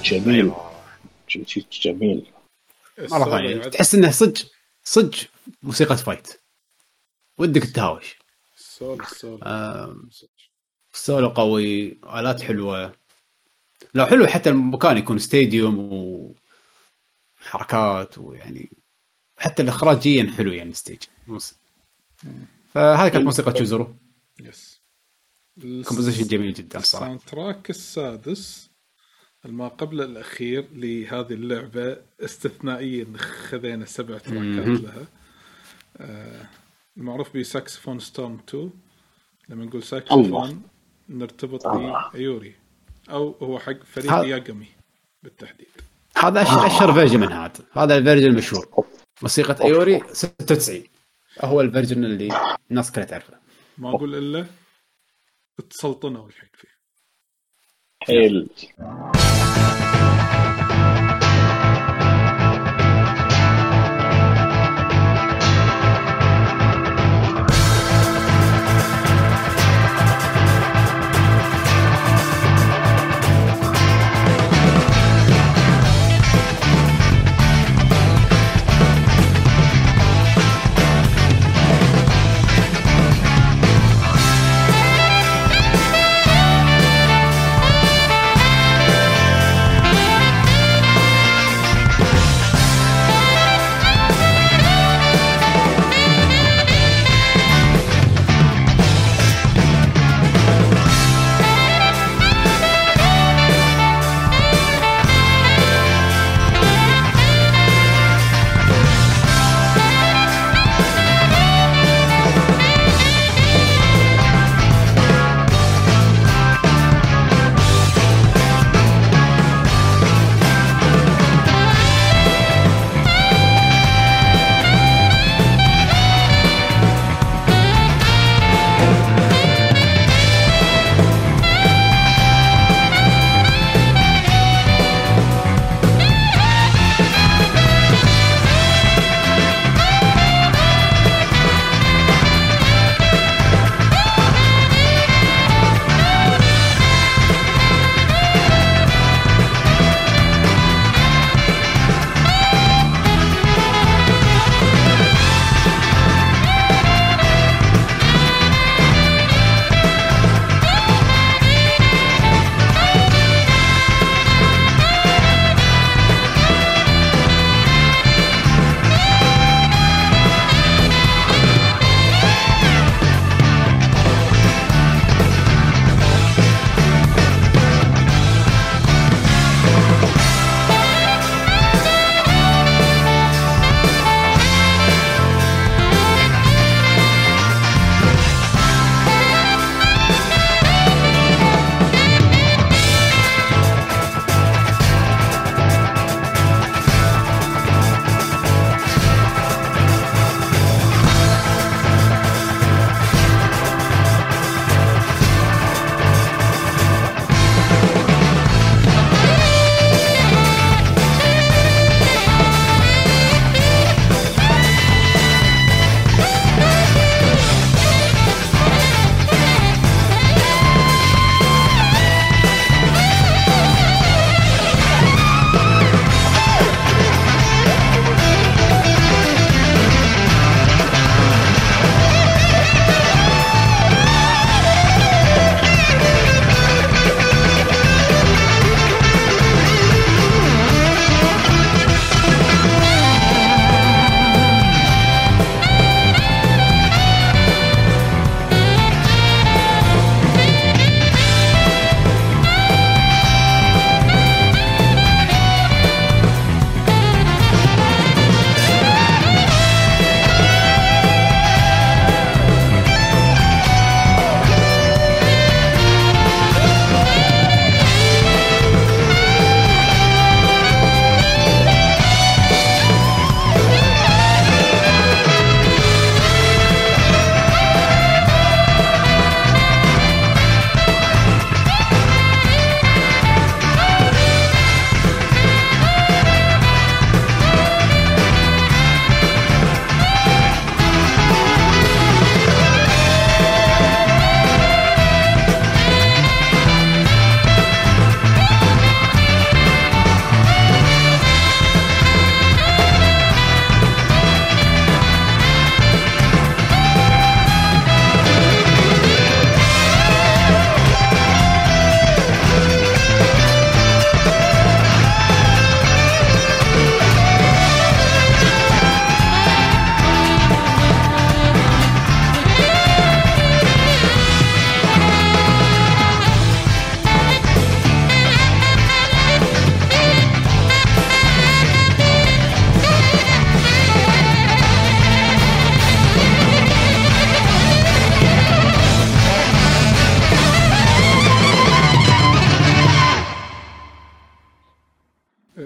جميل جميل مرة ثانية تحس انه صج صج موسيقى فايت ودك التهاوش. السولو السولو آه السولو قوي، آلات حلوة، لو حلو حتى المكان يكون ستاديوم وحركات، ويعني حتى الإخراجيا حلو يعني ستيج. فهذه كانت موسيقى تشوزرو. يس كومبوزيشن جميل جدا صراحة. الساوند تراك السادس الما قبل الأخير لهذه اللعبة استثنائيا خذينا سبع تراكات لها. آه المعروف بساكسفون ستورم تو. لما نقول ساكسفون نرتبط بأيوري أو هو حق فريق ياغامي بالتحديد. هذا أشهر فيرجن من هذا هذا الفيرجن المشهور موسيقى أيوري ستة وتسعين، هو الفيرجن اللي الناس كلها تعرفه. ما أقول إلا تسلطنا الحين فيه حيل.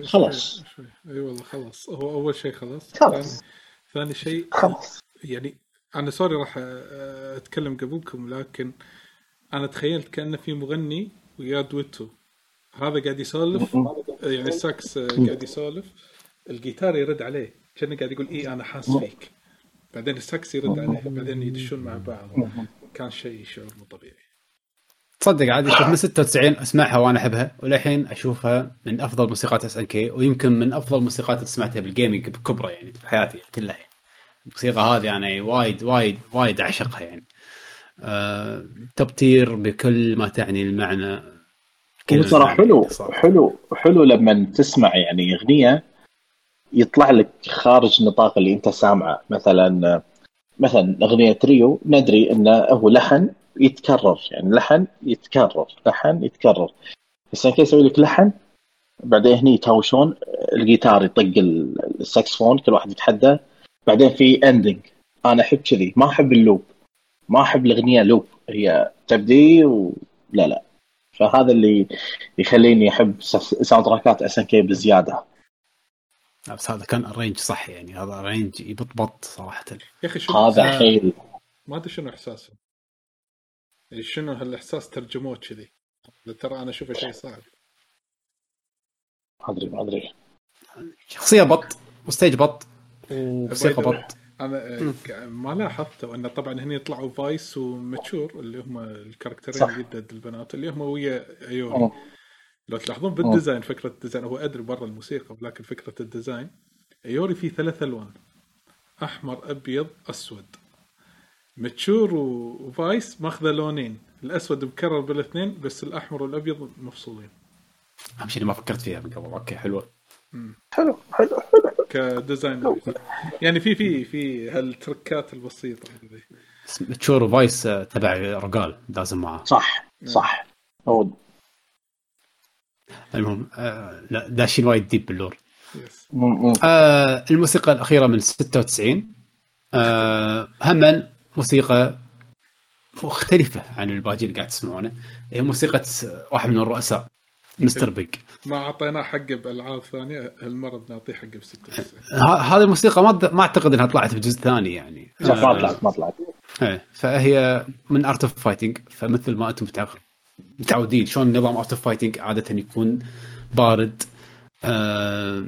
خلاص. اي والله خلاص. هو اول شيء خلاص. خلاص. ثاني شيء خلاص. يعني انا سوري راح اتكلم قبلكم، لكن انا تخيلت كأنه في مغني ويا دويتو، هذا قاعد يسولف يعني الساكس قاعد يسولف، الجيتار يرد عليه كأنه قاعد يقول اي انا حاس فيك، بعدين الساكس يرد عليه، بعدين يدشون مع بعض. كان شيء شعور مو طبيعي. تصدق عادي كنت من ستة وتسعين اسمعها وانا احبها، وللحين اشوفها من افضل موسيقات اس ان كي، ويمكن من افضل موسيقات اللي سمعتها بالجيمنج بكبره يعني في حياتي كلها. يعني الموسيقى هذه يعني وايد وايد وايد اعشقها يعني. أه تبتير بكل ما تعني المعنى. ترى حلو حلو حلو لما تسمع يعني اغنيه يطلع لك خارج نطاق اللي انت سامعه. مثلا مثلا اغنيه تريو ندري انه هو لحن يتكرر، يعني لحن يتكرر لحن يتكرر، بس كيف يسوي لك لحن بعدين هني يتهاوشون، الجيتار يطق الساكسفون، كل واحد يتحدى، بعدين في اندنج. انا احب كذي، ما احب اللوب، ما احب الاغنيه لوب، هي تبدي ولا لا. فهذا اللي يخليني احب ساوند تراكات اس ان كي بزياده. بس هذا كان الرينج صح يعني، هذا الرينج يبطبط صراحه يا اخي. هذا حيل ما ادري شنو احساسه، شنو هالاحساس ترجموه كذي. ترى انا اشوفه شيء صعب. ما ادري ما ادري شخصيه بط وستيج بط وموسيقى بط. انا ما لاحظت ان طبعا هني يطلعوا فايس وماتشور اللي هم الكاركترين الجدد البنات اللي هم ويا ايوري. لو تلاحظون بالديزاين، فكره الديزاين هو ادري برا الموسيقى، ولكن فكره الديزاين ايوري فيه ثلاث الوان، احمر ابيض اسود. ماتشور وفايس ماخذه لونين، الاسود مكرر بالاثنين بس الاحمر والابيض مفصولين. اهم شيء ما فكرت فيها من قبل. اوكي حلوه. حلو حلو حلو كديزاين يعني في في في هالتركات البسيطه هذه. ماتشور وفايس تبع رجال لازم معه. صح صح. هو المهم آه لا داشين وايد ديب باللور. آه الموسيقى الأخيرة من ستة وتسعين آه همًا موسيقى مختلفة عن الباقي اللي قاعد تسمعونه. هي موسيقى واحد من الرؤساء مستر بيج. ما أعطيناه حقه بألعاب ثانية، هالمرة بنعطيه حقه بستة وتسعين. هذه الموسيقى ما ما أعتقد إنها طلعت بجزء ثاني يعني. لا ما طلعت ما طلعت. إيه فهي من أرت أوف فايتنج. فمثل ما أنتم متعودين شلون نظام أرت أوف فايتنج عادة يكون بارد آه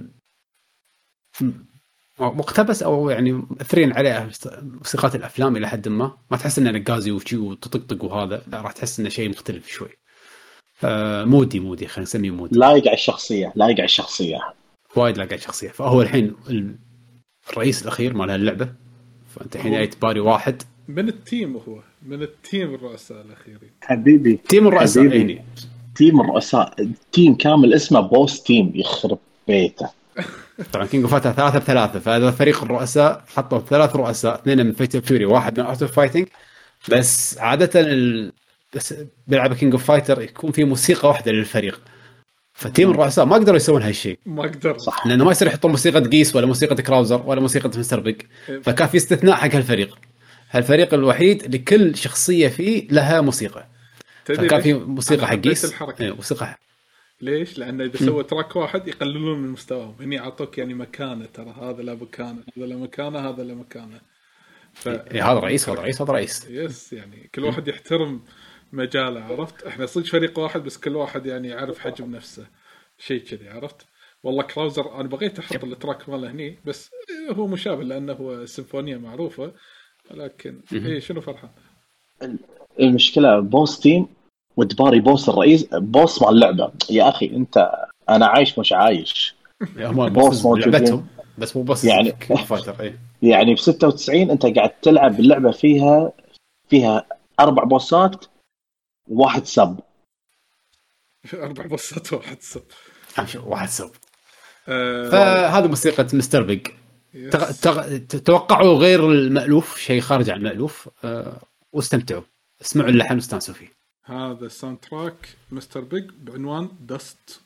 مقتبس او يعني مؤثرين عليه موسيقات الافلام الى حد ما. ما تحس انه نقازي وشي وتطقطق وهذا، لا راح تحس انه شيء مختلف شوي. آه مودي مودي خلينا نسميه مودي، لايق على الشخصيه لايق على الشخصيه وايد لايق على الشخصيه. فهو الحين الرئيس الاخير مال هاللعبه، فانت الحين تباري واحد من التيم، هو من التيم الرؤساء الاخيرين حبيبي. تيم الرؤساء يعني تيم الرؤساء، التيم كامل اسمه بوس تيم، يخرب بيته. طبعا كينج اوف فايتر ثلاثة بثلاثة، فهذا فريق الرؤساء حطوا ثلاث رؤساء، اثنين من فيتل فيوري واحد من ارت اوف فايتنج. بس عادة ال... بس بيلعب كينج اوف فايتر يكون في موسيقى واحدة للفريق، فتيم الرؤساء ما قدروا يسوون هالشيء. ما قدر صح، لأنه ما يصير يحطون موسيقى قيس ولا موسيقى كراوزر ولا موسيقى مستر بيج. فكان في استثناء حق هالفريق. هالفريق الوحيد لكل شخصية فيه لها موسيقى، فكان في موسيقى حق قيس موسيقى. ليش؟ لأنه إذا سوى تراك واحد يقللون من مستواهم. هني عطوك يعني مكانه، ترى هذا لا مكانه، هذا لا مكانه، هذا لا مكانه. ف... هذا رئيس هذا رئيس هذا رئيس يس، يعني كل واحد يحترم مجاله. عرفت؟ احنا صدق فريق واحد بس كل واحد يعني يعرف حجم نفسه، شيء كذي. عرفت؟ والله كراوزر أنا بغيت أحط التراك ماله هني، بس هو مشابه لأنه هو سيمفونية معروفة، لكن إيه شنو فرحان. المشكلة بوس تيم وتباري بوس الرئيس، بوس مال اللعبة. يا أخي أنت أنا عايش مش عايش. بوس لعبتهم بس مو بس يعني فايتر. ايه يعني في ستة وتسعين أنت قاعد تلعب باللعبة فيها فيها أربع بوسات وواحد سب. أربع بوسات وواحد سب واحد سب فهذا موسيقى مستر بيج. توقعوا غير المألوف، شيء خارج عن المألوف. أه واستمتعوا، اسمعوا اللحن واستانسوا فيه. هذا الساوند تراك مستر بيج بعنوان دست.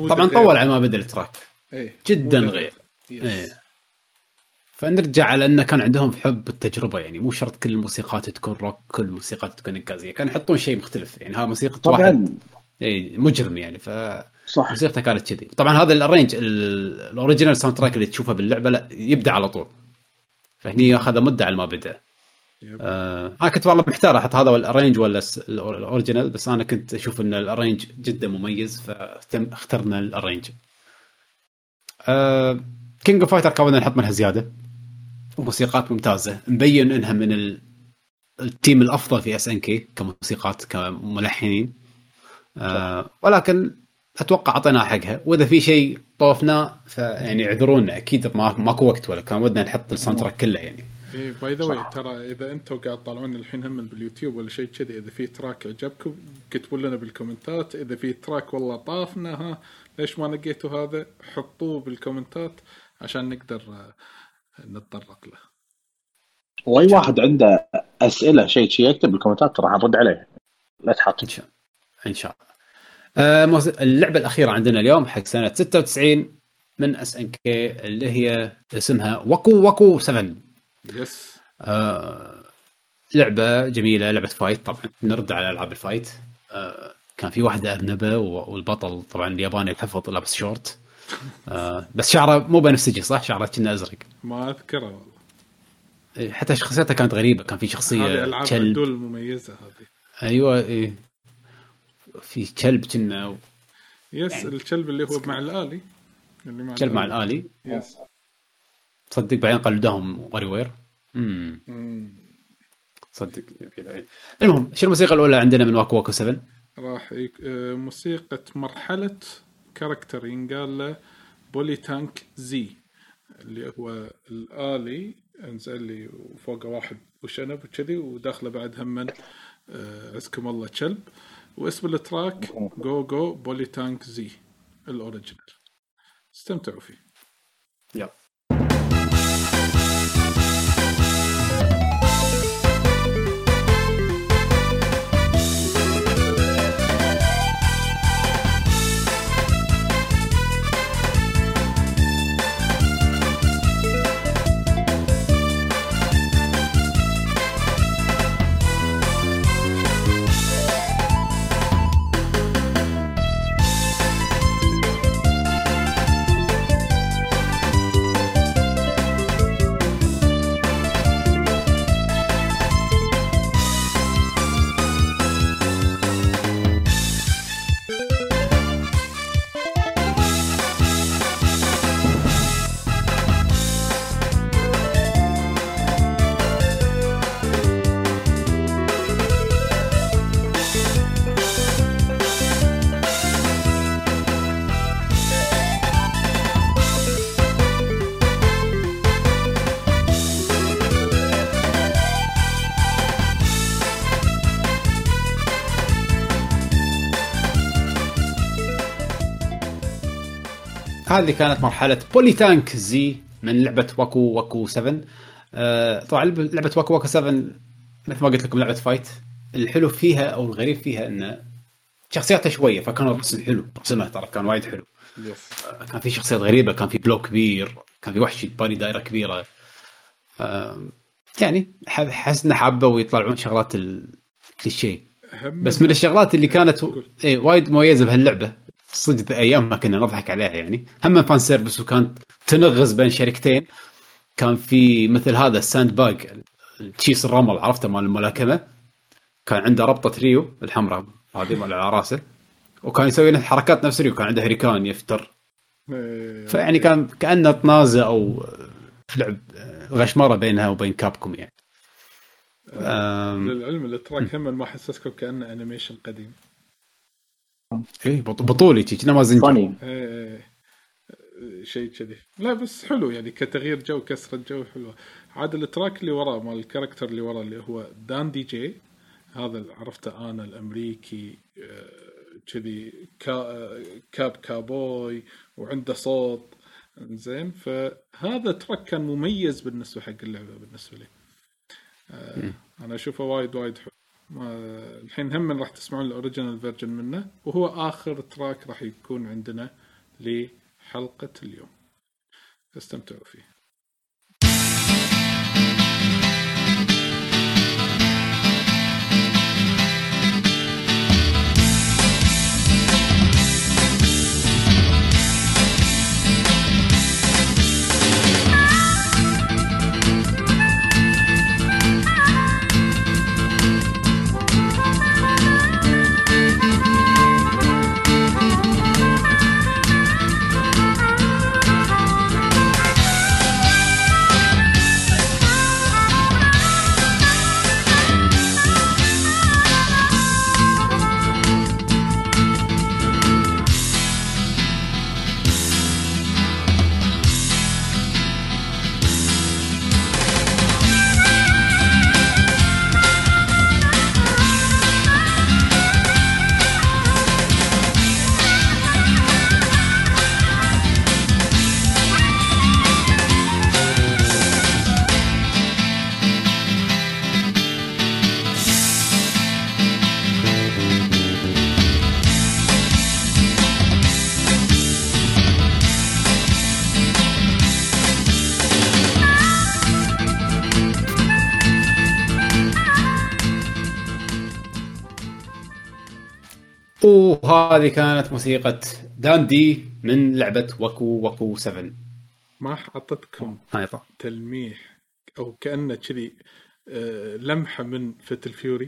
طبعا طول على ما بدا التراك ايه جدا غير. ايه فنرجع على انه كان عندهم حب التجربه، يعني مو شرط كل الموسيقات تكون روك، كل الموسيقات تكون انجازيه، كانوا يحطون شيء مختلف. يعني ها موسيقى طبعاً. واحد اي مجرم يعني، ف صح. موسيقته كانت كذي. طبعا هذا الارينج الاوريجينال ساوند تراك اللي تشوفه باللعبه لا يبدا على طول، فهني اخذ مده على ما بدا. آه انا كنت والله محتار احط هذا ولا الارينج ولا الاوريجينال، بس انا كنت اشوف ان الارينج جدا مميز فاخترنا الارينج. آه كينج اوف فايتر كنا نحط منها زياده، وموسيقات ممتازه، مبين انها من ال... التيم الافضل في اس ان كي كموسيقات كملحنين. آه ولكن اتوقع اعطيناها حقها، واذا في شيء طوفناه فيعني اعذرونا، اكيد ما ماكو وقت ولا كان ودنا نحط الساوند تراك كله يعني. ايه باي ذا واي ترى اذا انتم قاعد تطالعون الحين هم باليوتيوب ولا شيء كذا، اذا في تراك عجبكم كتبوا لنا بالكومنتات، اذا في تراك والله طافنا ها ليش ما لقيتوا هذا حطوه بالكومنتات عشان نقدر نتطرق له. واي واحد عنده اسئله شيء شيء يكتب بالكومنتات راح نرد عليه، لا تحط ان شاء ان شاء الله. آه اللعبه الاخيره عندنا اليوم حق سنه ستة وتسعين من اس ان كي اللي هي اسمها واكو واكو سبعة. يس. آه لعبه جميله، لعبه فايت. طبعا نرد على العاب الفايت. آه كان في واحدة أرنبة والبطل طبعا الياباني الحفظ لابس شورت، آه بس شعره مو بنفسجي صح، شعره كنا أزرق ما أذكره والله. حتى شخصيته كانت غريبة، كان في شخصية هذه ألعاب عدول المميزة هذه. أيوة إيه. في كلب كنا و... يس يعني الكلب اللي هو مع الآلي، اللي مع كلب مع الآلي. يس. تصدق بعدين قلدهم واري وير. امم صدق. المهم شو الموسيقى الأولى عندنا من واكو واكو سبعة؟ راح يك... موسيقى مرحلة كاركتر ينقال له بولي تانك زي، اللي هو الآلي انزل لي وفوقه واحد وشنب وكذي وداخله بعد هم عزكم الله كلب، واسم التراك جو جو بولي تانك زي الأوريجينال. استمتعوا فيه. يلا. هذه كانت مرحلة بولي تانك زي من لعبة واكو واكو سبعة. آه طبعا لعبة واكو واكو سبعة مثل ما قلت لكم لعبة فايت. الحلو فيها أو الغريب فيها إن شخصياتها شوية، فكان الرسم حلو، رسمها ترى كان وايد حلو. آه كان في شخصيات غريبة، كان في بلوك كبير، كان في وحش يباني دائرة كبيرة. آه يعني حسنا حابة ويطلعون شغلات الكليشيه، بس من الشغلات اللي كانت ايه وايد مميزة بهاللعبة صدق ايام ما كنا نضحك عليها يعني، هم فان سيرفيس وكانت تنغز بين شركتين. كان في مثل هذا الساند باج تشيس الرمل عرفته مال الملاكمه، كان عنده ربطه ريو الحمراء هذه مال على راسه، وكان يسوي له حركات نفس ريو، كان عنده هريكان يفتر. فيعني كان كانه طنازه او لعب غشمره بينها وبين كابكوم يعني. للعلم التراك هم ما حسسكم كانه انيميشن قديم. ايه بطولي كنا ما زنجر ايه شيء كذي. لا بس حلو يعني كتغيير جو كسرة جو حلوة. عاد التراك اللي وراه مال الكاركتر اللي وراه اللي هو دان دي جي، هذا اللي عرفته انا الامريكي كذي كا كاب كابوي وعنده صوت زين، فهذا تراك كان مميز بالنسبة حق اللعبة بالنسبة لي. انا اشوفه وايد وايد حلو. الحين هم راح تسمعون الاوريجينال فيرجن منه، وهو اخر تراك راح يكون عندنا لحلقة اليوم. استمتعوا فيه. وهذه كانت موسيقى داندي من لعبة وكو وكو سبعة. ما حطتكم هاي طبعا تلميح أو كأنه كذي آه لمحة من فتل فيوري.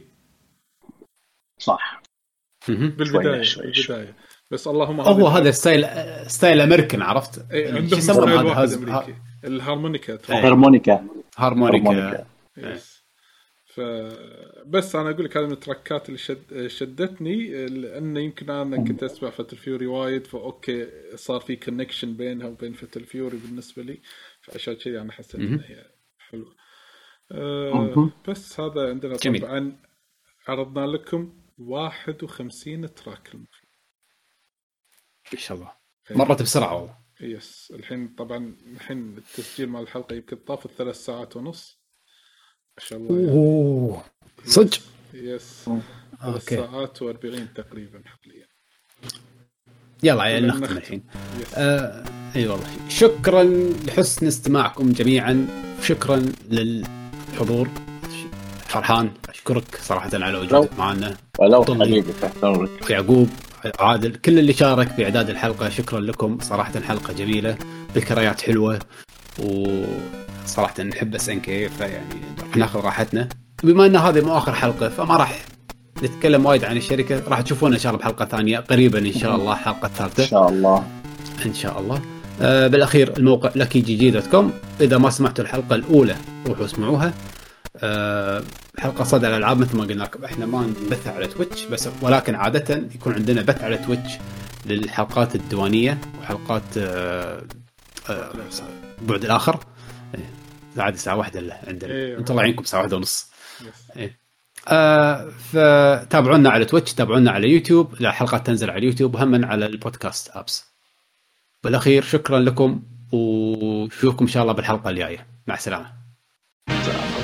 صح بالبداية شوي بالبداية بس اللهم هو هذا ستايل ستايل أمريكان عرفت إيه عندهم ستايل واحد أمريكي الهارمونيكا هارمونيكا هارمونيكا يس. فبس انا اقول لك هذه من التركات اللي شد شدتني لانه يمكن انا كنت اسمع فتل فيوري وايد فاوكي صار في كونكشن بينها وبين فتل فيوري بالنسبه لي فعشان كذي انا حسيت انها هي حلوه. أه بس هذا عندنا جميل. طبعا عرضنا لكم واحد وخمسين تراك المفروض ان شاء الله مرت بسرعه والله. يس الحين طبعا الحين التسجيل مع الحلقه يمكن طاف الثلاث ساعات ونص ما شاء الله. اوه صدق يس ساعات وأربعين تقريبا حقيقة. يلا عيال نختم الحين. آه اي والله شكرا لحسن استماعكم جميعا. شكرا للحضور. فرحان اشكرك صراحه على وجودك معنا. ولو حبيبي يعقوب عادل كل اللي شارك في اعداد الحلقه شكرا لكم صراحه. حلقه جميله ذكريات حلوه وصراحه نحب اس ان كي فيعني راح ناخذ راحتنا بما ان هذه مو اخر حلقه فما راح نتكلم وايد عن الشركه. راح تشوفونا ان شاء الله بحلقه ثانيه قريبا ان شاء الله حلقه ثالثه ان شاء الله ان شاء الله. آه بالاخير الموقع لكي جي جي دوت كوم اذا ما سمعتوا الحلقه الاولى روحوا اسمعوها. أه حلقة صدى الألعاب مثل ما قلنا لكم احنا ما نبثها على تويتش بس ولكن عادة يكون عندنا بث على تويتش للحلقات الديوانية وحلقات أه أه بعد الآخر عادي ساعة واحدة عندنا إيه انتوا الله يعينكم ساعة واحدة ونص. إيه. أه فتابعونا على تويتش تابعونا على يوتيوب لا حلقات تنزل على اليوتيوب وهم على البودكاست أبس. بالأخير شكرا لكم وشوفكم إن شاء الله بالحلقة الجاية. مع السلامة.